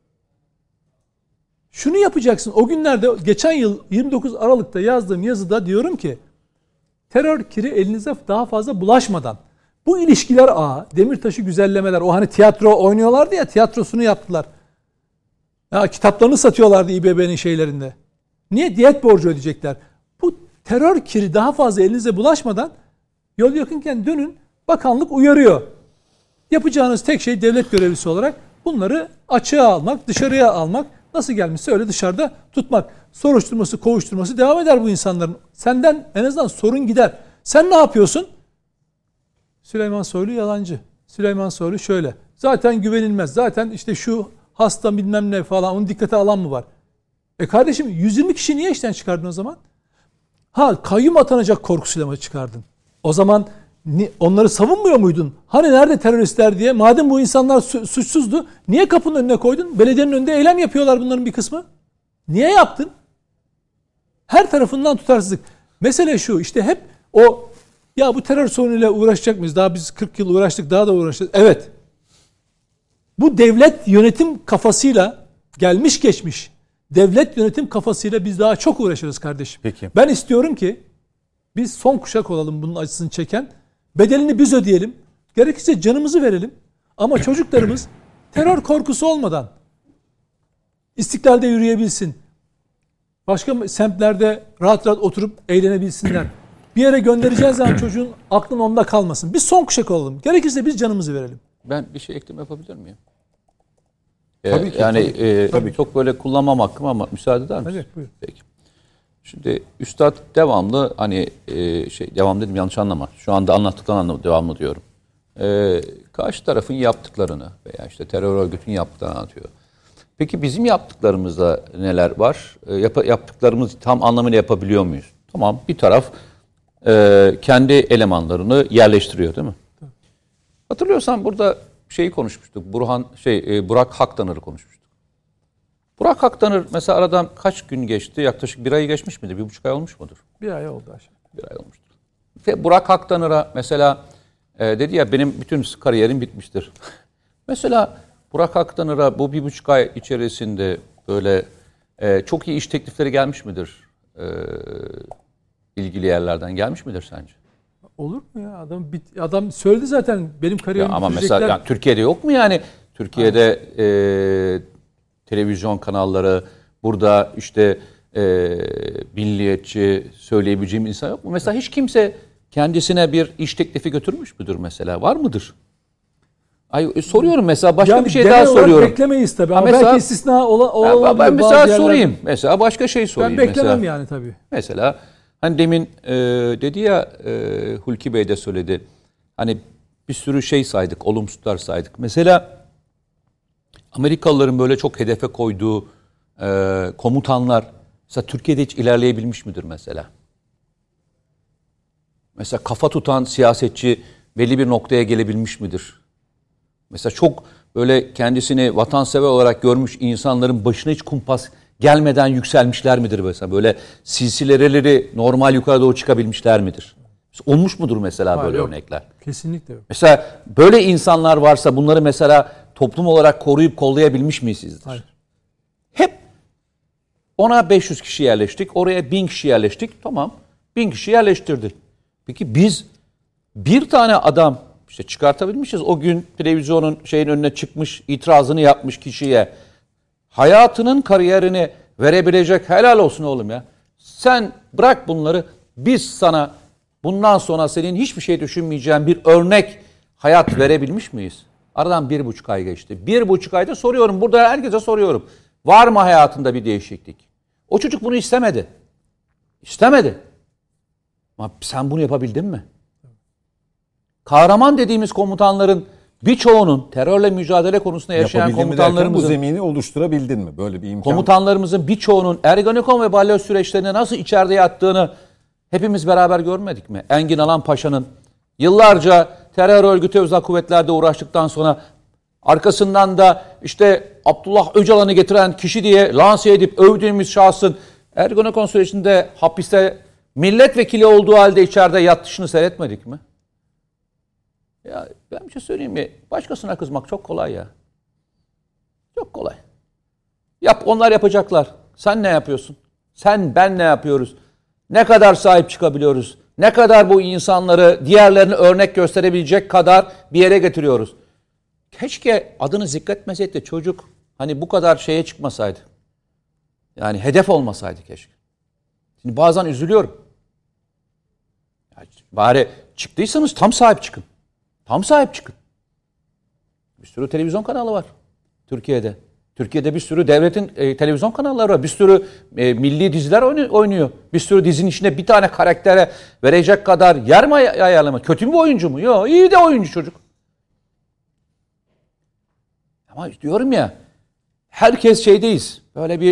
Şunu yapacaksın. O günlerde geçen yıl 29 Aralık'ta yazdığım yazıda diyorum ki terör kiri elinize daha fazla bulaşmadan bu ilişkiler Demirtaş'ı güzellemeler, o hani tiyatro oynuyorlardı ya, tiyatrosunu yaptılar. Ya kitaplarını satıyorlardı İBB'nin şeylerinde. Niye? Diyet borcu ödeyecekler. Bu terör kiri daha fazla elinize bulaşmadan yol yakınken dönün, bakanlık uyarıyor. Yapacağınız tek şey devlet görevlisi olarak bunları açığa almak, dışarıya almak, nasıl gelmişse öyle dışarıda tutmak. Soruşturması, kovuşturması devam eder bu insanların. Senden en azından sorun gider. Sen ne yapıyorsun? Süleyman Soylu yalancı. Süleyman Soylu şöyle. Zaten güvenilmez. Zaten işte şu hasta bilmem ne falan, onu dikkate alan mı var? Kardeşim 120 kişi niye işten çıkardın o zaman? Kayyum atanacak korkusuyla mı çıkardın? O zaman onları savunmuyor muydun? Hani nerede teröristler diye? Madem bu insanlar suçsuzdu, niye kapının önüne koydun? Belediyenin önünde eylem yapıyorlar bunların bir kısmı. Niye yaptın? Her tarafından tutarsızlık. Mesele şu, işte hep o ya bu terör sorunuyla uğraşacak mıyız? Daha biz 40 yıl uğraştık, daha da uğraşacağız. Evet. Bu devlet yönetim kafasıyla gelmiş geçmiş. Devlet yönetim kafasıyla biz daha çok uğraşırız kardeşim. Peki. Ben istiyorum ki biz son kuşak olalım bunun acısını çeken. Bedelini biz ödeyelim. Gerekirse canımızı verelim. Ama çocuklarımız terör korkusu olmadan İstiklal'de yürüyebilsin. Başka semtlerde rahat rahat oturup eğlenebilsinler. Bir yere göndereceğiz zaman çocuğun aklın onda kalmasın. Biz son kuşak olalım. Gerekirse biz canımızı verelim. Ben bir şey ekleme yapabilir miyim? Tabii ki. Yani tabii. çok böyle kullanmam hakkım ama müsaade eder misin? Evet, buyur. Peki. Şimdi Üstad devamlı devam dedim yanlış anlama. Şu anda anlattıklarını devamlı diyorum. Karşı tarafın yaptıklarını veya işte terör örgütünün yaptıklarını anlatıyor. Peki bizim yaptıklarımızda neler var? Yaptıklarımız tam anlamıyla yapabiliyor muyuz? Tamam, bir taraf kendi elemanlarını yerleştiriyor değil mi? Tabii. Hatırlıyorsan burada konuşmuştuk. Burak Haktanır'ı konuşmuştuk. Burak Haktanır mesela aradan kaç gün geçti? Yaklaşık bir ay geçmiş midir? 1,5 ay olmuş mudur? Bir ay oldu aşağı. Bir ay olmuştur. Ve Burak Haktanır'a mesela dedi ya benim bütün kariyerim bitmiştir. Mesela Burak Haktanır'a bu 1,5 ay içerisinde böyle çok iyi iş teklifleri gelmiş midir? İlgili yerlerden gelmiş midir sence? Olur mu ya? Adam söyledi zaten benim kariyerimi ama bitirecekler. mesela Türkiye'de yok mu yani? Türkiye'de televizyon kanalları, burada işte milliyetçi söyleyebileceğim insan yok mu? Mesela hiç kimse kendisine bir iş teklifi götürmüş müdür mesela? Var mıdır? Soruyorum mesela, başka yani bir şey daha soruyorum. Genel olarak beklemeyiz tabii ama mesela, belki istisna olabilir. Ben mesela sorayım. Mesela başka şey sorayım. Ben beklemem mesela, yani tabii. Mesela hani demin dedi ya, Hulki Bey de söyledi. Hani bir sürü şey saydık, olumsuzlar saydık. Mesela Amerikalıların böyle çok hedefe koyduğu komutanlar mesela Türkiye'de hiç ilerleyebilmiş midir mesela? Mesela kafa tutan siyasetçi belli bir noktaya gelebilmiş midir? Mesela çok böyle kendisini vatansever olarak görmüş insanların başına hiç kumpas gelmeden yükselmişler midir mesela? Böyle silsileleri normal yukarı doğru çıkabilmişler midir? Olmuş mudur mesela? Hayır, böyle yok. Örnekler? Kesinlikle yok. Mesela böyle insanlar varsa bunları mesela toplum olarak koruyup kollayabilmiş miyiz sizdir? Hayır. Hep ona 500 kişi yerleştik, oraya 1000 kişi yerleştik. Tamam, 1000 kişi yerleştirdik. Peki biz bir tane adam işte çıkartabilmişiz. O gün televizyonun önüne çıkmış, itirazını yapmış kişiye hayatının kariyerini verebilecek, helal olsun oğlum ya. Sen bırak bunları, biz sana bundan sonra senin hiçbir şey düşünmeyeceğin bir örnek hayat verebilmiş miyiz? Aradan 1,5 ay geçti. 1,5 ayda soruyorum, burada herkese soruyorum. Var mı hayatında bir değişiklik? O çocuk bunu istemedi. İstemedi. Ama sen bunu yapabildin mi? Kahraman dediğimiz komutanların birçoğunun, terörle mücadele konusunda yaşayan komutanlarımızın, bu zemini oluşturabildin mi? Böyle bir imkan. Komutanlarımızın birçoğunun Ergenekon ve balyoz süreçlerine nasıl içeride yattığını hepimiz beraber görmedik mi? Engin Alan Paşa'nın yıllarca terör örgütü özel kuvvetlerde uğraştıktan sonra arkasından da işte Abdullah Öcalan'ı getiren kişi diye lanse edip övdüğümüz şahsın Ergenekon sürecinde hapiste milletvekili olduğu halde içeride yattışını seyretmedik mi? Ya ben bir şey söyleyeyim mi? Başkasına kızmak çok kolay ya. Çok kolay. Yap, onlar yapacaklar. Sen ne yapıyorsun? Sen, ben ne yapıyoruz? Ne kadar sahip çıkabiliyoruz? Ne kadar bu insanları diğerlerine örnek gösterebilecek kadar bir yere getiriyoruz? Keşke adını zikretmeseydi de çocuk hani bu kadar şeye çıkmasaydı. Yani hedef olmasaydı keşke. Şimdi bazen üzülüyorum. Ya bari çıktıysanız tam sahip çıkın. Tam sahip çıkın. Bir sürü televizyon kanalı var Türkiye'de. Türkiye'de bir sürü devletin televizyon kanalları var. Bir sürü milli diziler oynuyor. Bir sürü dizinin içinde bir tane karaktere verecek kadar yer mi ayarlama? Kötü bir oyuncu mu? Yok, iyi de oyuncu çocuk. Ama diyorum ya, herkes şeydeyiz.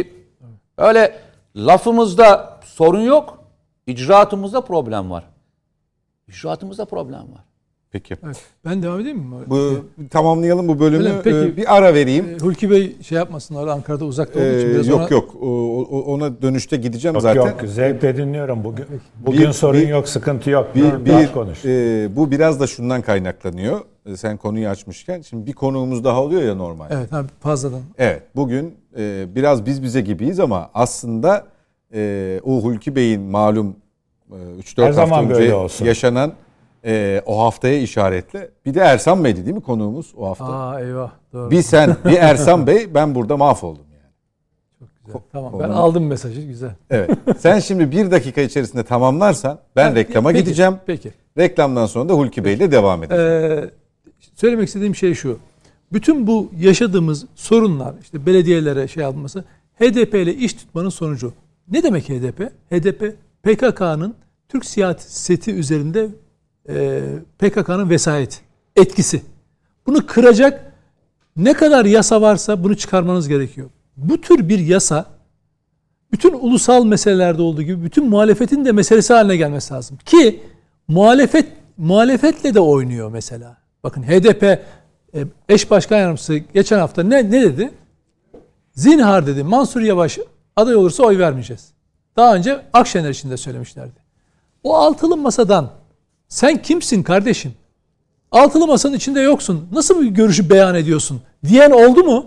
Böyle lafımızda sorun yok. İcraatımızda problem var. İcraatımızda problem var. Peki. Evet. Ben devam edeyim mi? Tamamlayalım bu bölümü. Peki, bir ara vereyim. Hulki Bey şey yapmasınlar, Ankara'da uzakta olduğu için biraz yok. Ona dönüşte gideceğim zaten. Yok, zevkle dinliyorum. Bugün sorun yok, sıkıntı yok. Konuş. Bu biraz da şundan kaynaklanıyor. Sen konuyu açmışken. Şimdi bir konuğumuz daha oluyor ya normalde. Evet, fazladan. Evet, bugün biraz biz bize gibiyiz ama aslında o Hulki Bey'in malum 3-4 hafta önce yaşanan o haftaya işaretle. Bir de Ersan Bey'di değil mi konuğumuz o hafta? Eyvah. Doğru. Bir sen, bir Ersan Bey, ben burada mahvoldum yani. Çok güzel. Tamam, ben aldım mesajı, güzel. Evet. Sen şimdi 1 dakika içerisinde tamamlarsan ben reklama gideceğim. Peki. Reklamdan sonra da Hulki Bey ile devam edeceğim. Söylemek istediğim şey şu. Bütün bu yaşadığımız sorunlar, işte belediyelere şey alınması, HDP ile iş tutmanın sonucu. Ne demek HDP? HDP, PKK'nın Türk siyaseti üzerinde PKK'nın vesayeti, etkisi. Bunu kıracak ne kadar yasa varsa bunu çıkarmanız gerekiyor. Bu tür bir yasa, bütün ulusal meselelerde olduğu gibi bütün muhalefetin de meselesi haline gelmesi lazım. Ki muhalefetle de oynuyor mesela. Bakın HDP eş başkan yardımcısı geçen hafta ne dedi? Zinhar dedi, Mansur Yavaş aday olursa oy vermeyeceğiz. Daha önce Akşener için de söylemişlerdi. O altılı masadan sen kimsin kardeşim? Altılı masanın içinde yoksun. Nasıl bir görüşü beyan ediyorsun? Diyen oldu mu?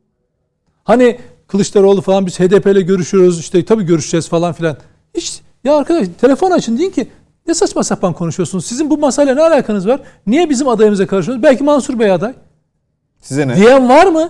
Hani Kılıçdaroğlu falan biz HDP ile görüşüyoruz, işte tabii görüşeceğiz falan filan. Hiç, ya arkadaş telefon açın deyin ki ne saçma sapan konuşuyorsunuz? Sizin bu masayla ne alakanız var? Niye bizim adayımıza karışıyorsunuz? Belki Mansur Bey aday. Size ne? Diyen var mı?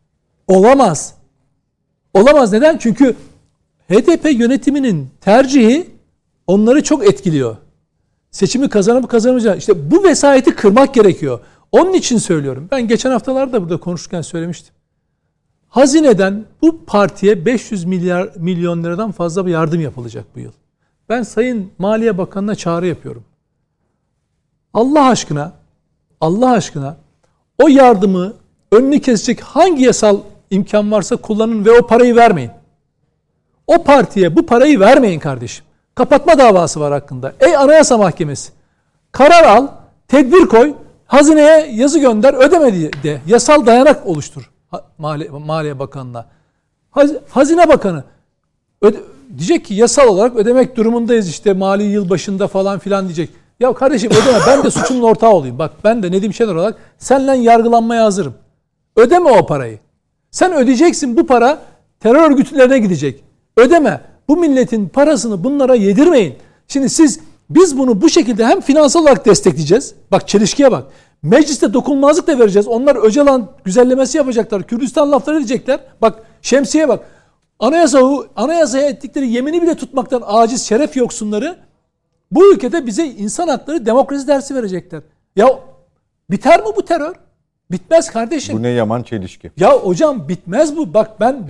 Olamaz. Olamaz. Neden? Çünkü HDP yönetiminin tercihi onları çok etkiliyor. Seçimi kazanıp kazanamayacağını. İşte bu vesayeti kırmak gerekiyor. Onun için söylüyorum. Ben geçen haftalarda burada konuşurken söylemiştim. Hazineden bu partiye 500 milyon liradan fazla bir yardım yapılacak bu yıl. Ben Sayın Maliye Bakanı'na çağrı yapıyorum. Allah aşkına o yardımı önünü kesecek hangi yasal imkan varsa kullanın ve o parayı vermeyin. O partiye bu parayı vermeyin kardeşim. Kapatma davası var hakkında. Ey Anayasa Mahkemesi, karar al, tedbir koy, hazineye yazı gönder, ödeme de. Yasal dayanak oluştur Maliye Bakanı'na. Hazine Bakanı diyecek ki yasal olarak ödemek durumundayız işte mali yıl başında falan filan diyecek. Ya kardeşim ödeme, ben de suçunun ortağı olayım. Bak ben de Nedim Şener olarak seninle yargılanmaya hazırım. Ödeme o parayı. Sen ödeyeceksin, bu para terör örgütlerine gidecek. Ödeme. Bu milletin parasını bunlara yedirmeyin. Şimdi biz bunu bu şekilde hem finansal olarak destekleyeceğiz. Bak çelişkiye bak. Mecliste dokunulmazlık da vereceğiz. Onlar Öcalan güzellemesi yapacaklar. Kürdistan lafları edecekler. Bak şemsiye bak. Anayasaya ettikleri yemini bile tutmaktan aciz şeref yoksunları bu ülkede bize insan hakları, demokrasi dersi verecekler. Ya biter mi bu terör? Bitmez kardeşim. Bu ne yaman çelişki. Ya hocam bitmez bu. Bak ben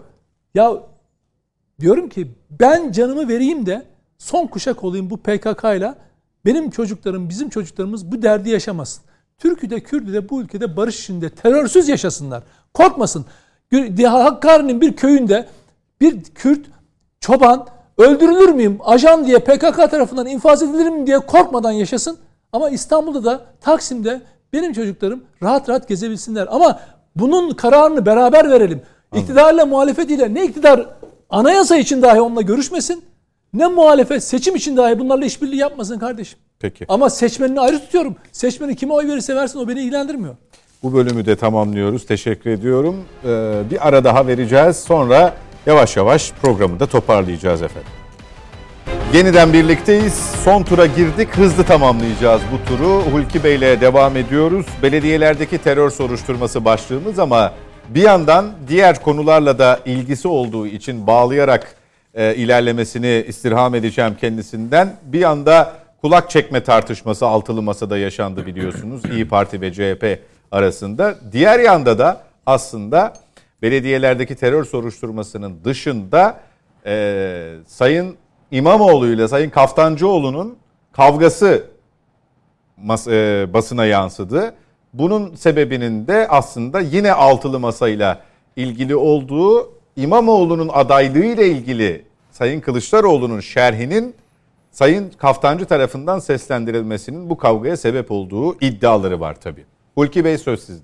diyorum ki ben canımı vereyim de son kuşak olayım bu PKK'yla. Benim çocuklarım, bizim çocuklarımız bu derdi yaşamasın. Türk'ü de Kürt'ü de bu ülkede barış içinde terörsüz yaşasınlar. Korkmasın. Hakkari'nin bir köyünde bir Kürt çoban öldürülür müyüm, ajan diye PKK tarafından infaz edilir mi diye korkmadan yaşasın. Ama İstanbul'da da Taksim'de benim çocuklarım rahat rahat gezebilsinler. Ama bunun kararını beraber verelim. İktidarla muhalefetiyle, ne iktidar anayasa için dahi onunla görüşmesin, ne muhalefet seçim için dahi bunlarla işbirliği yapmasın kardeşim. Peki. Ama seçmenini ayrı tutuyorum. Seçmeni kime oy verirse versin, o beni ilgilendirmiyor. Bu bölümü de tamamlıyoruz. Teşekkür ediyorum. Bir ara daha vereceğiz. Sonra yavaş yavaş programı da toparlayacağız efendim. Yeniden birlikteyiz. Son tura girdik. Hızlı tamamlayacağız bu turu. Hulki Bey'le devam ediyoruz. Belediyelerdeki terör soruşturması başlığımız ama bir yandan diğer konularla da ilgisi olduğu için bağlayarak ilerlemesini istirham edeceğim kendisinden. Bir yanda kulak çekme tartışması altılı masada yaşandı biliyorsunuz. İYİ Parti ve CHP arasında. Diğer yanda da aslında belediyelerdeki terör soruşturmasının dışında Sayın İmamoğlu ile Sayın Kaftancıoğlu'nun kavgası basına yansıdı. Bunun sebebinin de aslında yine altılı masayla ilgili olduğu, İmamoğlu'nun adaylığı ile ilgili Sayın Kılıçdaroğlu'nun şerhinin Sayın Kaftancı tarafından seslendirilmesinin bu kavgaya sebep olduğu iddiaları var tabii. Hulki Bey söz sizde.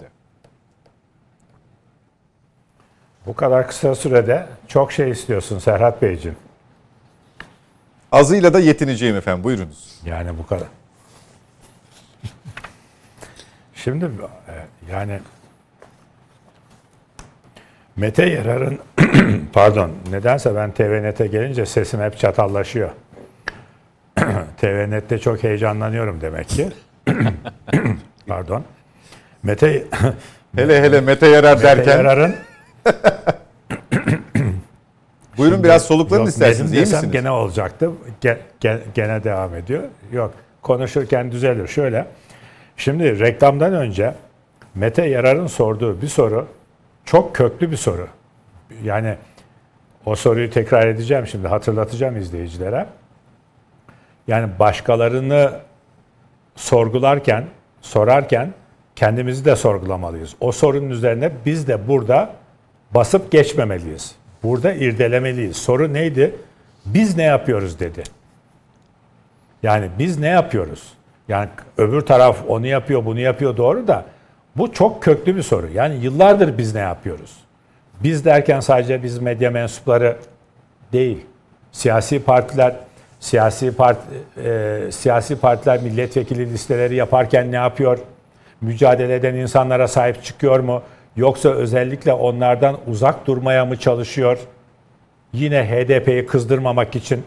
Bu kadar kısa sürede çok şey istiyorsun Serhat Beyciğim. Azıyla da yetineceğim efendim, buyurunuz. Yani bu kadar. Şimdi yani Mete Yarar'ın pardon, nedense ben TVNet'e gelince sesim hep çatallaşıyor. TVNet'te çok heyecanlanıyorum demek ki. Pardon. Hele Mete Yarar derken. Yarar'ın buyurun şimdi, biraz soluklanın isterseniz. İyi misiniz? Gene olacaktı. Gene devam ediyor. Yok, konuşurken düzelir. Şöyle. Şimdi reklamdan önce Mete Yarar'ın sorduğu bir soru çok köklü bir soru. Yani o soruyu tekrar edeceğim şimdi, hatırlatacağım izleyicilere. Yani başkalarını sorarken kendimizi de sorgulamalıyız. O sorunun üzerine biz de burada basıp geçmemeliyiz. Burada irdelemeliyiz. Soru neydi? Biz ne yapıyoruz dedi. Yani biz ne yapıyoruz? Yani öbür taraf onu yapıyor, bunu yapıyor, doğru da bu çok köklü bir soru. Yani yıllardır biz ne yapıyoruz? Biz derken sadece biz medya mensupları değil. Siyasi partiler milletvekili listeleri yaparken ne yapıyor? Mücadele eden insanlara sahip çıkıyor mu? Yoksa özellikle onlardan uzak durmaya mı çalışıyor? Yine HDP'yi kızdırmamak için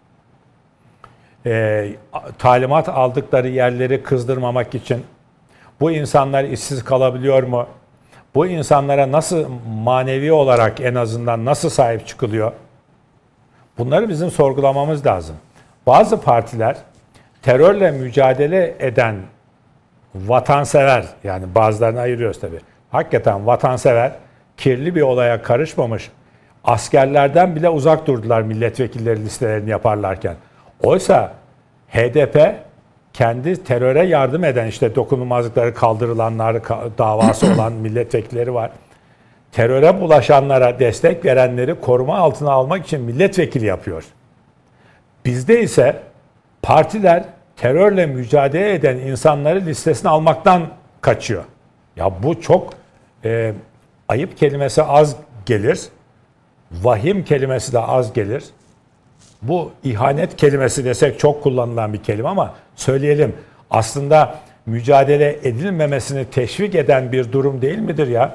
talimat aldıkları yerleri kızdırmamak için bu insanlar işsiz kalabiliyor mu? Bu insanlara nasıl manevi olarak en azından nasıl sahip çıkılıyor? Bunları bizim sorgulamamız lazım. Bazı partiler terörle mücadele eden vatansever, yani bazılarını ayırıyoruz tabii. Hakikaten vatansever, kirli bir olaya karışmamış askerlerden bile uzak durdular milletvekilleri listelerini yaparlarken. Oysa HDP kendi teröre yardım eden, işte dokunulmazlıkları kaldırılanlar, davası olan milletvekilleri var. Teröre bulaşanlara destek verenleri koruma altına almak için milletvekili yapıyor. Bizde ise partiler terörle mücadele eden insanları listesine almaktan kaçıyor. Ya bu çok ayıp kelimesi az gelir. Vahim kelimesi de az gelir. Bu ihanet kelimesi desek çok kullanılan bir kelime ama söyleyelim. Aslında mücadele edilmemesini teşvik eden bir durum değil midir ya?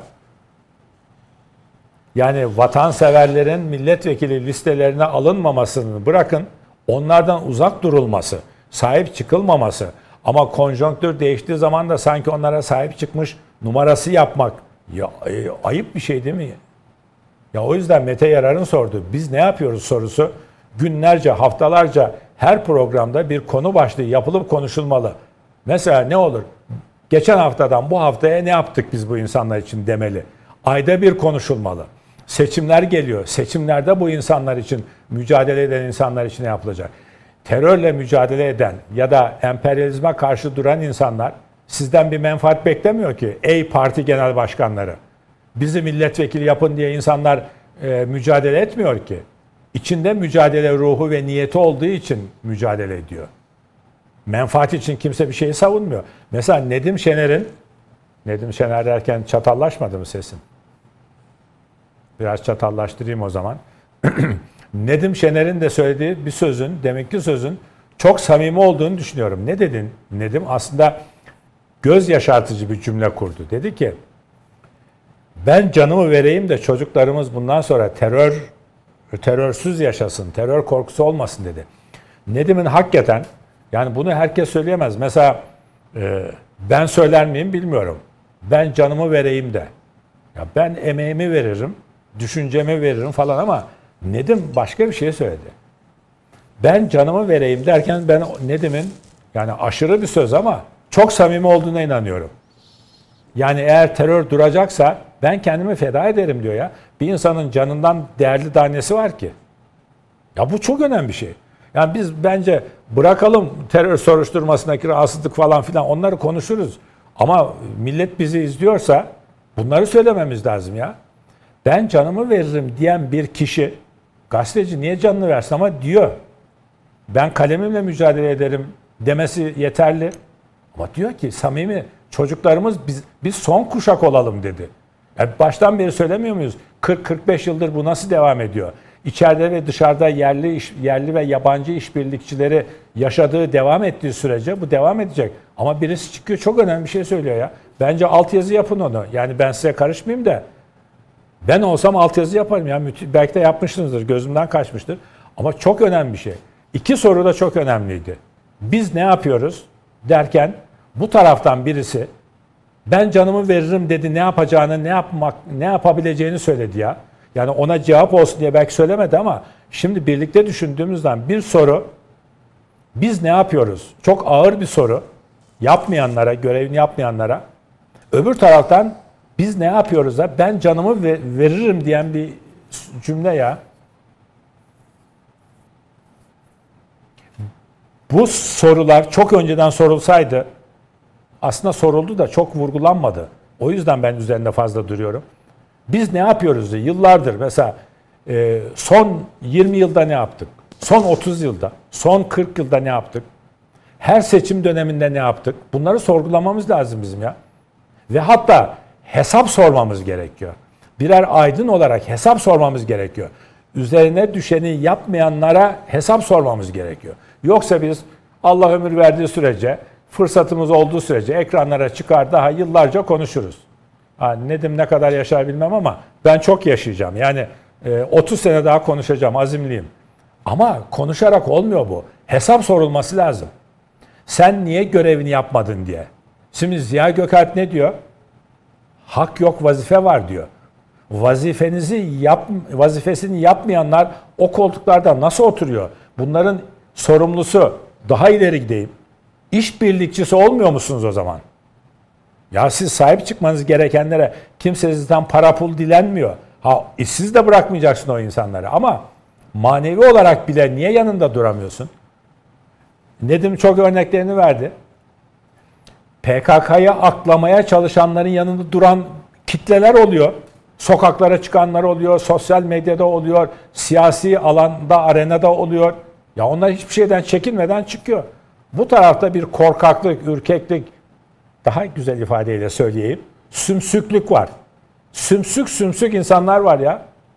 Yani vatanseverlerin milletvekili listelerine alınmamasını bırakın, onlardan uzak durulması, sahip çıkılmaması ama konjonktür değiştiği zaman da sanki onlara sahip çıkmış numarası yapmak ya, ayıp bir şey değil mi? Ya o yüzden Mete Yarar'ın sorduğu biz ne yapıyoruz sorusu günlerce, haftalarca her programda bir konu başlığı yapılıp konuşulmalı. Mesela ne olur? Geçen haftadan bu haftaya ne yaptık biz bu insanlar için demeli. Ayda bir konuşulmalı. Seçimler geliyor. Seçimlerde bu insanlar için, mücadele eden insanlar için ne yapılacak? Terörle mücadele eden ya da emperyalizme karşı duran insanlar sizden bir menfaat beklemiyor ki. Ey parti genel başkanları, bizi milletvekili yapın diye insanlar mücadele etmiyor ki. İçinde mücadele ruhu ve niyeti olduğu için mücadele ediyor. Menfaat için kimse bir şeyi savunmuyor. Mesela Nedim Şener derken çatallaşmadı mı sesin? Biraz çatallaştırayım o zaman. Nedim Şener'in de söylediği bir sözün, deminki sözün çok samimi olduğunu düşünüyorum. Ne dedin? Nedim aslında göz yaşartıcı bir cümle kurdu. Dedi ki, ben canımı vereyim de çocuklarımız bundan sonra terörsüz yaşasın, terör korkusu olmasın dedi. Nedim'in hakikaten, yani bunu herkes söyleyemez. Mesela ben söyler miyim bilmiyorum. Ben canımı vereyim de. Ya ben emeğimi veririm, düşüncemi veririm falan ama Nedim başka bir şey söyledi. Ben canımı vereyim derken ben Nedim'in, yani aşırı bir söz ama çok samimi olduğuna inanıyorum. Yani eğer terör duracaksa ben kendimi feda ederim diyor ya. Bir insanın canından değerli daha nesi var ki? Ya bu çok önemli bir şey. Yani biz bence bırakalım terör soruşturmasındaki rahatsızlık falan filan, onları konuşuruz. Ama millet bizi izliyorsa bunları söylememiz lazım ya. Ben canımı veririm diyen bir kişi, gazeteci niye canını versin ama diyor. Ben kalemimle mücadele ederim demesi yeterli. Ama diyor ki samimi, çocuklarımız biz son kuşak olalım dedi. Yani baştan beri söylemiyor muyuz? 40-45 yıldır bu nasıl devam ediyor? İçeride ve dışarıda yerli ve yabancı işbirlikçileri yaşadığı, devam ettiği sürece bu devam edecek. Ama birisi çıkıyor çok önemli bir şey söylüyor ya. Bence altyazı yapın onu. Yani ben size karışmayayım da ben olsam altyazı yaparım. Yani belki de yapmışsınızdır, gözümden kaçmıştır. Ama çok önemli bir şey. İki soru da çok önemliydi. Biz ne yapıyoruz derken bu taraftan birisi ben canımı veririm dedi, ne yapacağını, ne yapabileceğini söyledi ya. Yani ona cevap olsun diye belki söylemedi ama şimdi birlikte düşündüğümüzden bir soru, biz ne yapıyoruz? Çok ağır bir soru. Yapmayanlara, görevini yapmayanlara. Öbür taraftan biz ne yapıyoruz da ben canımı veririm diyen bir cümle ya. Bu sorular çok önceden sorulsaydı, aslında soruldu da çok vurgulanmadı. O yüzden ben üzerinde fazla duruyorum. Biz ne yapıyoruz? Yıllardır mesela son 20 yılda ne yaptık? Son 30 yılda, son 40 yılda ne yaptık? Her seçim döneminde ne yaptık? Bunları sorgulamamız lazım bizim ya. Ve hatta hesap sormamız gerekiyor. Birer aydın olarak hesap sormamız gerekiyor. Üzerine düşeni yapmayanlara hesap sormamız gerekiyor. Yoksa biz Allah ömür verdiği sürece, fırsatımız olduğu sürece ekranlara çıkar daha yıllarca konuşuruz. Nedim ne kadar yaşar bilmem ama ben çok yaşayacağım. Yani 30 sene daha konuşacağım, azimliyim. Ama konuşarak olmuyor bu. Hesap sorulması lazım. Sen niye görevini yapmadın diye. Şimdi Ziya Gökalp ne diyor? Hak yok, vazife var diyor. Vazifesini yapmayanlar o koltuklarda nasıl oturuyor? Bunların sorumlusu, daha ileri gideyim. işbirlikçisi olmuyor musunuz o zaman? Ya siz sahip çıkmanız gerekenlere kimse sizden para pul dilenmiyor. Ha, işsiz de bırakmayacaksın o insanları ama manevi olarak bile niye yanında duramıyorsun? Nedim çok örneklerini verdi. PKK'yı aklamaya çalışanların yanında duran kitleler oluyor. Sokaklara çıkanlar oluyor, sosyal medyada oluyor, siyasi alanda, arenada oluyor. Ya onlar hiçbir şeyden çekinmeden çıkıyor. Bu tarafta bir korkaklık, ürkeklik, daha güzel ifadeyle söyleyeyim, sümsüklük var. Sümsük insanlar var ya.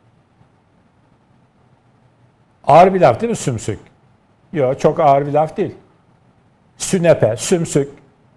Ağır bir laf değil mi sümsük? Yok, çok ağır bir laf değil. Sünepe, sümsük.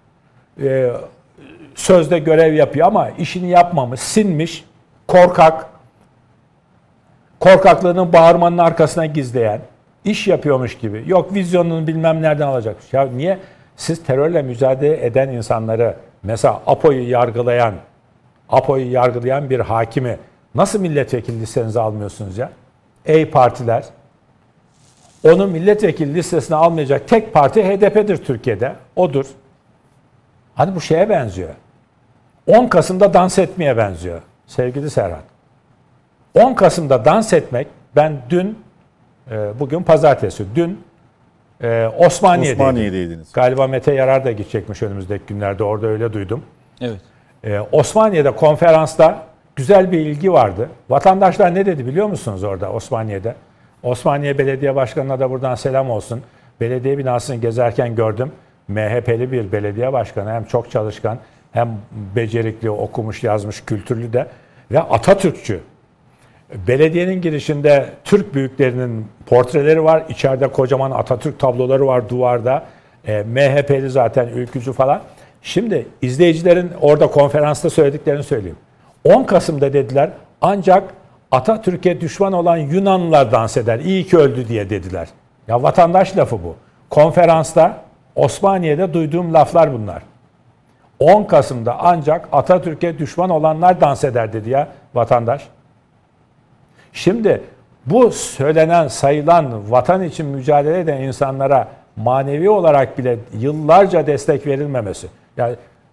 Sözde görev yapıyor ama işini yapmamış, sinmiş, korkak. Korkaklığını bağırmanın arkasına gizleyen, iş yapıyormuş gibi. Yok, vizyonunu bilmem nereden alacakmış. Ya niye? Siz terörle mücadele eden insanları, mesela APO'yu yargılayan bir hakimi nasıl milletvekili listenize almıyorsunuz ya? Ey partiler, onu milletvekili listesine almayacak tek parti HDP'dir Türkiye'de. Odur. Hani bu şeye benziyor. 10 Kasım'da dans etmeye benziyor sevgili Serhat. 10 Kasım'da dans etmek, ben bugün pazartesi, dün Osmaniye'deydiniz. Galiba Mete Yarar da gidecekmiş önümüzdeki günlerde, orada öyle duydum. Evet. Osmaniye'de konferansta güzel bir ilgi vardı. Vatandaşlar ne dedi biliyor musunuz orada Osmaniye'de? Osmaniye Belediye Başkanı'na da buradan selam olsun. Belediye binasını gezerken gördüm. MHP'li bir belediye başkanı, hem çok çalışkan hem becerikli, okumuş, yazmış, kültürlü de ve Atatürkçü. Belediyenin girişinde Türk büyüklerinin portreleri var. İçeride kocaman Atatürk tabloları var duvarda. MHP'li zaten, ülkücü falan. Şimdi izleyicilerin orada konferansta söylediklerini söyleyeyim. 10 Kasım'da dediler ancak Atatürk'e düşman olan Yunanlılar dans eder. İyi ki öldü diye dediler. Ya vatandaş lafı bu. Konferansta Osmaniye'de duyduğum laflar bunlar. 10 Kasım'da ancak Atatürk'e düşman olanlar dans eder dedi ya vatandaş. Şimdi bu söylenen, sayılan, vatan için mücadele eden insanlara manevi olarak bile yıllarca destek verilmemesi. Yani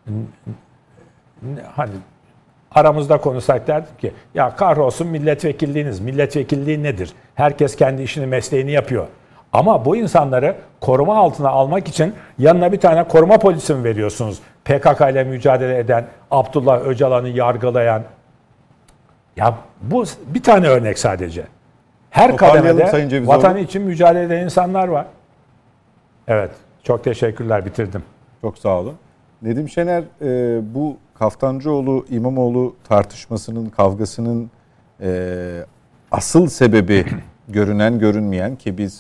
hani aramızda konuşsak derdik ki ya kahrolsun milletvekilliğiniz. Milletvekilliği nedir? Herkes kendi işini, mesleğini yapıyor. Ama bu insanları koruma altına almak için yanına bir tane koruma polisi mi veriyorsunuz? PKK ile mücadele eden, Abdullah Öcalan'ı yargılayan. Ya bu bir tane örnek sadece. Her kademede vatanı için mücadele eden insanlar var. Evet, çok teşekkürler, bitirdim. Çok sağ olun. Nedim Şener, bu Kaftancıoğlu İmamoğlu tartışmasının, kavgasının asıl sebebi görünen görünmeyen, ki biz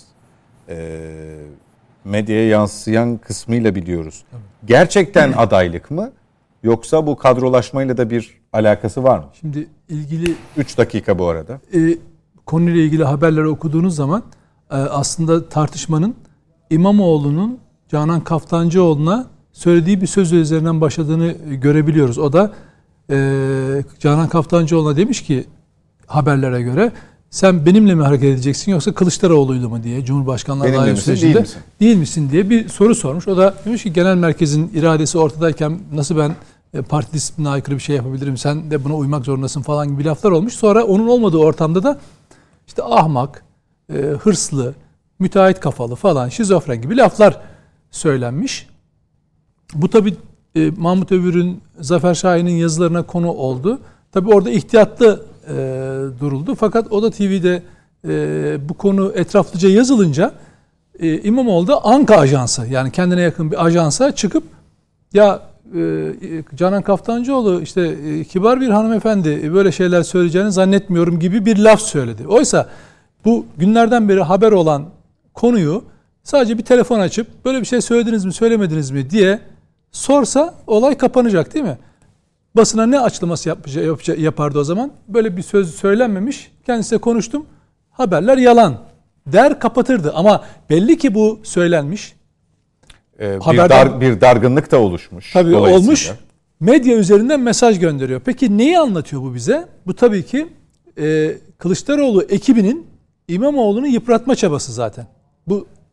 medyaya yansıyan kısmıyla biliyoruz. Gerçekten adaylık mı? Yoksa bu kadrolaşmayla da bir alakası var mı? Şimdi ilgili 3 dakika bu arada. Konuyla ilgili haberleri okuduğunuz zaman aslında tartışmanın İmamoğlu'nun Canan Kaftancıoğlu'na söylediği bir söz üzerinden başladığını görebiliyoruz. O da Canan Kaftancıoğlu'na demiş ki haberlere göre sen benimle mi hareket edeceksin yoksa Kılıçdaroğlu'yla mı diye, Cumhurbaşkanlığı adaylığı sürecinde değil misin diye bir soru sormuş. O da demiş ki genel merkezin iradesi ortadayken nasıl ben parti disiplinine aykırı bir şey yapabilirim, sen de buna uymak zorundasın falan gibi laflar olmuş. Sonra onun olmadığı ortamda da işte ahmak, hırslı, müteahhit kafalı falan, şizofren gibi laflar söylenmiş. Bu tabii Mahmut Övür'ün, Zafer Şahin'in yazılarına konu oldu. Tabii orada ihtiyatlı duruldu. Fakat Oda TV'de bu konu etraflıca yazılınca İmamoğlu da Anka Ajansı, yani kendine yakın bir ajansa çıkıp ya Canan Kaftancıoğlu işte kibar bir hanımefendi, böyle şeyler söyleyeceğini zannetmiyorum gibi bir laf söyledi. Oysa bu günlerden beri haber olan konuyu sadece bir telefon açıp böyle bir şey söylediniz mi söylemediniz mi diye sorsa olay kapanacak değil mi? Basına ne açıklaması yapardı o zaman? Böyle bir söz söylenmemiş, kendisiyle konuştum, haberler der kapatırdı. Ama belli ki bu söylenmiş. Bir dargınlık da oluşmuş. Tabii olmuş. Medya üzerinden mesaj gönderiyor. Peki neyi anlatıyor bu bize? Bu tabii ki Kılıçdaroğlu ekibinin İmamoğlu'nu yıpratma çabası zaten. Bu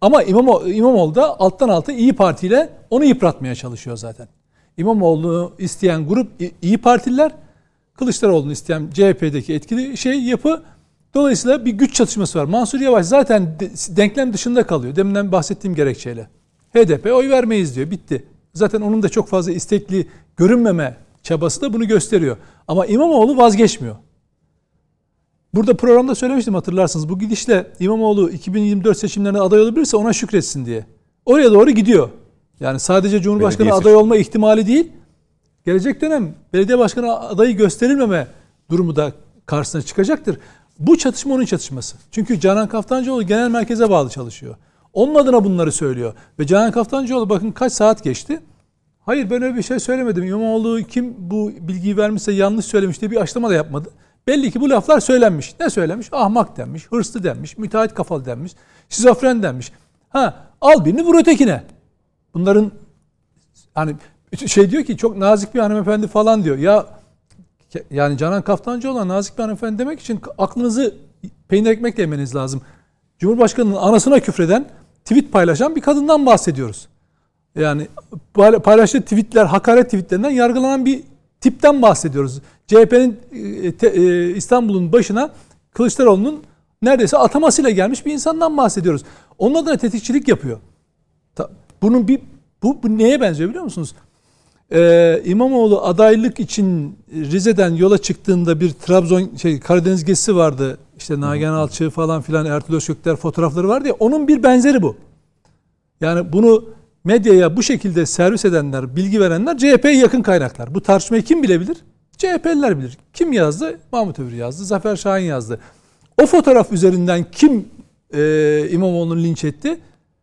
Ama İmamoğlu da alttan alta İyi Parti ile onu yıpratmaya çalışıyor zaten. İmamoğlu'nu isteyen grup İyi Partililer, Kılıçdaroğlu'nu isteyen CHP'deki etkili yapı. Dolayısıyla bir güç çatışması var. Mansur Yavaş zaten denklem dışında kalıyor. Deminden bahsettiğim gerekçeyle. HDP oy vermeyiz diyor. Bitti. Zaten onun da çok fazla istekli görünmeme çabası da bunu gösteriyor. Ama İmamoğlu vazgeçmiyor. Burada programda söylemiştim, hatırlarsınız. Bu gidişle İmamoğlu 2024 seçimlerine aday olabilirse ona şükretsin diye. Oraya doğru gidiyor. Yani sadece Cumhurbaşkanı aday olma ihtimali değil, gelecek dönem belediye başkanı adayı gösterilmeme durumu da karşısına çıkacaktır. Bu çatışma onun çatışması. Çünkü Canan Kaftancıoğlu genel merkeze bağlı çalışıyor. Onun adına bunları söylüyor. Ve Canan Kaftancıoğlu bakın kaç saat geçti. Hayır, ben öyle bir şey söylemedim. İmamoğlu kim bu bilgiyi vermişse yanlış söylemiş diye bir açıklama da yapmadı. Belli ki bu laflar söylenmiş. Ne söylenmiş? Ahmak denmiş, hırslı denmiş, müteahhit kafalı denmiş, şizofren denmiş. Al birini vur ötekine. Bunların hani diyor ki çok nazik bir hanımefendi falan diyor. Ya yani Canan Kaftancıoğlu nazik bir hanımefendi demek için aklınızı peynir ekmekle yemeniz lazım. Cumhurbaşkanının anasına küfreden, tweet paylaşan bir kadından bahsediyoruz. Yani paylaştığı tweetler, hakaret tweetlerinden yargılanan bir tipten bahsediyoruz. CHP'nin İstanbul'un başına Kılıçdaroğlu'nun neredeyse atamasıyla gelmiş bir insandan bahsediyoruz. Onun adına tetikçilik yapıyor. Bunun bu neye benziyor biliyor musunuz? İmamoğlu adaylık için Rize'den yola çıktığında bir Karadeniz gezisi vardı. İşte Nagihan Alçı falan filan, Ertuğrul Özkökler fotoğrafları vardı ya, onun bir benzeri bu. Yani bunu medyaya bu şekilde servis edenler, bilgi verenler CHP'ye yakın kaynaklar. Bu tartışmayı kim bilebilir? CHP'liler bilir. Kim yazdı? Mahmut Övür yazdı. Zafer Şahin yazdı. O fotoğraf üzerinden kim İmamoğlu'nu linç etti?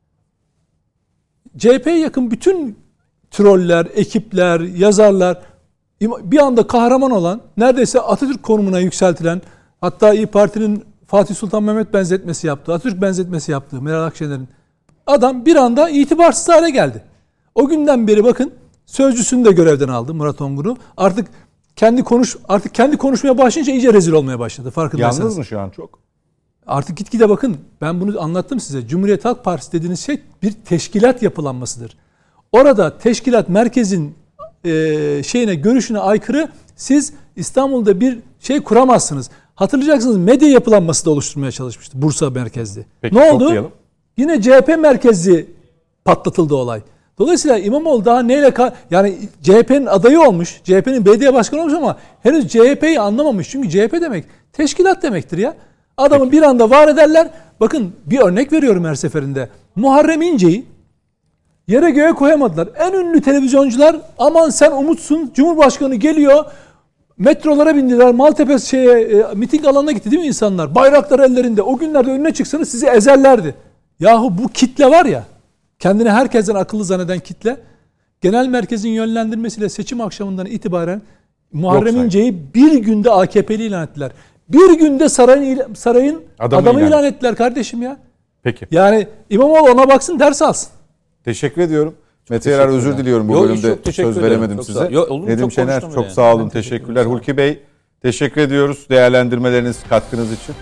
CHP'ye yakın bütün troller, ekipler, yazarlar, bir anda kahraman olan, neredeyse Atatürk konumuna yükseltilen, hatta İYİ Parti'nin Fatih Sultan Mehmet benzetmesi yaptığı, Atatürk benzetmesi yaptığı Meral Akşener'in, adam bir anda itibarsız hale geldi. O günden beri bakın sözcüsünü de görevden aldı, Murat Ongun'u. Artık kendi konuşmaya başlayınca iyice rezil olmaya başladı, farkındaysanız. Yalnız mı şu an çok? Artık gitgide bakın, ben bunu anlattım size. Cumhuriyet Halk Partisi dediğiniz şey bir teşkilat yapılanmasıdır. Orada teşkilat merkezin görüşüne aykırı siz İstanbul'da bir şey kuramazsınız. Hatırlayacaksınız, medya yapılanması da oluşturmaya çalışmıştı Bursa merkezli. Peki, ne oldu? toplayalım. Yine CHP merkezli patlatıldı olay. Dolayısıyla İmamoğlu daha neyle yani CHP'nin adayı olmuş, CHP'nin belediye başkanı olmuş ama henüz CHP'yi anlamamış. Çünkü CHP demek teşkilat demektir ya. Adamı bir anda var ederler. Bakın bir örnek veriyorum her seferinde. Muharrem İnce'yi yere göğe koyamadılar. En ünlü televizyoncular aman sen umutsun, Cumhurbaşkanı geliyor. Metrolara bindiler. Maltepe miting alanına gitti değil mi insanlar? Bayraklar ellerinde. O günlerde önüne çıksanız sizi ezerlerdi. Yahu bu kitle var ya, kendini herkesten akıllı zanneden kitle, genel merkezin yönlendirmesiyle seçim akşamından itibaren Muharrem İnce'yi bir günde AKP'li ilan ettiler. Bir günde sarayın adamı ilan ettiler kardeşim ya. Peki. Yani İmamoğlu ona baksın, ders alsın. Teşekkür ediyorum. Mete Yarar, özür diliyorum bu bölümde söz veremedim size. Nedim Şener çok sağ olun, teşekkürler. Hulki Bey teşekkür ediyoruz değerlendirmeleriniz, katkınız için.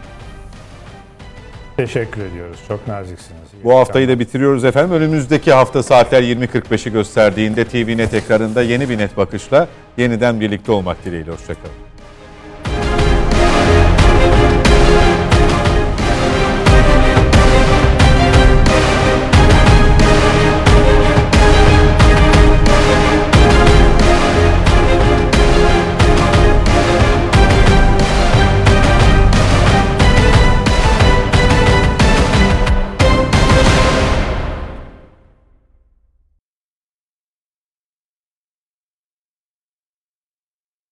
Teşekkür ediyoruz. Çok naziksiniz. Bu haftayı da bitiriyoruz efendim. Önümüzdeki hafta saatler 20.45'i gösterdiğinde TVNet ekranında yeni bir net bakışla yeniden birlikte olmak dileğiyle. Hoşçakalın.